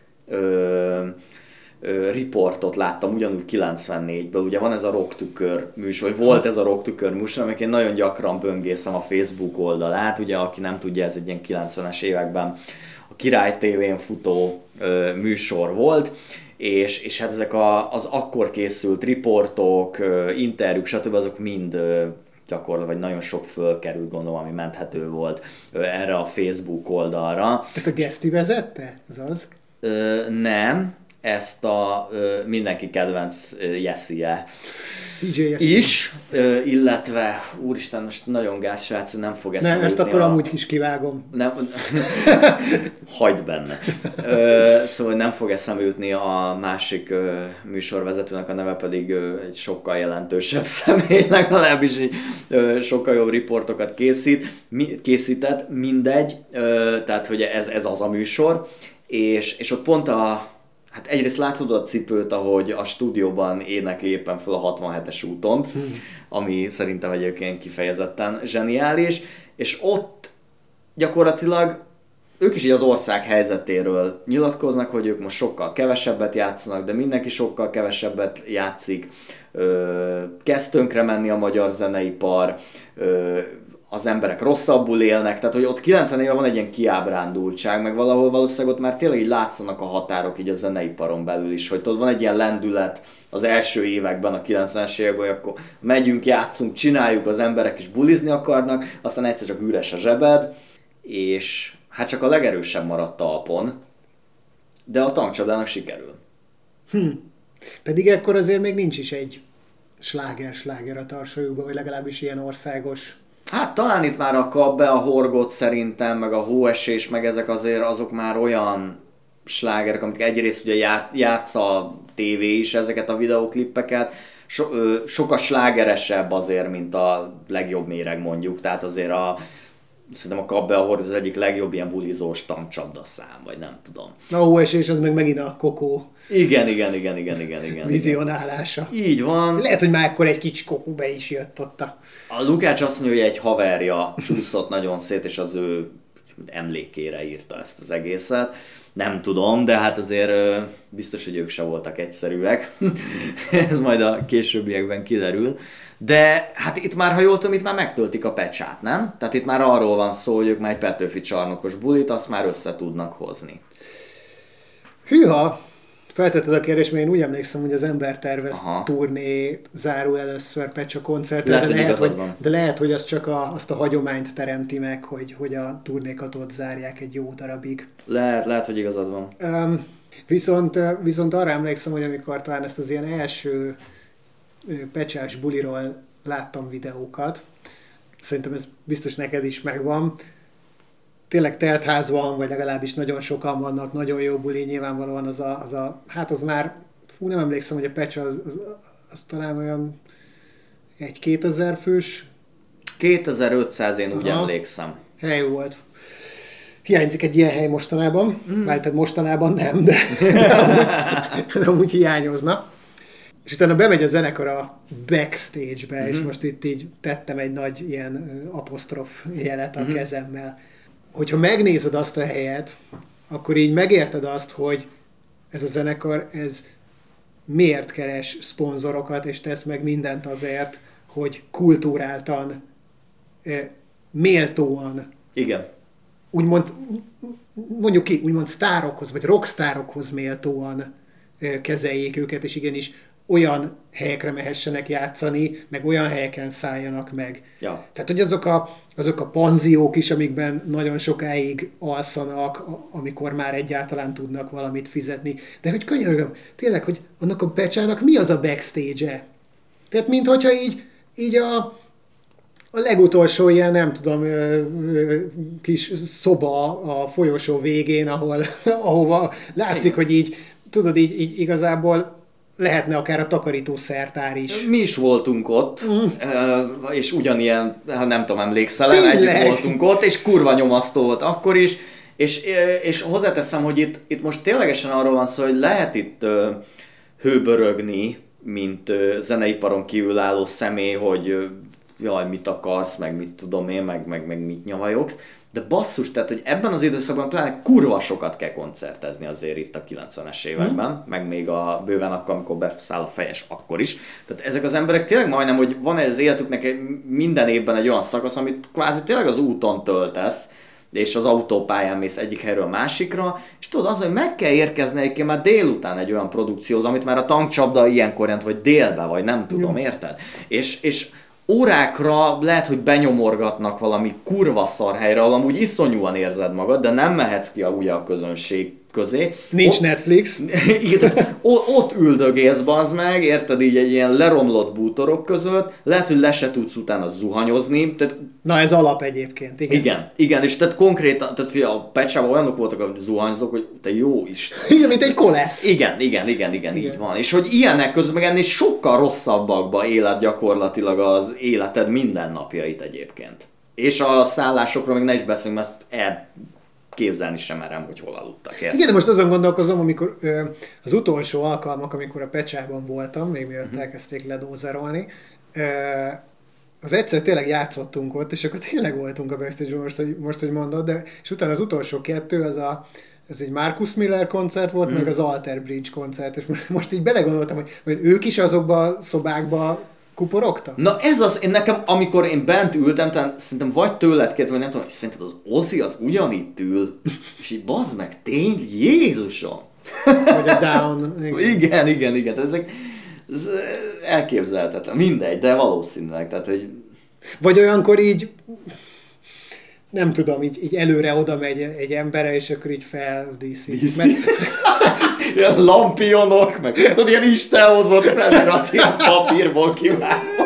riportot láttam ugyanúgy 94-ből, ugye van ez a Rocktükör műsor, vagy volt ez a Rocktükör műsor, amiket én nagyon gyakran böngészem a Facebook oldalát, ugye aki nem tudja, ez egy ilyen 90-es években a Király TV-n futó műsor volt, és hát ezek az akkor készült riportok, interjúk, stb. Azok mind gyakorlatilag, vagy nagyon sok fölkerült, gondolom, ami menthető volt erre a Facebook oldalra. Ezt a Geszti vezette? Az? Nem, ezt a mindenki kedvenc Jessie is, illetve, úristen, most nagyon gáz, srác, nem fog eszembe jutni. Nem, ezt akkor amúgy is kivágom. Nem, hagyd benne. Szóval nem fog eszembe jutni, a másik műsorvezetőnek a neve pedig egy sokkal jelentősebb személy, legalábbis sokkal jobb riportokat készített, mindegy, tehát hogy ez az a műsor, és ott pont hát egyrészt látod a cipőt, ahogy a stúdióban énekli éppen fel a 67-es úton, ami szerintem egyébként kifejezetten zseniális, és ott gyakorlatilag ők is így az ország helyzetéről nyilatkoznak, hogy ők most sokkal kevesebbet játszanak, de mindenki sokkal kevesebbet játszik, kezd tönkre menni a magyar zeneipar, az emberek rosszabbul élnek, tehát hogy ott 90 éve van egy ilyen kiábrándultság, meg valahol valószínűleg ott már tényleg így látszanak a határok így a zeneiparon belül is, hogy tudod, van egy ilyen lendület az első években, a 90-es években, hogy akkor megyünk, játszunk, csináljuk, az emberek is bulizni akarnak, aztán egyszer csak üres a zsebed, és hát csak a legerősebb maradt talpon, de a tankcsapdának sikerül. Pedig ekkor azért még nincs is egy sláger a tarsolyukban, vagy legalábbis ilyen országos. Hát talán itt már a Kabbe, a Horgot szerintem, meg a Hóesés, meg ezek azért azok már olyan slágerek, amik egyrészt ugye játsza a tévé is ezeket a videóklippeket, sokkal slágeresebb azért, mint a legjobb méreg mondjuk, tehát azért szerintem a Kabbe, a Hord az egyik legjobb ilyen bulizós tankcsapda szám, vagy nem tudom. A Hóesés az meg megint a Kokó. Igen. Vizionálása. Így van. Lehet, hogy már akkor egy kicsi Kokó be is jött ott a Lukács azt mondja, hogy egy haverja csúszott nagyon szét, és az ő emlékére írta ezt az egészet. Nem tudom, de hát azért biztos, hogy ők se voltak egyszerűek. Ez majd a későbbiekben kiderül. De hát itt már, ha jól tudom, itt már megtöltik a pecsát, nem? Tehát itt már arról van szó, hogy ők már egy Petőfi csarnokos bulit, azt már össze tudnak hozni. Hűha! Feltetted a kérdést, mert én úgy emlékszem, hogy az ember tervez Aha. turné zárul először Pecsa koncertre, de lehet, hogy az csak azt a hagyományt teremti meg, hogy a turnékat ott zárják egy jó darabig. Lehet, hogy igazad van. Viszont arra emlékszem, hogy amikor talán ezt az ilyen első pecsás buliról láttam videókat, szerintem ez biztos neked is megvan, tényleg telt ház van, vagy legalábbis nagyon sokan vannak, nagyon jó buli, nyilvánvalóan hát az már, nem emlékszem, hogy a Pecsa az talán olyan 1-2000 fős. 2500 én úgy emlékszem. Hely volt. Hiányzik egy ilyen hely mostanában, tehát mostanában nem, de amúgy hiányozna. És utána bemegy a zenekar a backstage-be, és most itt így tettem egy nagy ilyen apostrof jelet a kezemmel. Hogyha megnézed azt a helyet, akkor így megérted azt, hogy ez a zenekar, ez miért keres szponzorokat, és tesz meg mindent azért, hogy kulturáltan, méltóan, igen, úgymond sztárokhoz, vagy rockstárokhoz méltóan kezeljék őket, és igenis olyan helyekre mehessenek játszani, meg olyan helyeken szálljanak meg. Ja. Tehát, hogy azok a panziók is, amikben nagyon sokáig alszanak, amikor már egyáltalán tudnak valamit fizetni. De hogy könyörgöm, tényleg, hogy annak a Pecsának mi az a backstage-e? Tehát, minthogyha így a legutolsó ilyen, nem tudom, kis szoba a folyosó végén, ahova látszik, hogy így, tudod, így igazából lehetne akár a takarítószertár is. Mi is voltunk ott, és ugyanilyen, nem tudom, emlékszel, együtt voltunk ott, és kurva nyomasztó volt akkor is, és hozzáteszem, hogy itt most ténylegesen arról van szó, hogy lehet itt hőbörögni, mint zeneiparon kívül álló személy, hogy jaj, mit akarsz, meg mit tudom én, meg mit nyavajogsz, de basszus, tehát, hogy ebben az időszakban pláne kurva sokat kell koncertezni azért itt a 90-es években, meg még bőven akkor, amikor beszáll a fejes, akkor is. Tehát ezek az emberek tényleg majdnem, hogy van az életüknek minden évben egy olyan szakasz, amit kvázi tényleg az úton töltesz, és az autópályán mész egyik helyről másikra, és tudod, az, hogy meg kell érkezni egyébként már délután egy olyan produkcióhoz, amit már a tankcsapda ilyenkor jelent, vagy délbe, vagy nem tudom, érted? És órákra lehet, hogy benyomorgatnak valami kurva szar helyre, ahol amúgy iszonyúan érzed magad, de nem mehetsz ki a közönség közé. Nincs Netflix. Igen, ott üldögélsz, bazd meg, érted, így egy ilyen leromlott bútorok között, lehet, hogy le se tudsz utána zuhanyozni. Tehát, na ez alap egyébként, igen. Igen, és tehát konkrétan, tehát a Pecsában olyanok voltak a zuhanyzók, hogy te jó Isten. Igen, mint egy kolesz. Igen, így van. És hogy ilyenek között meg ennél sokkal rosszabbakba éled gyakorlatilag az életed mindennapjait egyébként. És a szállásokról még ne is beszélünk, mert képzelni sem merem, hogy hol aludtak. Érte? Igen, de most azon gondolkozom, amikor az utolsó alkalmak, amikor a Pecsában voltam, még mielőtt elkezdték ledózerolni, az egyszer tényleg játszottunk ott, és akkor tényleg voltunk a backstage-on, most, hogy mondod, de és utána az utolsó kettő, ez egy Marcus Miller koncert volt, meg az Alter Bridge koncert, és most így belegondoltam, hogy ők is azokba a szobákba kuporogtak? Na ez az, nekem, amikor én bent ültem, tehát szerintem vagy tőled kérdezem, vagy nem tudom, hogy szerinted az Ozzy az ugyanitt ül, és így bazd meg, tényleg, Jézusom! Vagy a Down. Igen, tehát ez elképzelhetetlen, mindegy, de valószínűleg, tehát hogy... Vagy olyankor így, nem tudom, így előre oda megy egy emberre, és akkor így feldíszít. Ilyen lampionok, meg tudod, ilyen istenhozott felirat, ilyen papírból kívánva.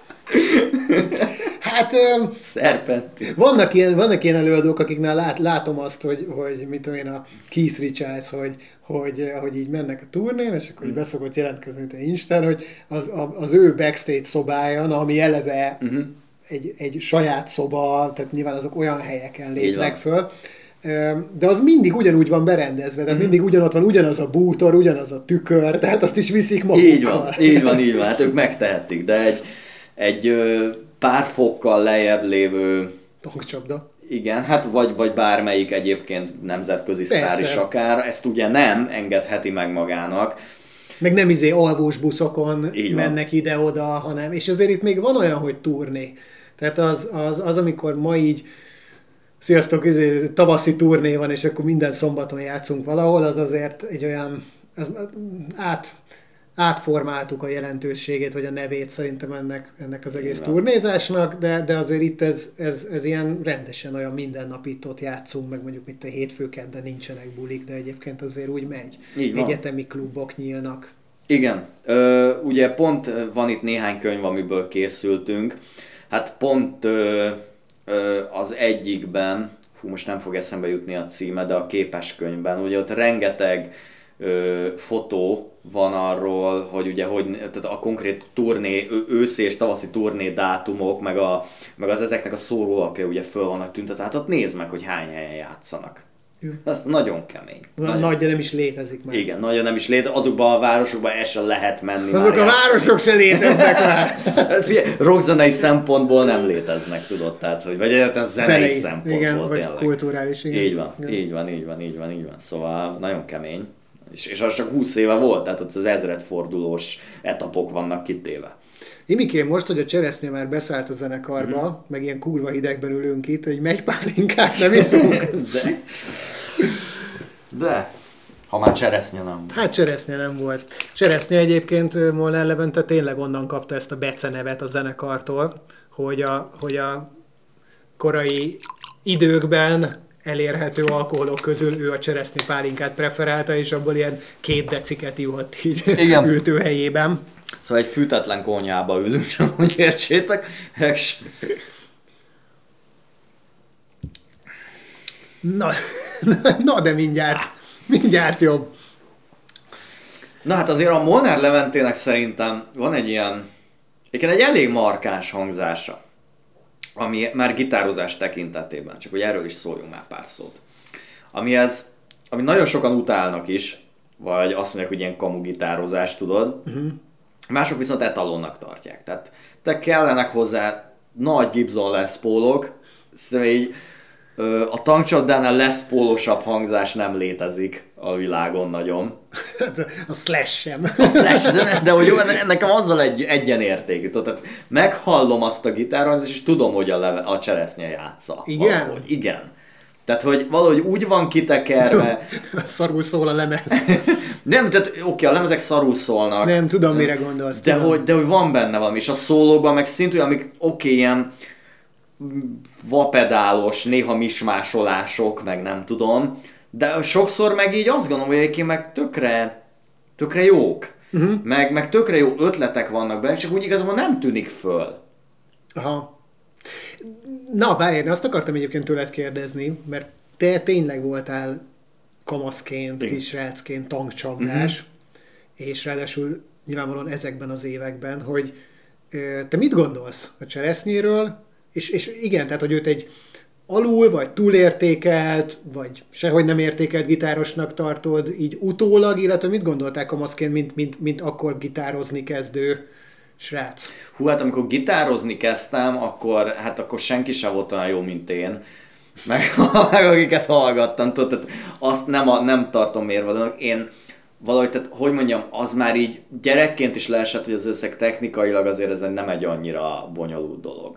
Hát... Szerpentin. Vannak ilyen előadók, akiknál látom azt, hogy mit tudom én, a Keith Richards, hogy így mennek a turnén, és akkor így beszokott jelentkezni, mint a Insten, hogy az ő backstage szobája, ami eleve egy saját szoba, tehát nyilván azok olyan helyeken lépnek föl, de az mindig ugyanúgy van berendezve, tehát mindig ugyanott van ugyanaz a bútor, ugyanaz a tükör, tehát azt is viszik magukkal. Így van, hát ők megtehetik, de egy pár fokkal lejjebb lévő tankcsapda. Igen, hát vagy bármelyik egyébként nemzetközi sztár is akár, ezt ugye nem engedheti meg magának. Meg nem alvós buszokon mennek ide-oda, hanem, és azért itt még van olyan, hogy turné. Tehát az amikor ma így sziasztok, tavaszi turné van, és akkor minden szombaton játszunk valahol, az azért egy olyan, átformáltuk a jelentőségét, vagy a nevét szerintem ennek az egész turnézásnak, de azért itt ez ilyen rendesen olyan mindennapi itt játszunk, meg mondjuk itt a hétfőkedden nincsenek bulik, de egyébként azért úgy megy. Egyetemi klubok nyílnak. Igen. Ugye pont van itt néhány könyv, amiből készültünk. Hát pont az egyikben, most nem fog eszembe jutni a címe, de a képes könyvben, ugye ott rengeteg fotó van arról, hogy ugye tehát a konkrét turné, őszi és tavaszi turné dátumok, meg az ezeknek a szórólapja ugye föl vannak tüntetve. Hát ott nézd meg, hogy hány helyen játszanak. Ez nagyon kemény. Nagy, nem is létezik már. Igen, nagyon nem is létezik. Azokban a városokban el sem lehet menni. Azok a városok se léteznek már. Rockzenei szempontból nem léteznek, tudod? Tehát, vagy egyáltalán zenei szempontból. Igen, vagy kulturális. Igen. Így van. Szóval nagyon kemény. És az csak 20 éve volt, tehát ott az ezredfordulós etapok vannak kitéve. Imikém, most, hogy a Cseresznye már beszállt a zenekarba, meg ilyen kurva hidegben ülünk itt, hogy megy pálinkát, nem iszunk. De, ha már Cseresznye nem volt. Hát Cseresznye nem volt. Cseresznye egyébként Molnár Levente tényleg onnan kapta ezt a Bece nevet a zenekartól, hogy a korai időkben elérhető alkoholok közül ő a cseresznye pálinkát preferálta, és abból ilyen 2 deciket ivott így ültőhelyében. Szóval egy fűtetlen konyhába ülünk, hogy értsétek. Na de mindjárt jobb. Na hát azért a Molnár Leventének szerintem van egy elég markáns hangzása, ami már gitározás tekintetében, csak hogy erről is szóljunk már pár szót. Ami nagyon sokan utálnak is, vagy azt mondják, hogy ilyen kamu gitározás, tudod. Mások viszont etalonnak tartják. Tehát te kellenek hozzá nagy Gibson Les Paulok, szerintem így a tankcsapdánál Les Paulosabb hangzás nem létezik a világon nagyon. A Slash sem. A Slash, de hogy nekem azzal egyenértékű. Tehát meghallom azt a gitáron, és tudom, hogy a Cseresznye játsza. Igen? Valahogy. Igen. Tehát, hogy valahogy úgy van kitekerve... Szarul szól a lemez. Nem, tehát oké, a lemezek szarul szólnak. Nem, tudom, mire gondolsz. De hogy van benne valami, és a szólókban meg szintén, amik ilyen vapedálos, néha mismásolások, meg nem tudom. De sokszor meg így azt gondolom, hogy egyébként meg tökre jók. Meg tökre jó ötletek vannak benne, csak úgy igazából nem tűnik föl. Aha. Na, várj, azt akartam egyébként tőled kérdezni, mert te tényleg voltál kamaszként, kisrácként tankcsapdás, és ráadásul nyilvánvalóan ezekben az években, hogy te mit gondolsz a Cseresznyéről, és igen, tehát, hogy őt egy alul, vagy túlértékelt, vagy sehogy nem értékelt gitárosnak tartod, így utólag, illetve mit gondoltál kamaszként, mint akkor gitározni kezdő srác? Hú, hát amikor gitározni kezdtem, akkor senki sem volt olyan jó, mint én. Meg akiket hallgattam, tudod, azt nem tartom mérvadónak. Én valahogy, tehát hogy mondjam, az már így gyerekként is leesett, hogy az összeg technikailag azért ez nem egy annyira bonyolult dolog.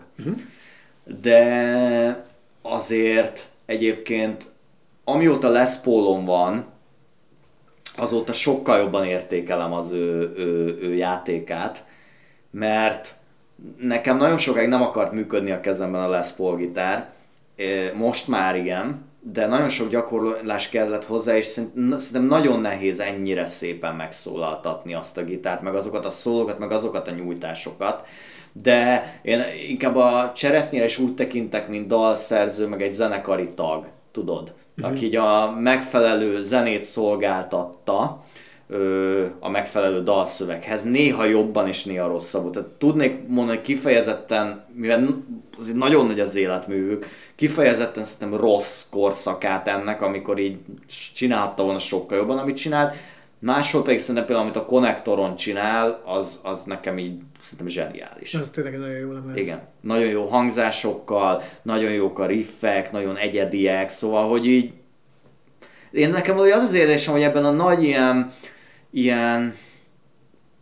De azért egyébként amióta Les Paulom van, azóta sokkal jobban értékelem az ő játékát, mert nekem nagyon sokáig nem akart működni a kezemben a Les Paul gitár, most már igen, de nagyon sok gyakorlás kellett hozzá, és szerintem nagyon nehéz ennyire szépen megszólaltatni azt a gitárt, meg azokat a szólókat, meg azokat a nyújtásokat. De én inkább a Cseresznyére is úgy tekintek, mint dalszerző, meg egy zenekari tag, tudod? Aki így a megfelelő zenét szolgáltatta a megfelelő dalszöveghez, néha jobban és néha rosszabbul. Tehát tudnék mondani kifejezetten, mivel azért nagyon nagy az életművük, kifejezetten szerintem rossz korszakát ennek, amikor így csinálhatta volna sokkal jobban, amit csinált. Máshol pedig szerintem például, amit a Konnektoron csinál, az nekem így szerintem zseniális. Ez tényleg nagyon jó lemez. Igen, nagyon jó hangzásokkal, nagyon jók a riffek, nagyon egyediek, szóval, hogy így... Nekem az érzésem, hogy ebben a nagy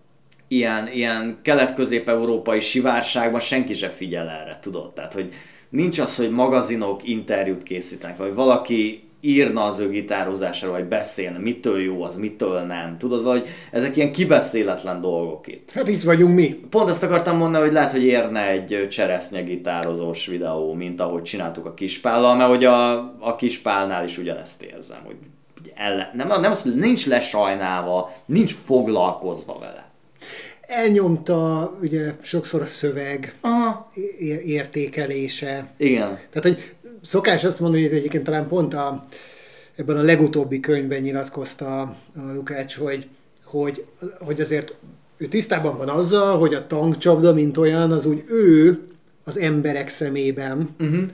ilyen kelet-közép-európai sivárságban senki sem figyel erre, tudod? Tehát, hogy nincs az, hogy magazinok interjút készítenek, vagy valaki írna az ő gitározásáról, vagy beszélne, mitől jó az, mitől nem. Tudod, vagy ezek ilyen kibeszéletlen dolgok itt. Hát itt vagyunk mi. Pont ezt akartam mondani, hogy lehet, hogy érne egy cseresznye gitározós videó, mint ahogy csináltuk a Kispállal, mert hogy a Kispálnál is ugyanezt érzem, hogy nem az, nincs lesajnálva, nincs foglalkozva vele. Elnyomta ugye sokszor a szöveg értékelése. Igen. Tehát, hogy szokás azt mondani, hogy egyébként talán pont ebben a legutóbbi könyvben nyilatkozta a Lukács, hogy azért ő tisztában van azzal, hogy a tankcsapda, mint olyan, az úgy ő az emberek szemében,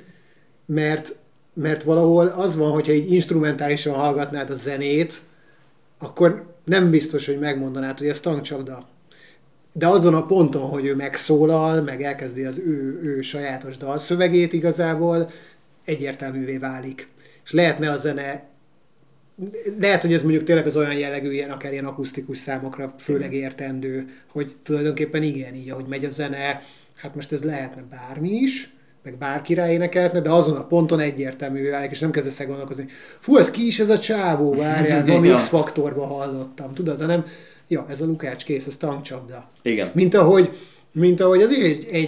mert valahol az van, hogyha így instrumentálisan hallgatnád a zenét, akkor nem biztos, hogy megmondanád, hogy ez tankcsapda. De azon a ponton, hogy ő megszólal, meg elkezdi az ő sajátos dalszövegét igazából, egyértelművé válik. És lehetne a zene, lehet, hogy ez mondjuk tényleg az olyan jellegű, akár ilyen akusztikus számokra főleg értendő, hogy tulajdonképpen igen, így ahogy megy a zene, hát most ez lehetne bármi is, meg bárki rá énekelhetne, de azon a ponton egyértelművé válik, és nem kezdesz el gondolkozni, fú, ez ki is ez a csávó, várjál, valami X-faktorban hallottam, tudod, hanem ja, ez a Lukács, kész, ez tankcsapda. Igen. Mint ahogy az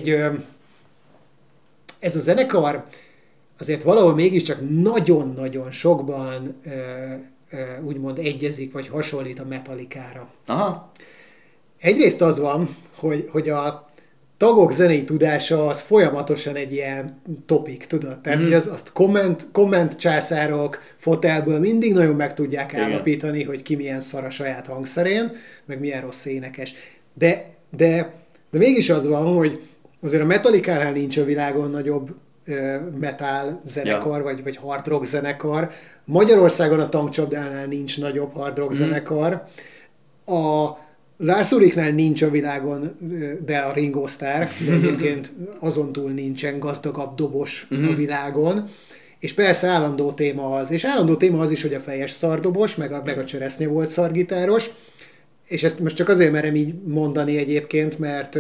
ez a zenekar azért valahol mégiscsak nagyon-nagyon sokban úgymond egyezik, vagy hasonlít a Metallicára. Aha. Egyrészt az van, hogy a tagok zenei tudása az folyamatosan egy ilyen topik, tudod? Tehát, hogy azt komment császárok fotelből mindig nagyon meg tudják állapítani, hogy ki milyen szar a saját hangszerén, meg milyen rossz énekes. De mégis az van, hogy azért a Metallicánál nincs a világon nagyobb metal zenekar, vagy hard rock zenekar. Magyarországon a tankcsapdánál nincs nagyobb hard rock zenekar. A Lars Ulrichnál nincs a világon, de a Ringo Starr, de egyébként azon túl nincsen gazdagabb dobos a világon. És persze állandó téma az. És állandó téma az is, hogy a fejes szardobos, meg a cseresznye volt szargitáros. És ezt most csak azért merem így mondani egyébként,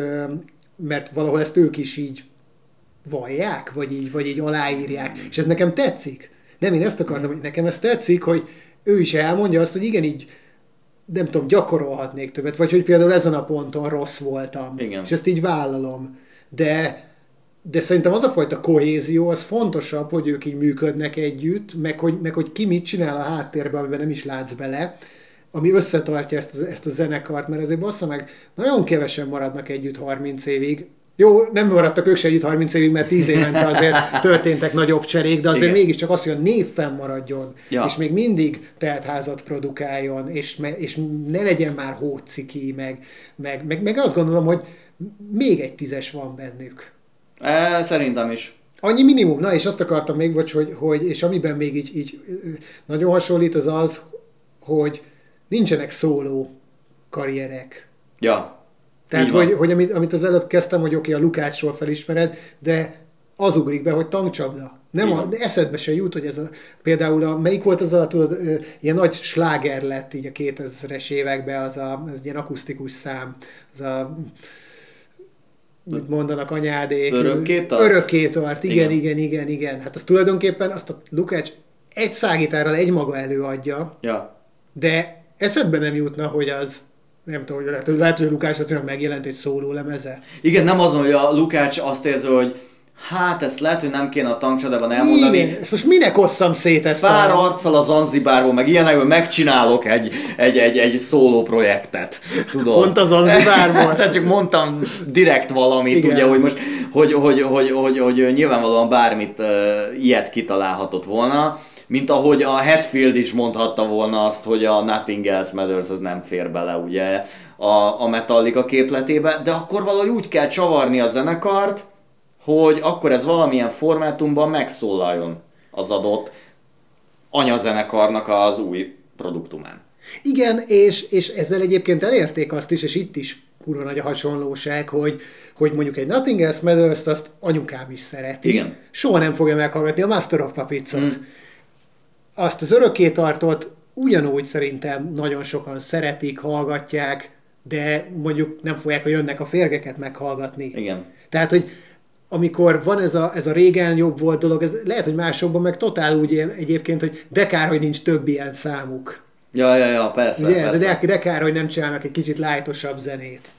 mert valahol ezt ők is így vallják, vagy így aláírják. És ez nekem tetszik. Nem, én ezt akartam, hogy nekem ez tetszik, hogy ő is elmondja azt, hogy igen, így nem tudom, gyakorolhatnék többet, vagy hogy például ezen a ponton rossz voltam. Igen. És ezt így vállalom. De szerintem az a fajta kohézió, az fontosabb, hogy ők így működnek együtt, meg hogy ki mit csinál a háttérben, amiben nem is látsz bele, ami összetartja ezt a zenekart, mert azért bassza meg, nagyon kevesen maradnak együtt 30 évig. Jó, nem maradtak ők se együtt 30 évig, mert 10 évente azért történtek nagyobb cserék, de azért mégiscsak az, hogy a név fennmaradjon, és még mindig teltházat produkáljon, és ne legyen már hóciki, meg azt gondolom, hogy még egy 10-es van bennük. Szerintem is. Annyi minimum. Na, és azt akartam még, hogy és amiben még így nagyon hasonlít, az, hogy nincsenek szóló karrierek. Ja. Tehát, hogy amit az előbb kezdtem, hogy oké, a Lukácsról felismered, de az ugrik be, hogy tankcsapda. De eszedbe se jut, hogy például melyik volt az tudod, ilyen nagy sláger lett így a 2000-es években, az ilyen akusztikus szám, úgy mondanak anyádék. Örökké tart? Örökké tart, igen. Hát az tulajdonképpen azt a Lukács egy szágitárral egymaga előadja, de eszedbe nem jutna, hogy az nem tudom, hogy lehet, hogy a Lukács azt megjelent egy szóló lemeze. Igen, nem azon, hogy a Lukács azt érzi, hogy hát ezt lehet, hogy nem kéne a tankcsapdában elmondani. Igen, ezt most minek osszam szét ezt? Pár arccal a Zanzibárból, meg ilyenekből megcsinálok egy szóló projektet. Tudod? Pont a Zanzibárból. Tehát csak mondtam direkt valamit, igen. Ugye, hogy most, hogy nyilvánvalóan bármit ilyet kitalálhatott volna, mint ahogy a Hetfield is mondhatta volna azt, hogy a Nothing Else Matters az nem fér bele ugye a Metallica képletébe, de akkor valahogy úgy kell csavarni a zenekart, hogy akkor ez valamilyen formátumban megszólaljon az adott anyazenekarnak az új produktumán. Igen, és ezzel egyébként elérték azt is, és itt is kurva nagy a hasonlóság, hogy mondjuk egy Nothing Else Matters-t azt anyukám is szereti. Igen. Soha nem fogja meghallgatni a Master of Puppets-ot. Azt az örökké tartott ugyanúgy szerintem nagyon sokan szeretik, hallgatják, de mondjuk nem fogják, hogy jönnek a férgeket meghallgatni. Igen. Tehát, hogy amikor van ez a régen jobb volt dolog, ez lehet, hogy másokban meg totál úgy él egyébként, hogy de kár, hogy nincs több ilyen számuk. Ja, persze, Ugye? persze. De kár, hogy nem csinálnak egy kicsit lájtosabb zenét.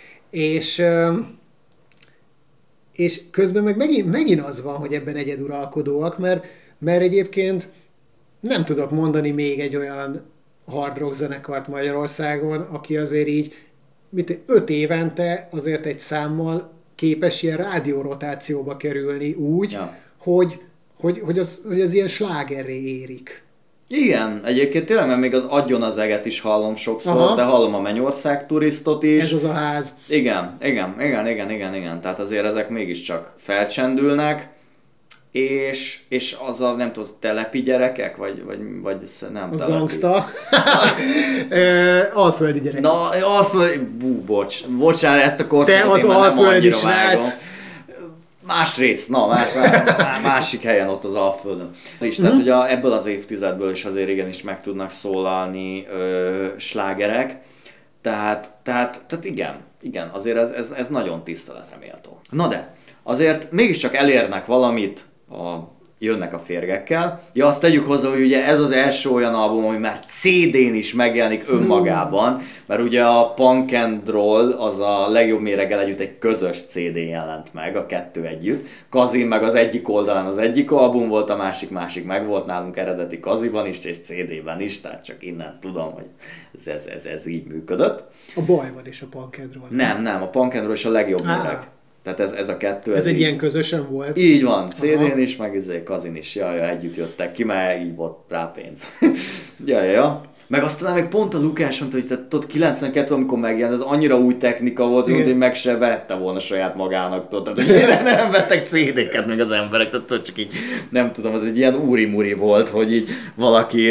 És közben meg megint az van, hogy ebben egyeduralkodóak, mert egyébként nem tudok mondani még egy olyan hard rock zenekart Magyarországon, aki azért így 5 évente azért egy számmal képes ilyen rádiórotációba kerülni úgy, hogy az ilyen slágerré érik. Igen, egyébként tényleg, mert még az Adjon az eget is hallom sokszor, de hallom a Mennyország turistot is. Ez az a ház. Igen. Tehát azért ezek mégiscsak felcsendülnek, és az a, nem tudom, telepi gyerekek, vagy nem az telepi. gangsta. Alföldi gyerekek. Na, alföldi, bocsánat, ezt a korszakot én már nem annyira vágom. Másrészt, másik helyen ott az Alföldön. Tehát, hogy ebből az évtizedből is azért igenis meg tudnak szólalni slágerek. Tehát igen, azért ez nagyon tiszteletre méltó. Na de, azért mégiscsak elérnek valamit, jönnek a férgekkel. Ja, azt tegyük hozzá, hogy ugye ez az első olyan album, ami már CD-n is megjelenik önmagában, mert ugye a Punk and Roll az a Legjobb méreggel együtt egy közös CD jelent meg, a kettő együtt. Kazin meg az egyik oldalán az egyik album volt, a másik meg volt nálunk eredeti Kaziban is, és CD-ben is, tehát csak innen tudom, hogy ez így működött. A Bajban is a Punk and Roll. Nem, a Punk and Roll is a Legjobb méreg. Tehát ez a kettő. Ez egy ilyen közösen volt? Így van, CD-n is, meg Kazin is. Ja, együtt jöttek ki, mert így volt rá pénz. ja. Meg aztán még pont a Lukás mondta, hogy tudod, 92, amikor megjelent, ez annyira új technika volt, hogy meg se vette volna saját magának. Tehát, hogy nem vettek CD-ket meg az emberek, tehát csak így, nem tudom, az egy ilyen úri-muri volt, hogy így valaki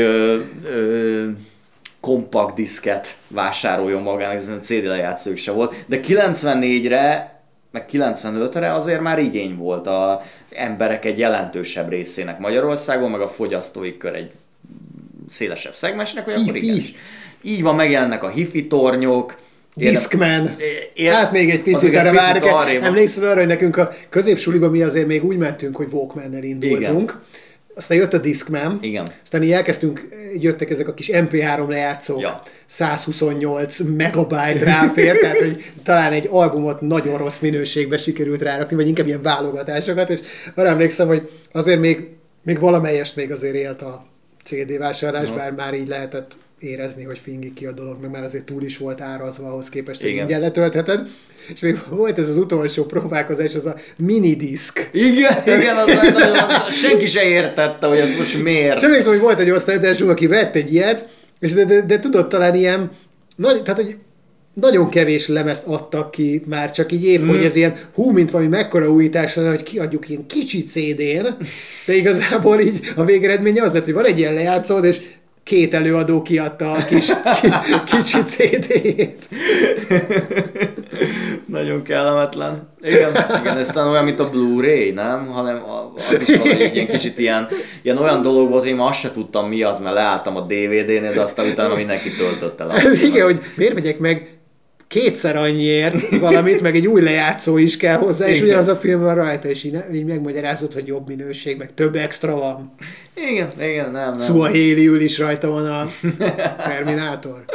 kompakt diszket vásároljon magának, ez nem CD lejátszók se volt. De 94-re meg 95-re azért már igény volt az emberek egy jelentősebb részének Magyarországon, meg a fogyasztói kör egy szélesebb szegmensnek, hogy akkor igen. Így van, megjelennek a hifi tornyok. Discman. Hát még egy picit erre várjuk. Emlékszel arra, hogy nekünk a középsuliban mi azért még úgy mentünk, hogy Walkmannel indultunk. Igen. Aztán jött a Discman, aztán így elkezdtünk, jöttek ezek a kis MP3 lejátszók, 128 megabyte ráfér, tehát hogy talán egy albumot nagyon rossz minőségben sikerült rárakni, vagy inkább ilyen válogatásokat, és arra emlékszem, hogy azért még valamelyest még azért élt a CD vásárlás, bár már így lehetett érezni, hogy fingik ki a dolog, meg már azért túl is volt árazva ahhoz képest, hogy ingyen letöltheted. És még volt ez az utolsó próbálkozás, az a minidisk. Igen, az senki se értette, hogy ez most miért. És emlékszem, hogy volt egy osztálytársunk, aki vett egy ilyet, és de tudod, talán ilyen, tehát hogy nagyon kevés lemezt adtak ki, már csak így épp, hogy ez ilyen mint valami mekkora újítás lenne, hogy kiadjuk ilyen kicsi CD-n, de igazából így a végeredménye az lett, hogy van egy ilyen lejátszód, és 2 előadó kiadta a kicsi CD-jét. Nagyon kellemetlen. Igen, ez talán olyan, mint a Blu-ray, nem? Hanem az is valahogy egy ilyen kicsit ilyen olyan dolog volt, hogy én azt se tudtam mi az, mert leálltam a DVD-nél, de aztán utána mindenki töltötte le. Igen, hogy miért megyek meg 2-szer annyiért valamit, meg egy új lejátszó is kell hozzá, és ugyanaz a film van rajta, és így megmagyarázod, hogy jobb minőség, meg több extra van. Igen, nem. Suaheliül is rajta van a Terminátor.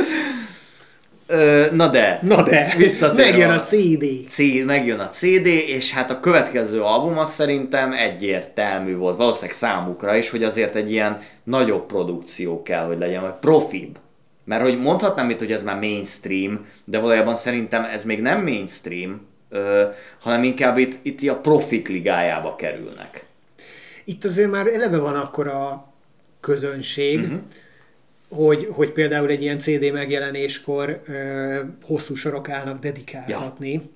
Na de, megjön a CD. Megjön a CD, és hát a következő album az szerintem egyértelmű volt, valószínűleg számukra is, hogy azért egy ilyen nagyobb produkció kell, hogy legyen, vagy profibb. Mert hogy mondhatnám itt, hogy ez már mainstream, de valójában szerintem ez még nem mainstream, hanem inkább itt a profik ligájába kerülnek. Itt azért már eleve van akkora közönség, hogy például egy ilyen CD megjelenéskor hosszú sorok állnak dedikáltatni. Ja.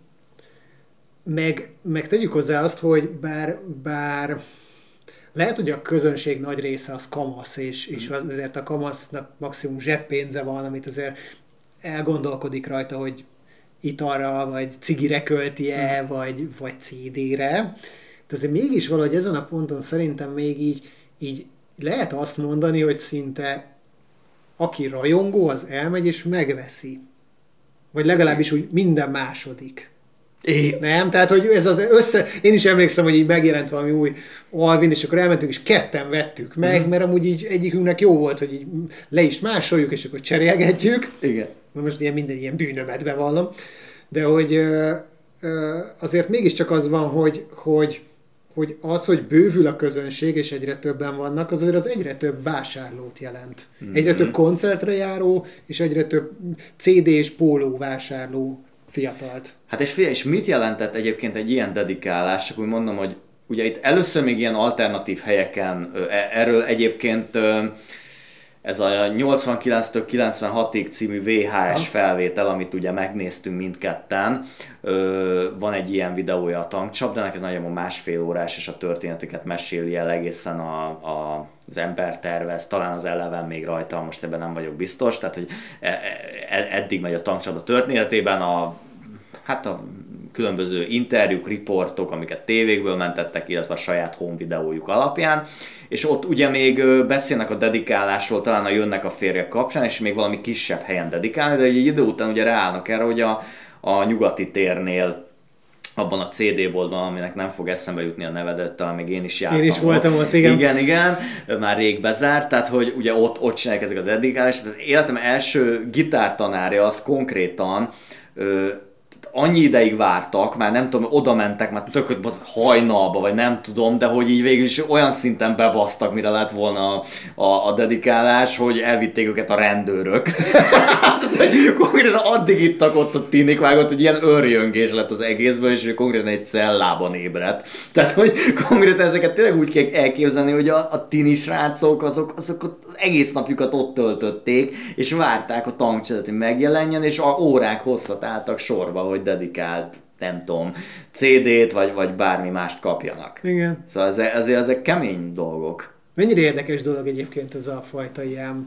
Meg tegyük hozzá azt, hogy bár lehet, hogy a közönség nagy része az kamasz, és azért a kamasznak maximum zseppénze van, amit azért elgondolkodik rajta, hogy italra, vagy cigire költi-e, vagy CD-re. De azért mégis valahogy ezen a ponton szerintem még így lehet azt mondani, hogy szinte aki rajongó, az elmegy és megveszi. Vagy legalábbis úgy minden második. Nem? Tehát, hogy ez az Én is emlékszem, hogy így megjelent valami új Alvin, és akkor elmentünk, és ketten vettük meg, mert amúgy így egyikünknek jó volt, hogy így le is másoljuk, és akkor cserélgetjük. Igen. Most ilyen minden ilyen bűnömet bevallom. De hogy azért mégiscsak az van, hogy az, hogy bővül a közönség, és egyre többen vannak, az azért az egyre több vásárlót jelent. Egyre több koncertre járó, és egyre több CD és póló vásárló fiatalt. Hát és mit jelentett egyébként egy ilyen dedikálás? Csak úgy mondom, hogy ugye itt először még ilyen alternatív helyeken, erről egyébként ez a 89-től 96-ig című VHS felvétel, amit ugye megnéztünk mindketten, van egy ilyen videója a Tankcsapdának, ez nagyjából 1,5 órás, és a történeteket meséli el egészen az ember tervez, talán az Eleven még rajta, most ebben nem vagyok biztos, tehát hogy eddig megy a Tankcsapda történetében a különböző interjúk, riportok, amiket tévékből mentettek, illetve a saját home videójuk alapján, és ott ugye még beszélnek a dedikálásról, talán a Jönnek a férjek kapcsán, és még valami kisebb helyen dedikálni, de egy idő után ugye ráállnak erre, hogy a Nyugati térnél, abban a CD-boltban, aminek nem fog eszembe jutni a nevedet, talán még én is jártam. Én is voltam ott, igen. Igen, már rég bezárt, tehát hogy ugye ott csinálják ezek a dedikálást. Tehát életem első gitártanárja az konkrétan annyi ideig vártak, már nem tudom, oda mentek, már tököt hajnalba, vagy nem tudom, de hogy így végül is olyan szinten bebasztak, mire lett volna a dedikálás, hogy elvitték őket a rendőrök. Konkrétan addig ittak ott a tinik vágott, hogy ilyen örjöngés lett az egészből, és hogy konkrétan egy cellában ébredt. Tehát, hogy konkrétan ezeket tényleg úgy kell elképzelni, hogy a tini srácok, azok az egész napjukat ott töltötték, és várták a Tankcsapdát, hogy megjelenjen, és órák hosszat álltak sorba, hogy dedikált, nem tudom, CD-t, vagy bármi mást kapjanak. Igen. Szóval azért ezek kemény dolgok. Mennyire érdekes dolog egyébként ez a fajta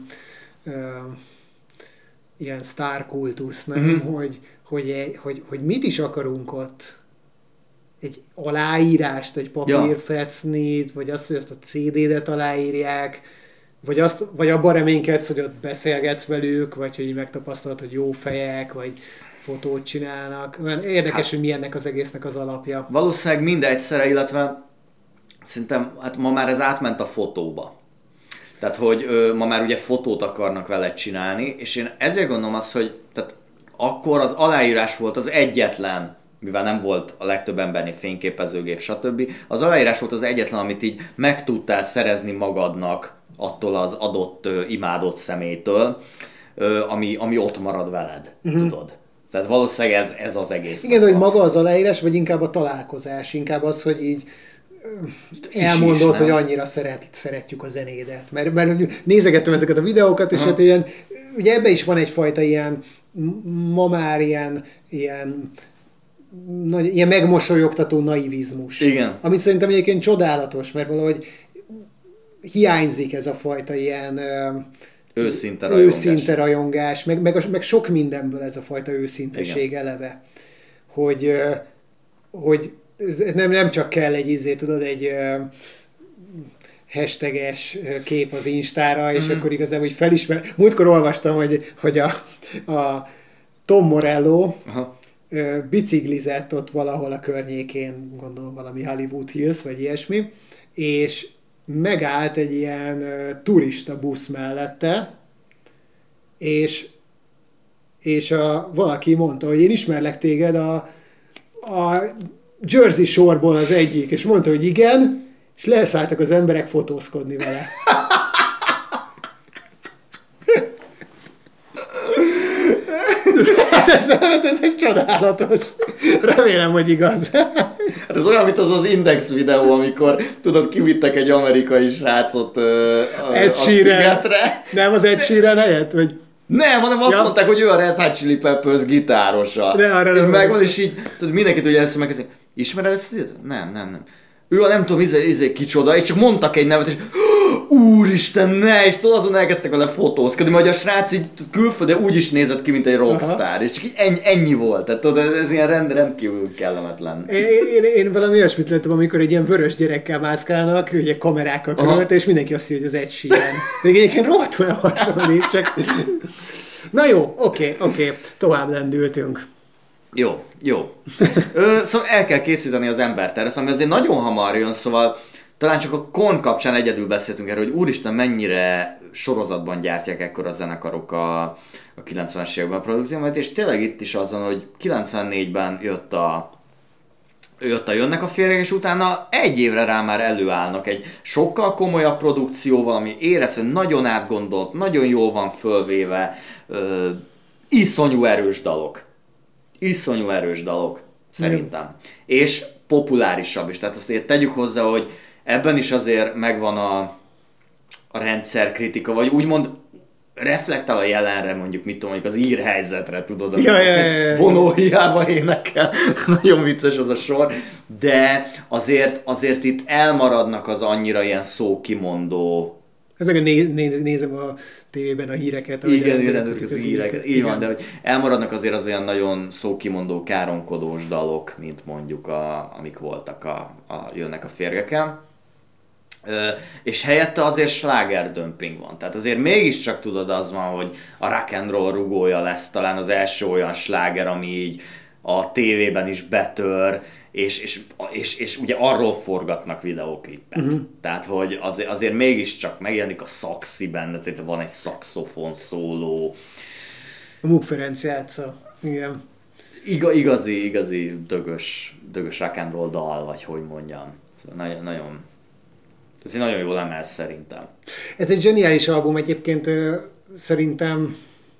ilyen sztárkultusz, nem? Hogy mit is akarunk ott? Egy aláírást, egy papírfecnit, vagy azt, hogy ezt a CD-det aláírják, vagy abban reménykedsz, hogy ott beszélgetsz velük, vagy hogy megtapasztalod, hogy jó fejek, vagy fotót csinálnak. Olyan érdekes, hogy mi ennek az egésznek az alapja. Valószínűleg mind egyszerre, illetve szerintem ma már ez átment a fotóba. Tehát, hogy ma már ugye fotót akarnak vele csinálni, és én ezért gondolom azt, hogy tehát akkor az aláírás volt az egyetlen, mivel nem volt a legtöbb embernél fényképezőgép, stb. Az aláírás volt az egyetlen, amit így meg tudtál szerezni magadnak attól az adott imádott személytől, ami ott marad veled, tudod. Tehát valószínűleg ez az egész. Igen, hogy maga az aláírás, vagy inkább a találkozás, inkább az, hogy így elmondod, hogy annyira szeretjük a zenédet. Mert nézegettem ezeket a videókat, és hát ilyen, ugye ebben is van egyfajta ilyen, ma már ilyen megmosolyogtató naivizmus. Igen. Amit szerintem egyébként csodálatos, mert valahogy hiányzik ez a fajta ilyen őszinte rajongás, meg sok mindenből ez a fajta őszinteség. Igen. Eleve. Hogy ez nem csak kell egy hashtages kép az Instára, és akkor igazából úgy felismer. Múltkor olvastam, hogy a Tom Morello biciklizett ott valahol a környékén, gondolom valami Hollywood Hills, vagy ilyesmi, és megállt egy ilyen turista busz mellette, és valaki mondta, hogy én ismerlek téged a Jersey Shore-ból az egyik, és mondta, hogy igen, és leszálltak az emberek fotózkodni vele. Hát ez csodálatos. Remélem, hogy igaz. Hát ez olyan, mint az Index videó, amikor tudod, kivittek egy amerikai srácot a szigetre. Nem az Ed Sheeran helyett? Vagy... Nem, hanem azt mondták, hogy ő a Red Hot Chili Peppers gitárosa. És megvan, és így tudod, mindenkit ugye ezt megkezdik. Ismered ezt? Nem. Ő a nem tudom, kicsoda, és csak mondtak egy nevet, és úristen, ne, és tudod, azon elkezdtek vele fotózkodni, mert a srác így külföldön úgy is nézett ki, mint egy rockstar, és csak ennyi volt, tehát tudod, ez ilyen rendkívül kellemetlen. Én valami olyasmit láttam, amikor egy ilyen vörös gyerekkel mászkálnak, ugye kamerákkal körülött, és mindenki azt mondja, hogy az Ed Sheeran. Még egyébként rohadt olyan hasonlít, csak... Na jó, oké, tovább lendültünk. Jó. Szóval el kell készíteni az embert erre, ami azért nagyon hamar jön, szóval talán csak a Korn kapcsán egyedül beszéltünk erről, hogy úristen, mennyire sorozatban gyártják ekkor a zenekarok a 90-es években a produkciómat, és tényleg itt is azon, hogy 94-ben jönnek a férjek, és utána egy évre rá már előállnak egy sokkal komolyabb produkcióval, ami érez, hogy nagyon átgondolt, nagyon jól van fölvéve, iszonyú erős dalok, szerintem. És populárisabb is, tehát azért tegyük hozzá, hogy ebben is azért megvan a rendszerkritika, vagy úgymond reflektál a jelenre, mondjuk, mit tudom, mondjuk az írhelyzetre, tudod, Bono hiába énekel, nagyon vicces az a sor, de azért itt elmaradnak az annyira ilyen szókimondó. Hát meg nézem a tévében a híreket. Igen, az híreket, így van, de hogy elmaradnak azért az olyan nagyon szókimondó, káromkodós dalok, mint mondjuk amik voltak jönnek a férgeken. És helyette azért slágerdömping van. Tehát azért mégiscsak tudod, az van, hogy a rock and roll rugója lesz talán az első olyan sláger, ami így a tévében is betör, és ugye arról forgatnak videóklipet. Tehát, hogy azért mégiscsak megjelenik a szaxi benne, tehát van egy szaxofon szóló. A Muk Ferenc játsza, igen. Igazi dögös rock and roll dal, vagy hogy mondjam. Szóval nagyon ez egy nagyon jól emel szerintem. Ez egy zseniális album egyébként, szerintem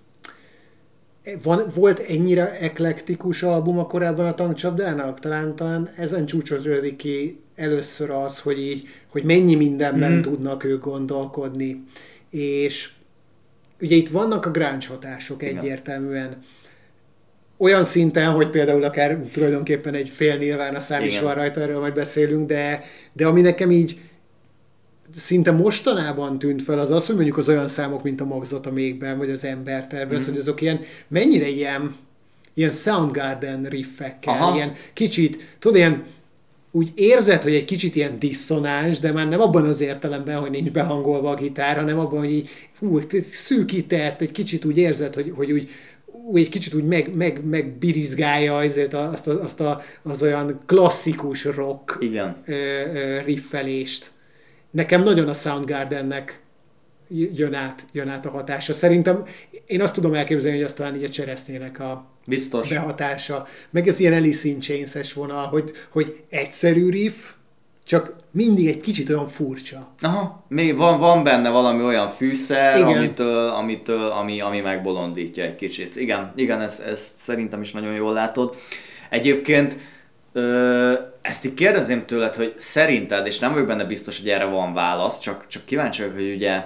volt ennyire eklektikus album korábban a Tankcsapdának? Talán ezen csúcsosodik ki először az, hogy mennyi mindenben tudnak ők gondolkodni. És ugye itt vannak a grunge hatások egyértelműen. Olyan szinten, hogy például akár tulajdonképpen egy fél Nirvana szám is van rajta, erről majd beszélünk, de ami nekem így szinte mostanában tűnt fel az, hogy mondjuk az olyan számok, mint a Magzat a Mégben, vagy az Embertervez, hogy azok mennyire ilyen Soundgarden riffekkel, ilyen kicsit, tudod, ilyen úgy érzed, hogy egy kicsit ilyen diszonáns, de már nem abban az értelemben, hogy nincs behangolva a gitár, hanem abban, hogy így szűkített, egy kicsit úgy érzed, hogy úgy egy kicsit úgy megbirizgálja az olyan klasszikus rock riffelést. Nekem nagyon a Soundgardennek jön át a hatása. Szerintem én azt tudom elképzelni, hogy azt talán így a Cseresznyének a behatása. Meg ez ilyen Alice in Chains-es vonal, hogy egyszerű riff, csak mindig egy kicsit olyan furcsa. Aha, még van benne valami olyan fűszer, ami megbolondítja egy kicsit. Igen, ezt szerintem is nagyon jól látod. Egyébként ezt így kérdezném tőled, hogy szerinted, és nem vagyok benne biztos, hogy erre van válasz, csak kíváncsi vagyok, hogy ugye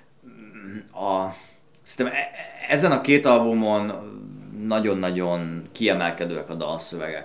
szerintem ezen a két albumon nagyon-nagyon kiemelkedőek a dalszövegek.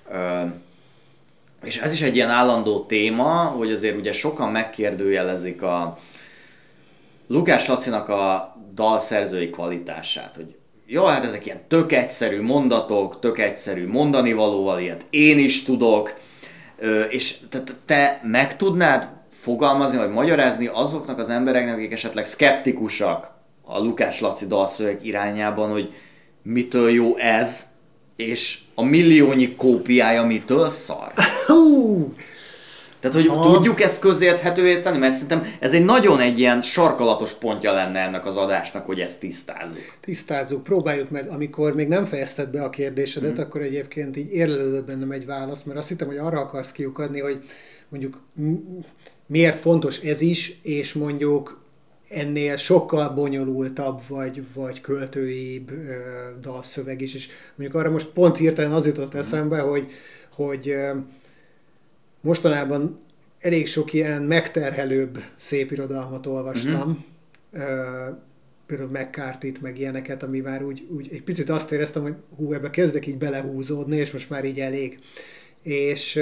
És ez is egy ilyen állandó téma, hogy azért ugye sokan megkérdőjelezik a Lukács Lacinak a dalszerzői kvalitását, hogy jó, hát ezek ilyen tök egyszerű mondatok, tök egyszerű mondani valóval, ilyet én is tudok, és te meg tudnád fogalmazni, vagy magyarázni azoknak az embereknek, akik esetleg szkeptikusak a Lukács Laci dalszöveg irányában, hogy mitől jó ez, és a milliónyi kópiája mitől szar? Tehát, hogy tudjuk ezt közérthetővé tenni, mert szerintem ez egy ilyen sarkalatos pontja lenne ennek az adásnak, hogy ezt tisztázzuk. Próbáljuk meg, amikor még nem fejezted be a kérdésedet, akkor egyébként így érlelődött bennem egy válasz, mert azt hittem, hogy arra akarsz kiukadni, hogy mondjuk miért fontos ez is, és mondjuk ennél sokkal bonyolultabb, vagy költőibb dalszöveg is. És mondjuk arra most pont hirtelen az jutott eszembe, hogy mostanában elég sok ilyen megterhelőbb szépirodalmat olvastam, például McCarthy-t, meg ilyeneket, ami már úgy egy picit azt éreztem, hogy ebbe kezdek így belehúzódni, és most már így elég. És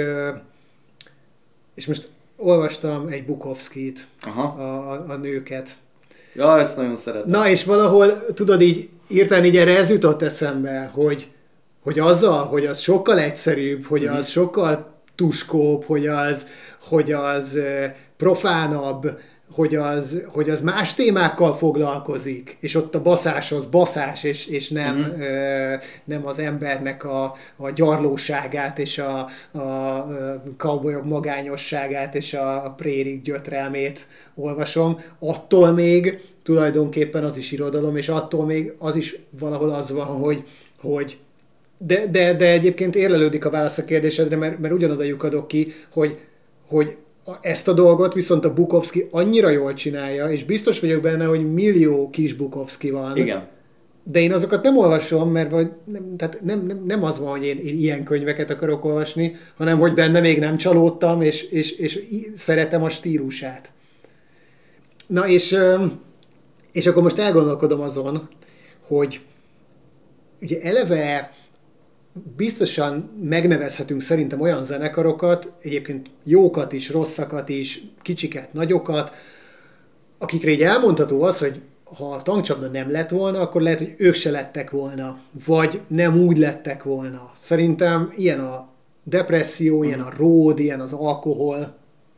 most olvastam egy Bukowskit, a nőket. Ja, ezt nagyon szeretem. Na, és valahol, tudod, így írtán így erre ez jutott eszembe, hogy hogy az sokkal egyszerűbb, hogy az sokkal tuskóbb, hogy az profánabb, hogy az más témákkal foglalkozik, és ott a baszás az baszás, és nem az embernek a gyarlóságát, és a cowboyok magányosságát, és a prérik gyötrelmét olvasom, attól még tulajdonképpen az is irodalom, és attól még az is valahol az van, hogy de egyébként érlelődik a válasz a kérdésedre, mert ugyanoda lyukadok ki, hogy ezt a dolgot viszont a Bukowski annyira jól csinálja, és biztos vagyok benne, hogy millió kis Bukowski van. Igen. De én azokat nem olvasom, mert tehát nem az van, hogy én ilyen könyveket akarok olvasni, hanem hogy benne még nem csalódtam, és szeretem a stílusát. Na és akkor most elgondolkodom azon, hogy ugye eleve biztosan megnevezhetünk szerintem olyan zenekarokat, egyébként jókat is, rosszakat is, kicsiket, nagyokat, akikre így elmondható az, hogy ha a tankcsapda nem lett volna, akkor lehet, hogy ők se lettek volna, vagy nem úgy lettek volna. Szerintem ilyen a depresszió, ilyen a ród, ilyen az alkohol,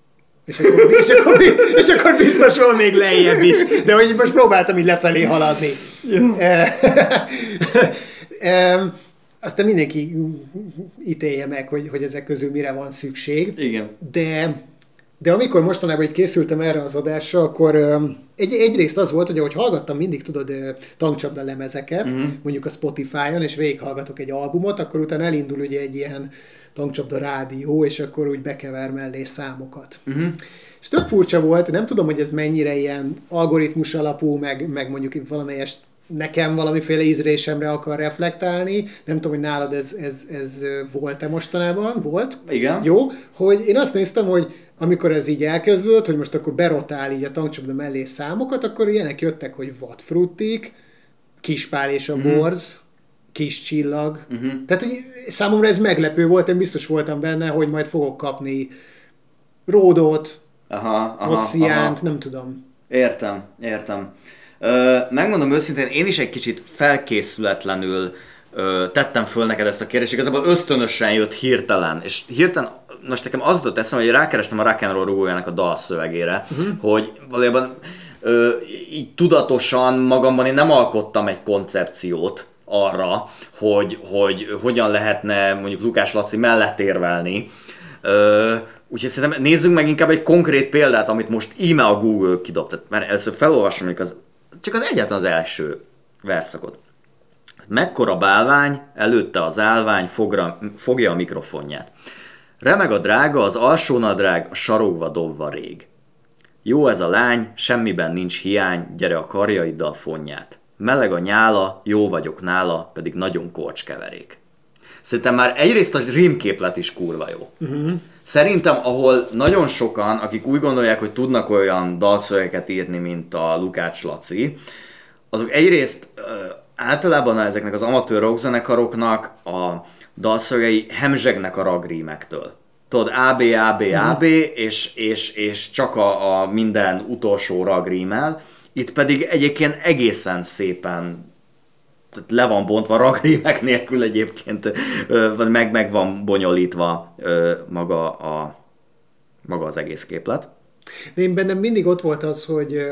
és akkor biztos van még lejjebb is, de hogy most próbáltam így lefelé haladni. Aztán mindenki ítélje meg, hogy ezek közül mire van szükség. Igen. De amikor mostanában így készültem erre az adásra, akkor egyrészt az volt, hogy ahogy hallgattam mindig, tudod, tankcsapda lemezeket, mondjuk a Spotify-on, és végighallgatok egy albumot, akkor utána elindul ugye egy ilyen tankcsapda rádió, és akkor úgy bekever mellé számokat. És tök furcsa volt, nem tudom, hogy ez mennyire ilyen algoritmus alapú, meg mondjuk valamelyest nekem valamiféle ízlésemre akar reflektálni. Nem tudom, hogy nálad ez volt-e mostanában? Volt? Igen. Jó, hogy én azt néztem, hogy amikor ez így elkezdődött, hogy most akkor berotál így a tankcsapda mellé számokat, akkor ilyenek jöttek, hogy vadfruttik, Kispál és a borz, Kis csillag. Tehát, hogy számomra ez meglepő volt, én biztos voltam benne, hogy majd fogok kapni Ródot, Ossiánt, nem tudom. Értem. Megmondom őszintén, én is egy kicsit felkészületlenül tettem föl neked ezt a kérdést, igazából ösztönösen jött hirtelen, és hirtelen most nekem az jutott eszembe, hogy rákerestem a Rock and Roll rugójának a dalszövegére, hogy valójában így tudatosan magamban én nem alkottam egy koncepciót arra, hogy hogyan lehetne mondjuk Lukács Laci mellett érvelni. Úgyhogy szerintem nézzünk meg inkább egy konkrét példát, amit most íme a Google kidobt. Mert először felolvasom, csak az egyetlen az első verszakot. Mekkora bálvány, előtte az állvány, fogja a mikrofonját. Remeg a drága, az alsónadrág, a sarokba dobva rég. Jó ez a lány, semmiben nincs hiány, gyere a karjaiddal fonját. Meleg a nyála, jó vagyok nála, pedig nagyon korcskeverék. Szerintem már egyrészt a rímképlet is kurva jó. Szerintem, ahol nagyon sokan, akik úgy gondolják, hogy tudnak olyan dalszövegeket írni, mint a Lukács Laci, azok egyrészt általában ezeknek az amatőr rockzenekaroknak a dalszövegei hemzsegnek a ragrímektől. Tudod, AB, és csak a minden utolsó ragrímel. Itt pedig egyébként egészen szépen le van bontva ragrímek nélkül egyébként, meg van bonyolítva maga az egész képlet. De én bennem mindig ott volt az,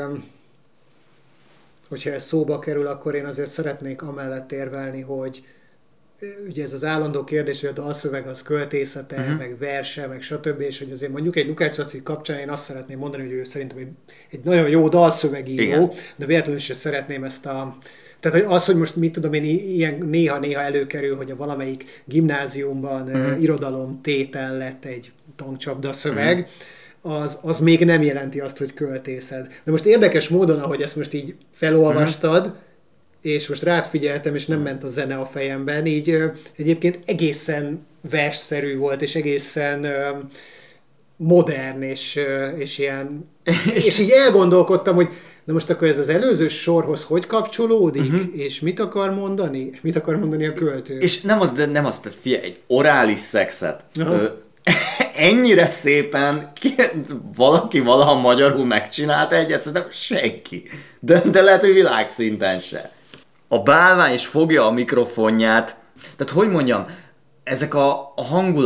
hogyha ez szóba kerül, akkor én azért szeretnék amellett érvelni, hogy ugye ez az állandó kérdés, hogy a dalszöveg az költészete, meg verse, meg stb. És hogy azért mondjuk egy Lukács Laci kapcsán én azt szeretném mondani, hogy ő szerintem egy nagyon jó dalszövegíró, de véletlenül is szeretném ezt tehát hogy az, hogy most mit tudom én, ilyen néha-néha előkerül, hogy a valamelyik gimnáziumban irodalom tétel lett egy tankcsapda szöveg, az még nem jelenti azt, hogy költészed. De most érdekes módon, ahogy ezt most így felolvastad, és most rád figyeltem, és nem ment a zene a fejemben, így egyébként egészen versszerű volt, és egészen modern, és ilyen... és így elgondolkodtam, hogy na most akkor ez az előző sorhoz hogy kapcsolódik, és mit akar mondani? Mit akar mondani a költő? És nem az, tehát figyelj, egy orális szexet ennyire szépen valaki valaha magyarul megcsinálta egyet, szerintem senki. De lehet, hogy világszinten se. A bálvány is fogja a mikrofonját, tehát hogy mondjam, ezek a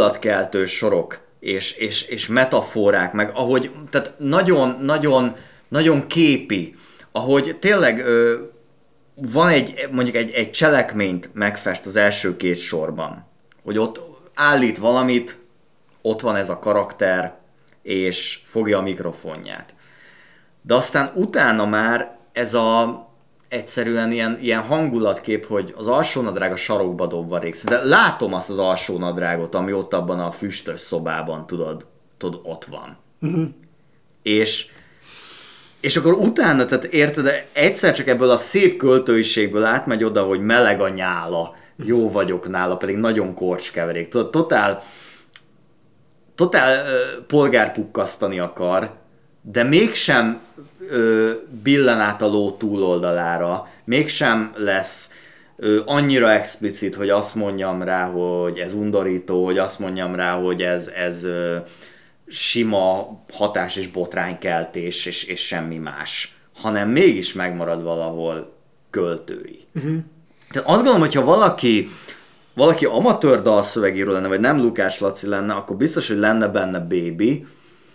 hangulatkeltő sorok és metaforák, meg ahogy, tehát nagyon nagyon képi, ahogy tényleg van mondjuk egy cselekményt megfest az első két sorban, hogy ott állít valamit, ott van ez a karakter, és fogja a mikrofonját. De aztán utána már ez egyszerűen ilyen hangulatkép, hogy az alsónadrág a sarokba dobva rég. De látom azt az alsónadrágot, ami ott abban a füstös szobában, tudod ott van. Uh-huh. És akkor utána, tehát érted, egyszer csak ebből a szép költőiségből átmegy oda, hogy meleg a nyála, jó vagyok nála, pedig nagyon korcskeverék. Tudod, totál polgárpukkasztani akar, de mégsem billen át a ló túloldalára, mégsem lesz annyira explicit, hogy azt mondjam rá, hogy ez undorító, hogy azt mondjam rá, hogy ez sima hatás és botránykeltés, és semmi más, hanem mégis megmarad valahol költői. Uh-huh. Tehát azt gondolom, hogyha valaki amatőr dalszövegíró lenne, vagy nem Lukács Laci lenne, akkor biztos, hogy lenne benne Baby.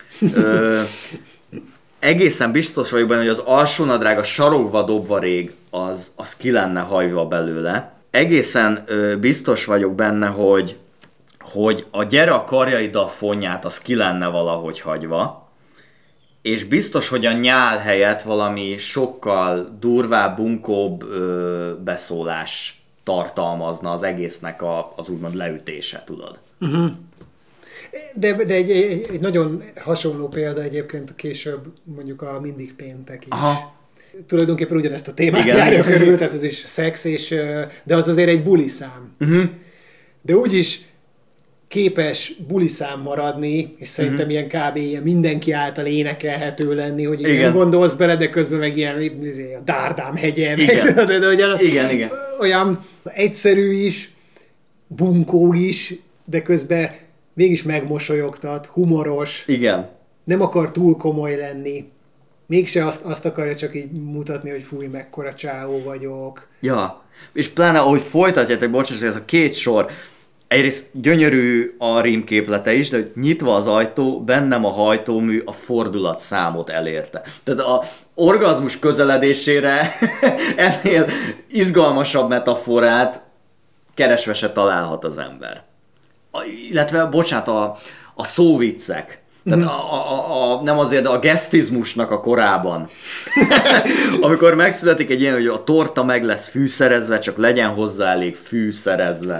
Egészen biztos vagyok benne, hogy az alsónadrág a sarokba dobva rég, az ki lenne hajva belőle. Egészen biztos vagyok benne, hogy a Gyere a karjaiddal fonját az ki lenne valahogy hagyva, és biztos, hogy a nyál helyett valami sokkal durvább, bunkóbb beszólás tartalmazna az egésznek az úgymond leütése, tudod. Uh-huh. De egy nagyon hasonló példa egyébként később mondjuk a Mindig péntek is. Aha. Tulajdonképpen ugyanezt a témát járja körül, tehát ez is szex, de az azért egy buliszám. Uh-huh. De úgyis képes buliszám maradni, és szerintem ilyen kb. Ilyen mindenki által énekelhető lenni, hogy igen, gondolsz bele, de közben meg ilyen a Dárdám hegye, igen. Olyan egyszerű is, bunkó is, de közben mégis megmosolyogtat, humoros, igen. Nem akar túl komoly lenni, mégse azt akarja csak így mutatni, hogy fúj, mekkora csáó vagyok. Ja, és pláne ahogy folytatjátok, bocsánat, ez a két sor, egyrészt gyönyörű a rímképlete is, de hogy nyitva az ajtó, bennem a hajtómű a fordulatszámot elérte. Tehát a orgazmus közeledésére ennél izgalmasabb metaforát keresve se találhat az ember. Illetve, bocsánat, a szóviccek. Tehát nem azért, de a gesztizmusnak a korában. Amikor megszületik egy ilyen, hogy a torta meg lesz fűszerezve, csak legyen hozzá elég fűszerezve.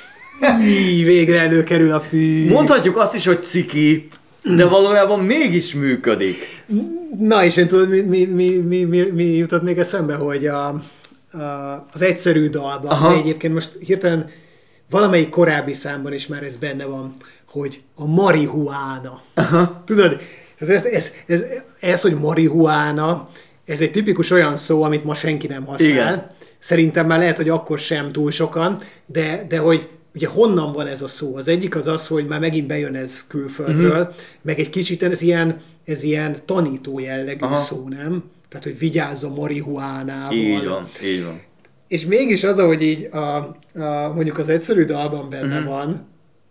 Végre előkerül a fű. Mondhatjuk azt is, hogy ciki, de valójában mégis működik. Na és én tudod, mi jutott még eszembe, hogy az egyszerű dalban, de egyébként most hirtelen valamelyik korábbi számban is már ez benne van, hogy a marihuána. Aha. Tudod, ez, hogy marihuána, ez egy tipikus olyan szó, amit ma senki nem használ. Igen. Szerintem már lehet, hogy akkor sem túl sokan, de hogy ugye honnan van ez a szó? Az egyik az, hogy már megint bejön ez külföldről, meg egy kicsit ez ilyen tanító jellegű szó, nem? Tehát, hogy vigyázz a marihuánával. Így van. És mégis az, ahogy így mondjuk az egyszerű dalban benne van,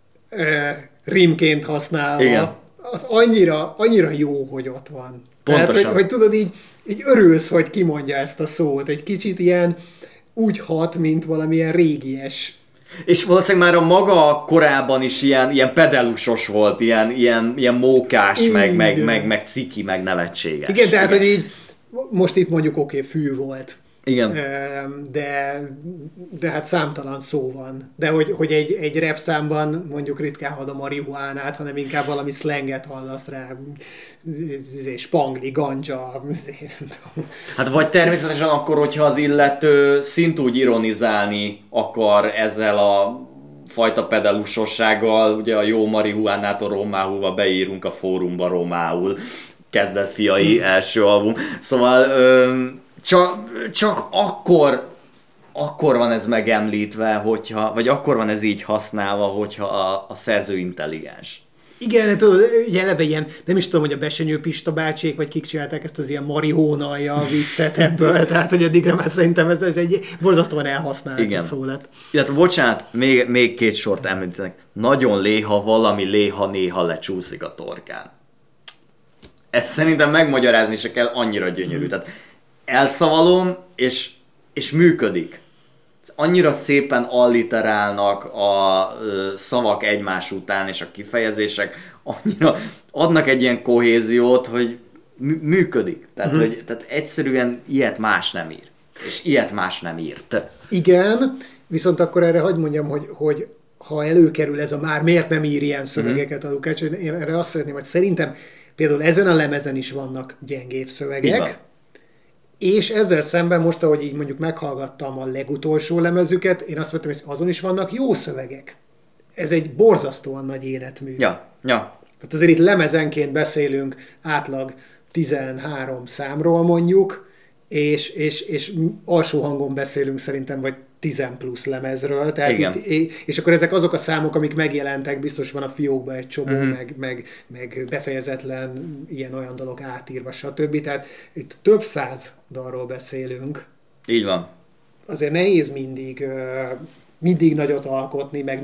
rímként használva, igen. Az annyira jó, hogy ott van. Pontosan. Tehát, hogy tudod, így örülsz, hogy kimondja ezt a szót. Egy kicsit ilyen úgy hat, mint valamilyen régies. És valószínűleg már a maga korában is ilyen pedelusos volt, ilyen mókás, meg ciki, meg nevetséges. Igen, tehát, hogy így most itt mondjuk fű volt. Igen. De hát számtalan szó van. De hogy egy rap számban mondjuk ritkán hallod a marihuánát, hanem inkább valami szlenget hallasz rá. Spangli, ganja, nem tudom. Hát vagy természetesen akkor, hogyha az illető szintúgy ironizálni akar ezzel a fajta pedelusossággal, ugye a jó marihuánától romáhúva beírunk a fórumba romául. Kezdett fiai első album. Szóval... Csak akkor van ez megemlítve, vagy akkor van ez így használva, hogyha a szerző intelligens. Igen, tudod, ugye eleve ilyen, nem is tudom, hogy a Besenyő Pista bácsék, vagy kik csinálták ezt az ilyen marihónalja viccet ebből, tehát hogy addigra már szerintem ez egy borzasztóan elhasznált szó lett. Illetve bocsánat, még két sort említenek. Nagyon léha valami léha néha lecsúszik a torkán. Ezt szerintem megmagyarázni se kell, annyira gyönyörű. Tehát elszavalom, és működik. Annyira szépen alliterálnak a szavak egymás után, és a kifejezések annyira adnak egy ilyen kohéziót, hogy működik. Tehát egyszerűen ilyet más nem ír. És ilyet más nem írt. Igen, viszont akkor erre hagyd mondjam, hogy ha előkerül ez a már miért nem ír ilyen szövegeket a Lukács, én erre azt szeretném, hogy szerintem például ezen a lemezen is vannak gyengébb szövegek, és ezzel szemben most, ahogy így mondjuk meghallgattam a legutolsó lemezüket, én azt vettem, hogy azon is vannak jó szövegek. Ez egy borzasztóan nagy életmű. Ja. Tehát azért itt lemezenként beszélünk átlag 13 számról mondjuk, és alsó hangon beszélünk szerintem, vagy 10 plusz lemezről. Tehát és akkor ezek azok a számok, amik megjelentek, biztos van a fiókban egy csomó, meg befejezetlen ilyen-olyan dolog átírva, stb. Tehát itt több száz dalról beszélünk. Így van. Azért nehéz mindig nagyot alkotni, meg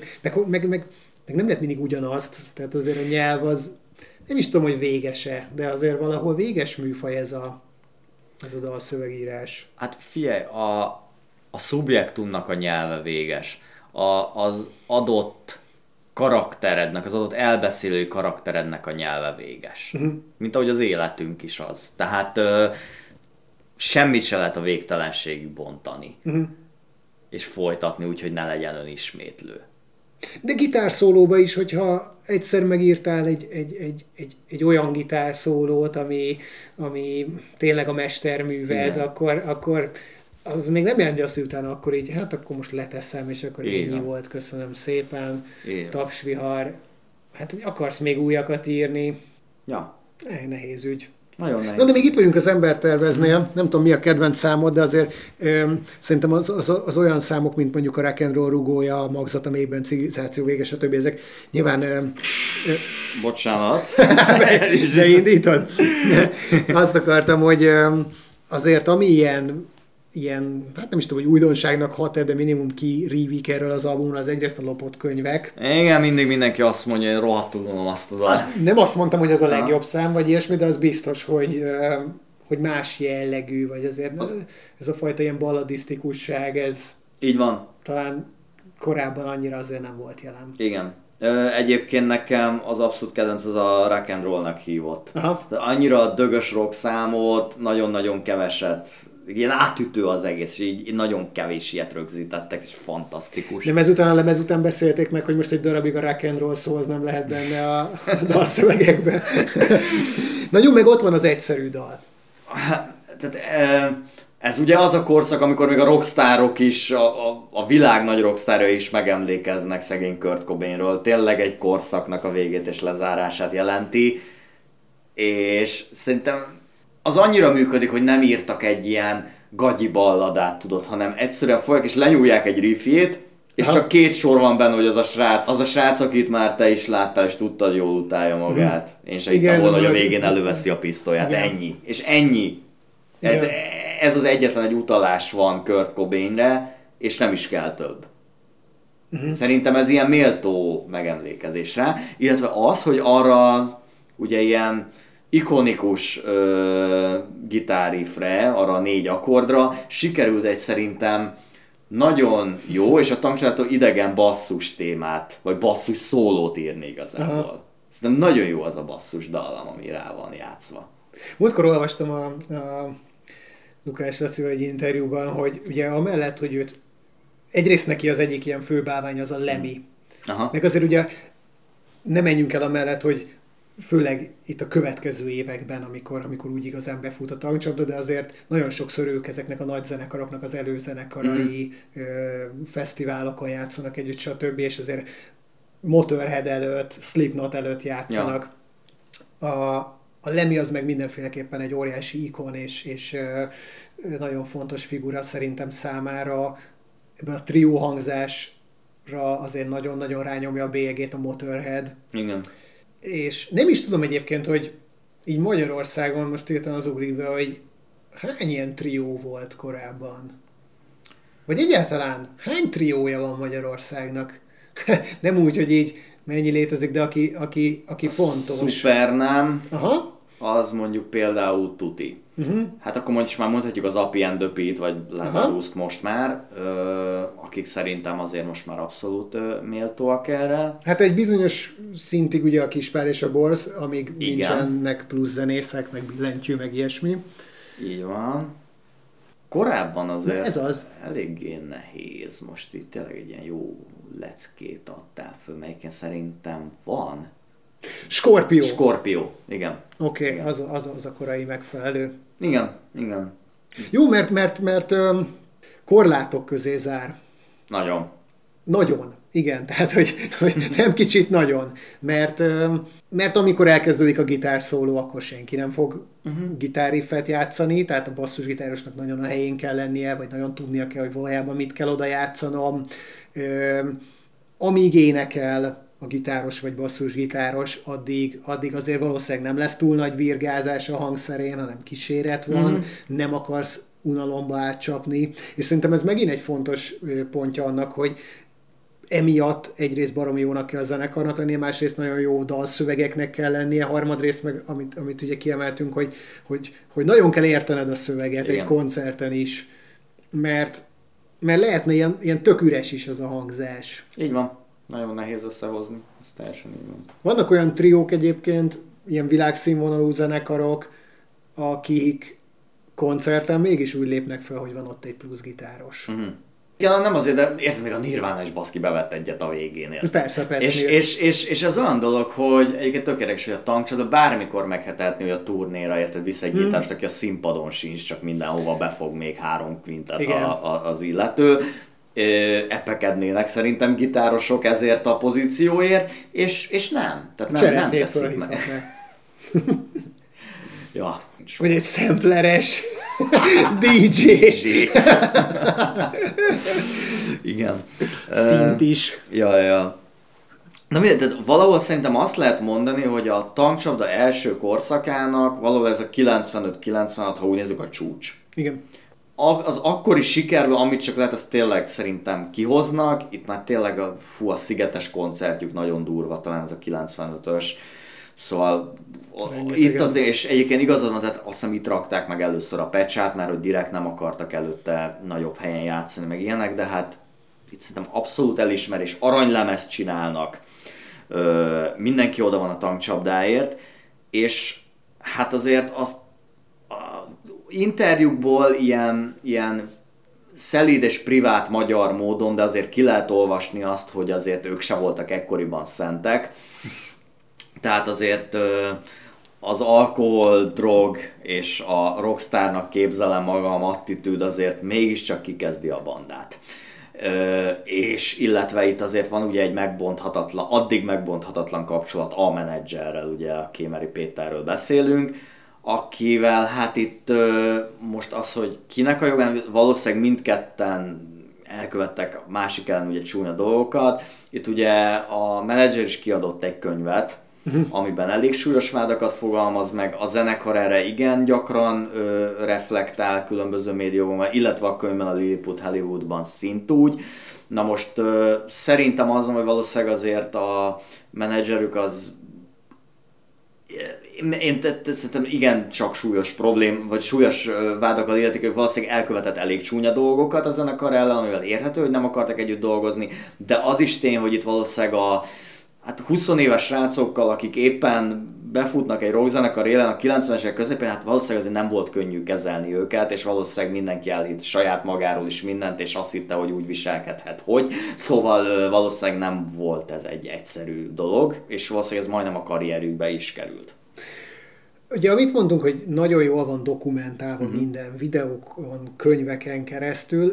nem lehet mindig ugyanazt. Tehát azért a nyelv az, nem is tudom, hogy véges-e, de azért valahol véges műfaj ez a dalszövegírás. Hát figyelj, a szubjektumnak a nyelve véges. Az adott karakterednek, az adott elbeszélő karakterednek a nyelve véges. Mint ahogy az életünk is az. Tehát semmit se lehet a végtelenségig bontani. És folytatni úgy, hogy ne legyen önismétlő. De gitárszólóba is, hogyha egyszer megírtál egy olyan gitárszólót, ami tényleg a mesterműved, akkor az még nem jelenti azt, hogy utána akkor így, hát akkor most leteszem, és akkor ennyi volt, köszönöm szépen, tapsvihar. Hát, hogy akarsz még újakat írni? Ja. Nehéz ügy. Nagyon nehéz. Na, de még itt vagyunk az Emberterveznél, nem tudom mi a kedvenc számod, de azért szerintem az olyan számok, mint mondjuk a Rock and Roll rugója, a Magzat, a mélyben civilizáció vége, stb. Ezek nyilván... Bocsánat. De indítod? Azt akartam, hogy azért ami ilyen, hát nem is tudom, hogy újdonságnak hat, de minimum kirívik erről az albumról, az egyrészt a lopott könyvek. Igen, mindig mindenki azt mondja, hogy rohadtul tudom azt az nem azt mondtam, hogy az a legjobb szám, vagy ilyesmi, de az biztos, hogy más jellegű, vagy azért ez a fajta ilyen balladisztikusság, ez... Így van. Talán korábban annyira azért nem volt jelen. Igen. Egyébként nekem az abszolút kedvenc az a Rock and Roll-nak hívott. Aha. Annyira dögös rock számot, nagyon-nagyon keveset, ilyen átütő az egész, és így nagyon kevés ilyet rögzítettek, és fantasztikus. Nem ezután a lemez után beszélték meg, hogy most egy darabig a rock and roll szó az nem lehet benne a dalszövegekben. Na jó, meg ott van az egyszerű dal. Tehát, ez ugye az a korszak, amikor még a rockstárok is, a világ nagy rockstárjai is megemlékeznek szegény Kurt Cobainről. Tényleg egy korszaknak a végét és lezárását jelenti. És szerintem az annyira működik, hogy nem írtak egy ilyen gagyi balladát, tudod, hanem egyszerűen folyik és lenyúlják egy riffjét, és csak két sor van benne, hogy az a srác, akit már te is láttál, és tudtad, jól utálja magát. Én se hittem volna, hogy a végén előveszi a pisztolyát. Igen. Ennyi. És ennyi. Ez az egyetlen egy utalás van Kurt Cobainre, és nem is kell több. Szerintem ez ilyen méltó megemlékezésre, illetve az, hogy arra ugye ilyen ikonikus gitárriffre, arra a 4 akkordra sikerült egy szerintem nagyon jó, és a tankcsától idegen basszus témát, vagy basszus szólót írni igazából. Aha. Szerintem nagyon jó az a basszus dallam, ami rá van játszva. Múltkor olvastam a Lukács Lacival egy interjúban, hogy ugye amellett, hogy őt egyrészt neki az egyik ilyen főbálvány az a Lemmy. Aha. Meg azért ugye nem menjünk el amellett, hogy főleg itt a következő években, amikor úgy igazán befut a tankcsapda, de azért nagyon sokszor ők ezeknek a nagy zenekaroknak az előzenekarai fesztiválokon játszanak együtt, stb. És azért Motorhead előtt, Slipknot előtt játszanak. A Lemmy az meg mindenféleképpen egy óriási ikon, és nagyon fontos figura szerintem számára. Ebben a trió hangzásra azért nagyon-nagyon rányomja a bélyegét a Motorhead. Igen. És nem is tudom egyébként, hogy így Magyarországon most írtam az ugrik be, hogy hány ilyen trió volt korábban? Vagy egyáltalán hány triója van Magyarországnak? Nem úgy, hogy így mennyi létezik, de aki fontos. Supernám. Aha. az mondjuk például tuti. Hát akkor most már mondhatjuk az Appy and the Pete, vagy Lazarus-t most már, akik szerintem azért most már abszolút méltóak erre. Hát egy bizonyos szintig ugye a Kispál és a Borz, amíg nincsenek plusz zenészek, meg billentyű, meg ilyesmi. Így van. Korábban azért ez az. Eléggé nehéz. Most itt tényleg egy ilyen jó leckét adtál föl, melyiken szerintem van. Scorpio, igen. Oké, az a korai megfelelő. Igen. Jó, mert korlátok közé zár. Nagyon, igen, tehát hogy nem kicsit nagyon, mert amikor elkezdődik a gitárszóló, akkor senki nem fog gitárriffet játszani, tehát a basszusgitárosnak nagyon a helyén kell lennie, vagy nagyon tudnia kell, hogy valójában mit kell oda játszanom. Amíg énekel a gitáros vagy basszusgitáros, addig azért valószínűleg nem lesz túl nagy virgázás a hangszerén, hanem kíséret van, nem akarsz unalomba átcsapni, és szerintem ez megint egy fontos pontja annak, hogy emiatt egyrészt baromi jónak kell a zenekarnak lennie, másrészt nagyon jó dalszövegeknek kell lennie, harmadrészt meg, amit ugye kiemeltünk, hogy nagyon kell értened a szöveget egy koncerten is, mert lehetne ilyen tök üres is az a hangzás. Így van. Nagyon nehéz összehozni, ez teljesen így van. Vannak olyan triók egyébként, ilyen világszínvonalú zenekarok, akik koncerten mégis úgy lépnek fel, hogy van ott egy plusz gitáros. Ja, nem azért, de érted, még a Nirvana is baszki bevett egyet a végén. Persze. És ez olyan dolog, hogy egyébként tök érdekes, hogy a tankcsoda bármikor meghetetni, hogy a turnéra érted vissza egy gitárost, aki a színpadon sincs, csak mindenhova befog még 3 kvintet az illető. Epekednének szerintem gitárosok ezért a pozícióért, és nem. Tehát nem teszik meg. Ja. Vagy egy sampleres DJ. Igen. Szint is. Ja. Na mindegy, tehát valahol szerintem azt lehet mondani, hogy a tankcsapda első korszakának valahol ez a 95-96, ha úgy nézzük, a csúcs. Igen. Az akkori sikerből, amit csak lehet, azt tényleg szerintem kihoznak. Itt már tényleg a szigetes koncertjük nagyon durva, talán ez a 95-ös. Szóval itt azért, és egyébként igazad van, tehát azt hiszem itt rakták meg először a pecsát, mert hogy direkt nem akartak előtte nagyobb helyen játszani, meg ilyenek, de hát itt szerintem abszolút elismerés, aranylemezt csinálnak. Mindenki oda van a tankcsapdáért, és hát azért azt interjúkból ilyen szelíd és privát magyar módon, de azért ki lehet olvasni azt, hogy azért ők se voltak ekkoriban szentek. Tehát azért az alkohol, drog és a rockstárnak képzelem magam attitűd azért mégiscsak kikezdi a bandát. És illetve itt azért van ugye egy addig megbonthatatlan kapcsolat a menedzserrel, ugye a Kémeri Péterről beszélünk, akivel hát itt most az, hogy kinek a jogán, valószínűleg mindketten elkövettek másik ellen ugye csúnya dolgokat. Itt ugye a menedzser is kiadott egy könyvet, amiben elég súlyos vádakat fogalmaz meg, a zenekar erre igen gyakran reflektál különböző médiumban, illetve a könyvben a Lilliput Hollywoodban szintúgy. Na most szerintem azon, hogy valószínűleg azért a menedzserük az én szerintem igen csak súlyos vagy súlyos vádakkal illetik, ők valószínűleg elkövetett elég csúnya dolgokat a zenekar ellen, amivel érthető, hogy nem akartak együtt dolgozni, de az is tény, hogy itt valószínűleg a 20 éves srácokkal, akik éppen befutnak egy rockzenekar élen a 90-esek közepén, hát valószínűleg azért nem volt könnyű kezelni őket, és valószínűleg mindenki elhitt saját magáról is mindent, és azt hitte, hogy úgy viselkedhet, hogy. Szóval valószínűleg nem volt ez egy egyszerű dolog, és valószínűleg ez majdnem a karrierükbe is került. Ugye, amit mondunk, hogy nagyon jól van dokumentálva minden videókon, könyveken keresztül,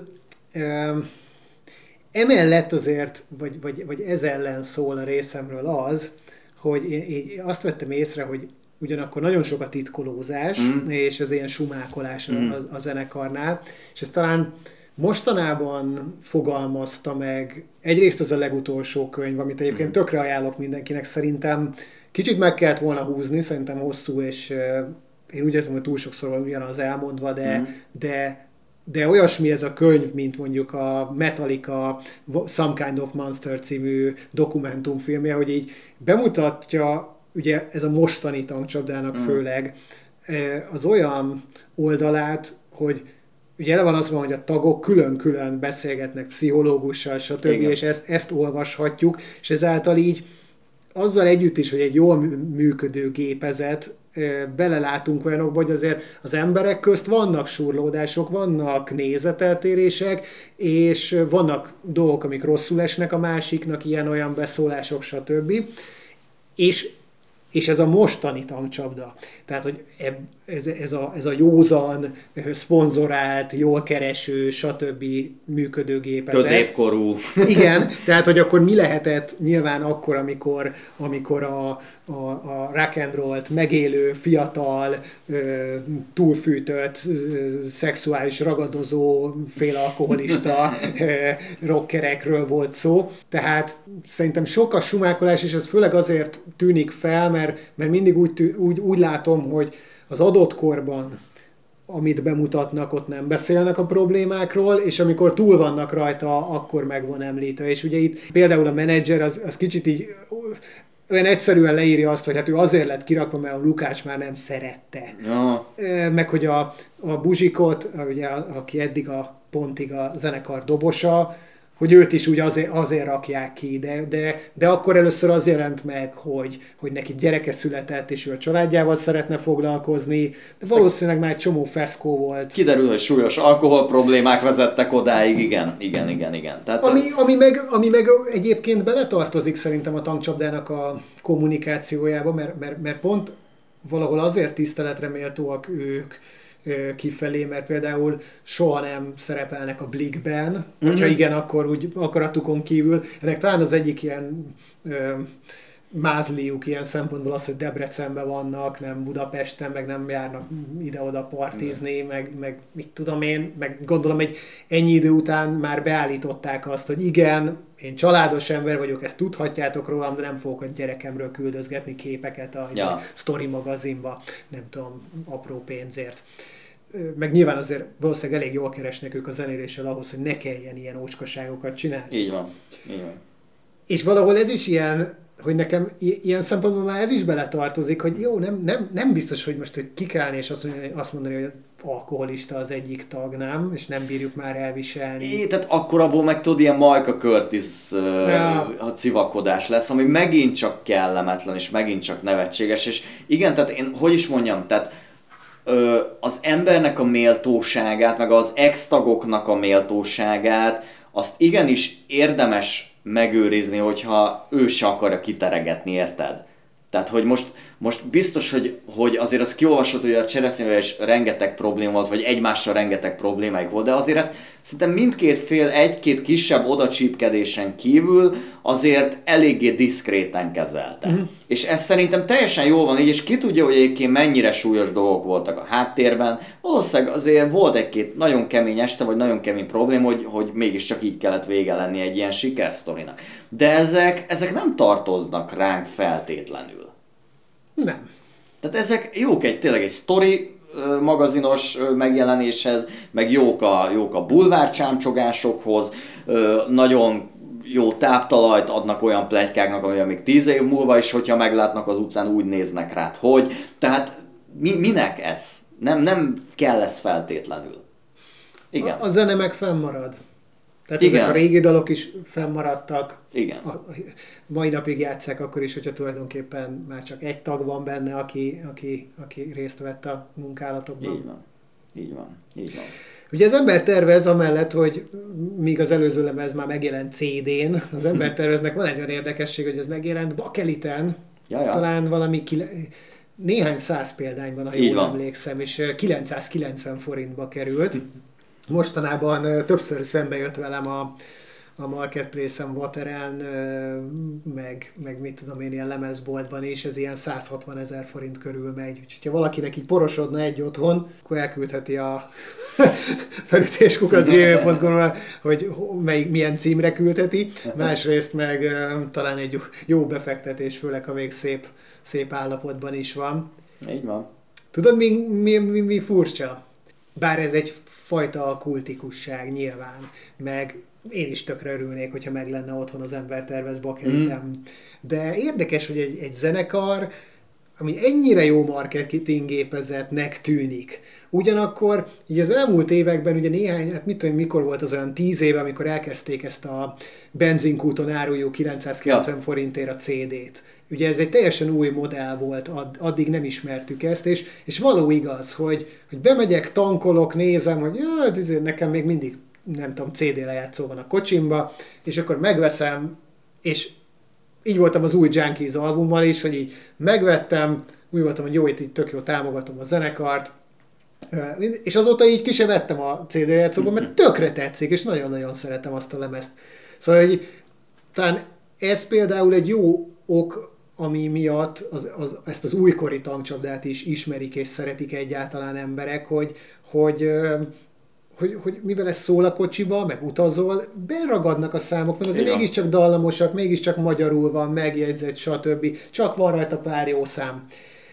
emellett azért, vagy ez ellen szól a részemről az, hogy én azt vettem észre, hogy ugyanakkor nagyon sok a titkolózás, és ez ilyen sumákolás a zenekarnál, és ez talán mostanában fogalmazta meg, egyrészt az a legutolsó könyv, amit egyébként tökre ajánlok mindenkinek, szerintem kicsit meg kellett volna húzni, szerintem hosszú, és én úgy érzem, hogy túl sokszor van ugyanaz elmondva, de olyasmi ez a könyv, mint mondjuk a Metallica Some Kind of Monster című dokumentumfilmje, hogy így bemutatja ugye ez a mostani tankcsapdának főleg az olyan oldalát, hogy ugye ele van az van, hogy a tagok külön-külön beszélgetnek pszichológussal, stb. Igen. És ezt olvashatjuk, és ezáltal így azzal együtt is, hogy egy jól működő gépezet, belelátunk olyanokba, hogy azért az emberek közt vannak surlódások, vannak nézeteltérések, és vannak dolgok, amik rosszul esnek a másiknak, ilyen-olyan beszólások, stb. És ez a mostani tankcsapda. Tehát, hogy ez a józan, szponzorált, jól kereső, stb. Működő gépezet. Középkorú. Igen, tehát, hogy akkor mi lehetett nyilván akkor, amikor a rock and roll-t megélő, fiatal, túlfűtött, szexuális ragadozó, félalkoholista rockerekről volt szó. Tehát szerintem sok a sumákolás, és ez főleg azért tűnik fel, mert mindig úgy látom, hogy az adott korban, amit bemutatnak, ott nem beszélnek a problémákról, és amikor túl vannak rajta, akkor meg van említve. És ugye itt például a menedzser az kicsit így olyan egyszerűen leírja azt, hogy hát ő azért lett kirakva, mert a Lukács már nem szerette. Ja. Meg hogy a Buzsikot, ugye, aki eddig pontig a zenekar dobosa, hogy őt is úgy azért rakják ki, de akkor először az jelent meg, hogy neki gyereke született, és ő a családjával szeretne foglalkozni, de valószínűleg már egy csomó feszkó volt. Kiderül, hogy súlyos alkohol problémák vezettek odáig, igen. Tehát ami meg egyébként beletartozik szerintem a tankcsapdának a kommunikációjába, mert pont valahol azért tiszteletre méltóak ők kifelé, mert például soha nem szerepelnek a Blikben, hogyha igen, akkor úgy akaratukon kívül. Ennek talán az egyik ilyen mázliuk ilyen szempontból az, hogy Debrecenben vannak, nem Budapesten, meg nem járnak ide-oda partizni, meg mit tudom én, meg gondolom, hogy ennyi idő után már beállították azt, hogy igen, én családos ember vagyok, ezt tudhatjátok rólam, de nem fogok a gyerekemről küldözgetni képeket a Story magazinba, nem tudom, apró pénzért. Meg nyilván azért valószínűleg elég jól keresnek ők a zenéléssel ahhoz, hogy ne kelljen ilyen ócskaságokat csinálni. Így van. És valahol ez is ilyen, hogy nekem ilyen szempontból már ez is beletartozik, hogy jó, nem biztos, hogy most hogy kikelni és azt mondani, hogy alkoholista az egyik tag, nem? És nem bírjuk már elviselni. Tehát akkor abból meg tudod, ilyen Majka Curtis a civakodás lesz, ami megint csak kellemetlen, és megint csak nevetséges, és igen, tehát én, hogy is mondjam, tehát az embernek a méltóságát, meg az ex-tagoknak a méltóságát, azt igenis érdemes megőrizni, hogyha ő se akarja kiteregetni, érted? Tehát, hogy most biztos, hogy azért azt kiolvasod, hogy a Cseresznyével is rengeteg probléma volt, vagy egymással rengeteg problémáik volt, de azért ezt szerintem mindkét fél egy-két kisebb odacsípkedésen kívül azért eléggé diszkréten kezelte. Mm. És ez szerintem teljesen jól van így, és ki tudja, hogy egyébként mennyire súlyos dolgok voltak a háttérben. Valószínűleg azért volt egy-két nagyon kemény este, vagy nagyon kemény probléma, hogy mégiscsak így kellett vége lenni egy ilyen sikersztorinak. De ezek nem tartoznak ránk feltétlenül. Nem. Tehát ezek jók tényleg egy sztori magazinos megjelenéshez, meg jók a bulvárcsámcsogásokhoz, nagyon jó táptalajt adnak olyan pletykáknak, amilyen még 10 év múlva is, hogyha meglátnak az utcán, úgy néznek rád, hogy. Tehát minek ez? Nem kell ez feltétlenül. Igen. A zene meg fennmarad. Tehát igen. Ezek a régi dalok is fennmaradtak. Igen. Mai napig játsszák akkor is, hogyha tulajdonképpen már csak egy tag van benne, aki részt vett a munkálatokban. Így van. Ugye az ember tervez amellett, hogy míg az előző lemez már megjelent CD-n, az ember terveznek van egy olyan érdekesség, hogy ez megjelent bakeliten, talán valami néhány száz példányban, ha jól emlékszem, és 990 forintba került. Mostanában többször szembe jött velem a Marketplace-en, Wateren, meg mit tudom én, ilyen lemezboltban is, ez ilyen 160 000 forint körül megy. Úgyhogy ha valakinek így porosodna egy otthon, akkor elküldheti a felütéskukacgmail.com-ra, hogy milyen címre küldheti. Másrészt meg talán egy jó befektetés, főleg ha még szép állapotban is van. Így van. Tudod, mi furcsa? Bár ez egy fajta kultikusság nyilván, meg én is tökre örülnék, hogyha meg lenne otthon az Ember Tervez bakelitem. De érdekes, hogy egy zenekar, ami ennyire jó marketinggépezetnek tűnik. Ugyanakkor így az elmúlt években ugye néhány, hát mit tudom, mikor volt az olyan 10 éve, amikor elkezdték ezt a benzinkúton áruljuk 990 forintért a CD-t. Ugye ez egy teljesen új modell volt, addig nem ismertük ezt, és való igaz, hogy bemegyek, tankolok, nézem, hogy nekem még mindig, nem tudom, CD lejátszó van a kocsimba, és akkor megveszem, és így voltam az új Junkies albummal is, hogy így megvettem, úgy voltam, hogy jó, itt tök jó, támogatom a zenekart, és azóta így ki sem vettem a CD lejátszóban, mert tökre tetszik, és nagyon-nagyon szeretem azt a lemezt. Szóval, hogy talán ez például egy jó ok, ami miatt ezt az újkori tankcsapdát is ismerik és szeretik egyáltalán emberek, hogy mivel ez szól a kocsiba, meg utazol, beragadnak a számok, mert azért mégiscsak dallamosak, mégiscsak magyarul van, megjegyzett, stb. Csak van rajta pár jó szám.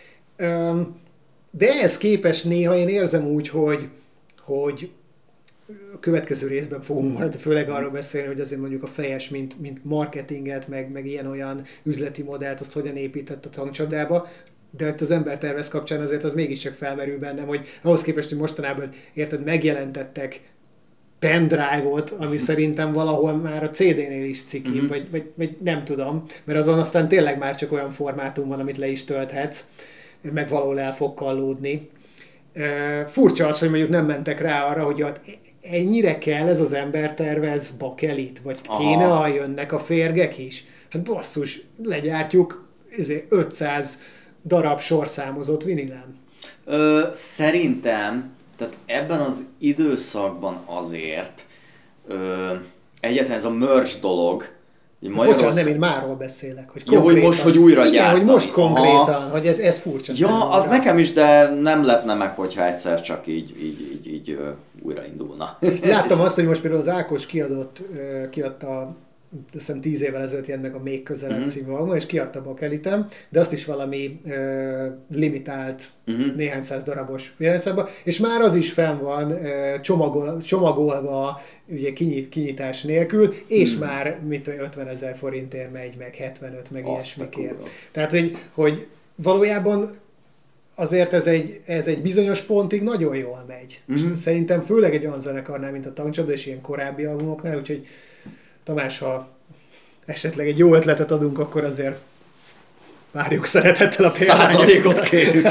De ehhez képest néha én érzem úgy, hogy a következő részben fogunk majd főleg arról beszélni, hogy azért mondjuk a fejes, mint marketinget, meg ilyen-olyan üzleti modellt, azt hogyan épített a tankcsapdába, de hát az Ember Tervez kapcsán azért az mégiscsak felmerül bennem, hogy ahhoz képest, hogy mostanában érted, megjelentettek pendrive-ot, ami szerintem valahol már a CD-nél is ciki, vagy nem tudom, mert azon aztán tényleg már csak olyan formátum van, amit le is tölthetsz, meg valahol el fog kallódni. Furcsa az, hogy mondjuk nem mentek rá arra, hogy ennyire kell ez az Ember Tervez bakelit, vagy kéne, ha jönnek a férgek is? Hát basszus, legyártjuk 500 darab sorszámozott vinilen. Szerintem, tehát ebben az időszakban azért egyáltalán ez a merch dolog, Bocsánat, nem, én márról beszélek, hogy konkrétan. Hogy most, hogy újra igen, gyártani. Hogy most konkrétan, hogy ez furcsa. Ja, az nekem is, de nem lepne meg, hogyha egyszer csak így újraindulna. Láttam azt, hogy most például az Ákos kiadta, azt hiszem 10 évvel ezelőtt jelent meg a Még közelebb című album, és kiadta a bakelitem, de azt is valami limitált néhány száz darabos jelentszámba, és már az is fenn van csomagolva ugye kinyitás nélkül, és már 50 000 forintért megy, meg 75, meg ilyesmikért. Tehát, hogy valójában azért ez egy bizonyos pontig nagyon jól megy. És szerintem főleg egy olyan zenekarnál, mint a Tankcsapda, és ilyen korábbi albumoknál, úgyhogy Tamás, ha esetleg egy jó ötletet adunk, akkor azért várjuk szeretettel a példányot. 100%-ot kérjük.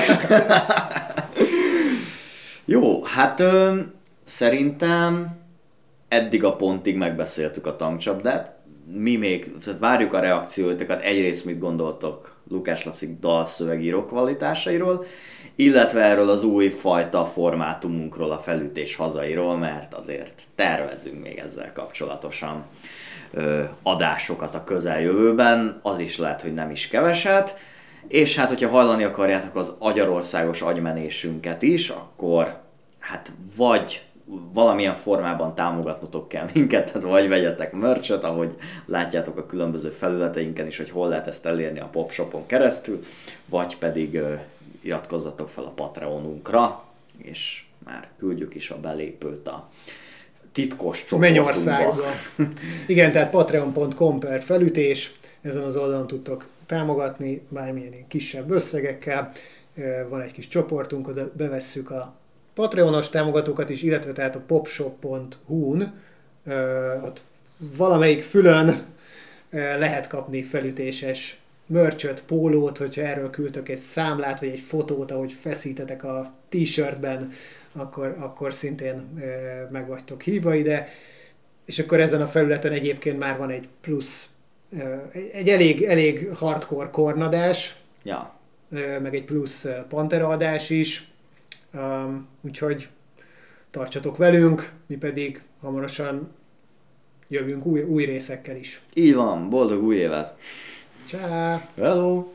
Jó, hát szerintem eddig a pontig megbeszéltük a tankcsapdát. Mi még várjuk a reakcióitokat, egyrészt mit gondoltok Lukács Laci dalszövegíró kvalitásairól, illetve erről az új fajta formátumunkról, a felütés hazairól, mert azért tervezünk még ezzel kapcsolatosan adásokat a közeljövőben, az is lehet, hogy nem is keveset, és hát, hogyha hallani akarjátok az agyarországos agymenésünket is, akkor hát vagy valamilyen formában támogatnotok kell minket, tehát vagy vegyetek merch-et, ahogy látjátok a különböző felületeinken is, hogy hol lehet ezt elérni a Popshopon keresztül, vagy pedig iratkozzatok fel a Patreonunkra, és már küldjük is a belépőt a titkos csoportunkba. Mennyországba. Igen, tehát patreon.com/felütés, ezen az oldalon tudtok támogatni bármilyen kisebb összegekkel. Van egy kis csoportunk, oda bevesszük a Patreonos támogatókat is, illetve tehát a popshop.hu-n ott valamelyik fülön lehet kapni felütéses merch-öt, pólót, hogyha erről küldtök egy számlát, vagy egy fotót, ahogy feszítetek a t-shirtben, akkor szintén meg vagytok hívva ide. És akkor ezen a felületen egyébként már van egy plusz, egy elég hardcore kornadás, ja. Meg egy plusz Pantera adás is, úgyhogy tartsatok velünk, mi pedig hamarosan jövünk új részekkel is. Így van, boldog új évet! Ciao. Hello!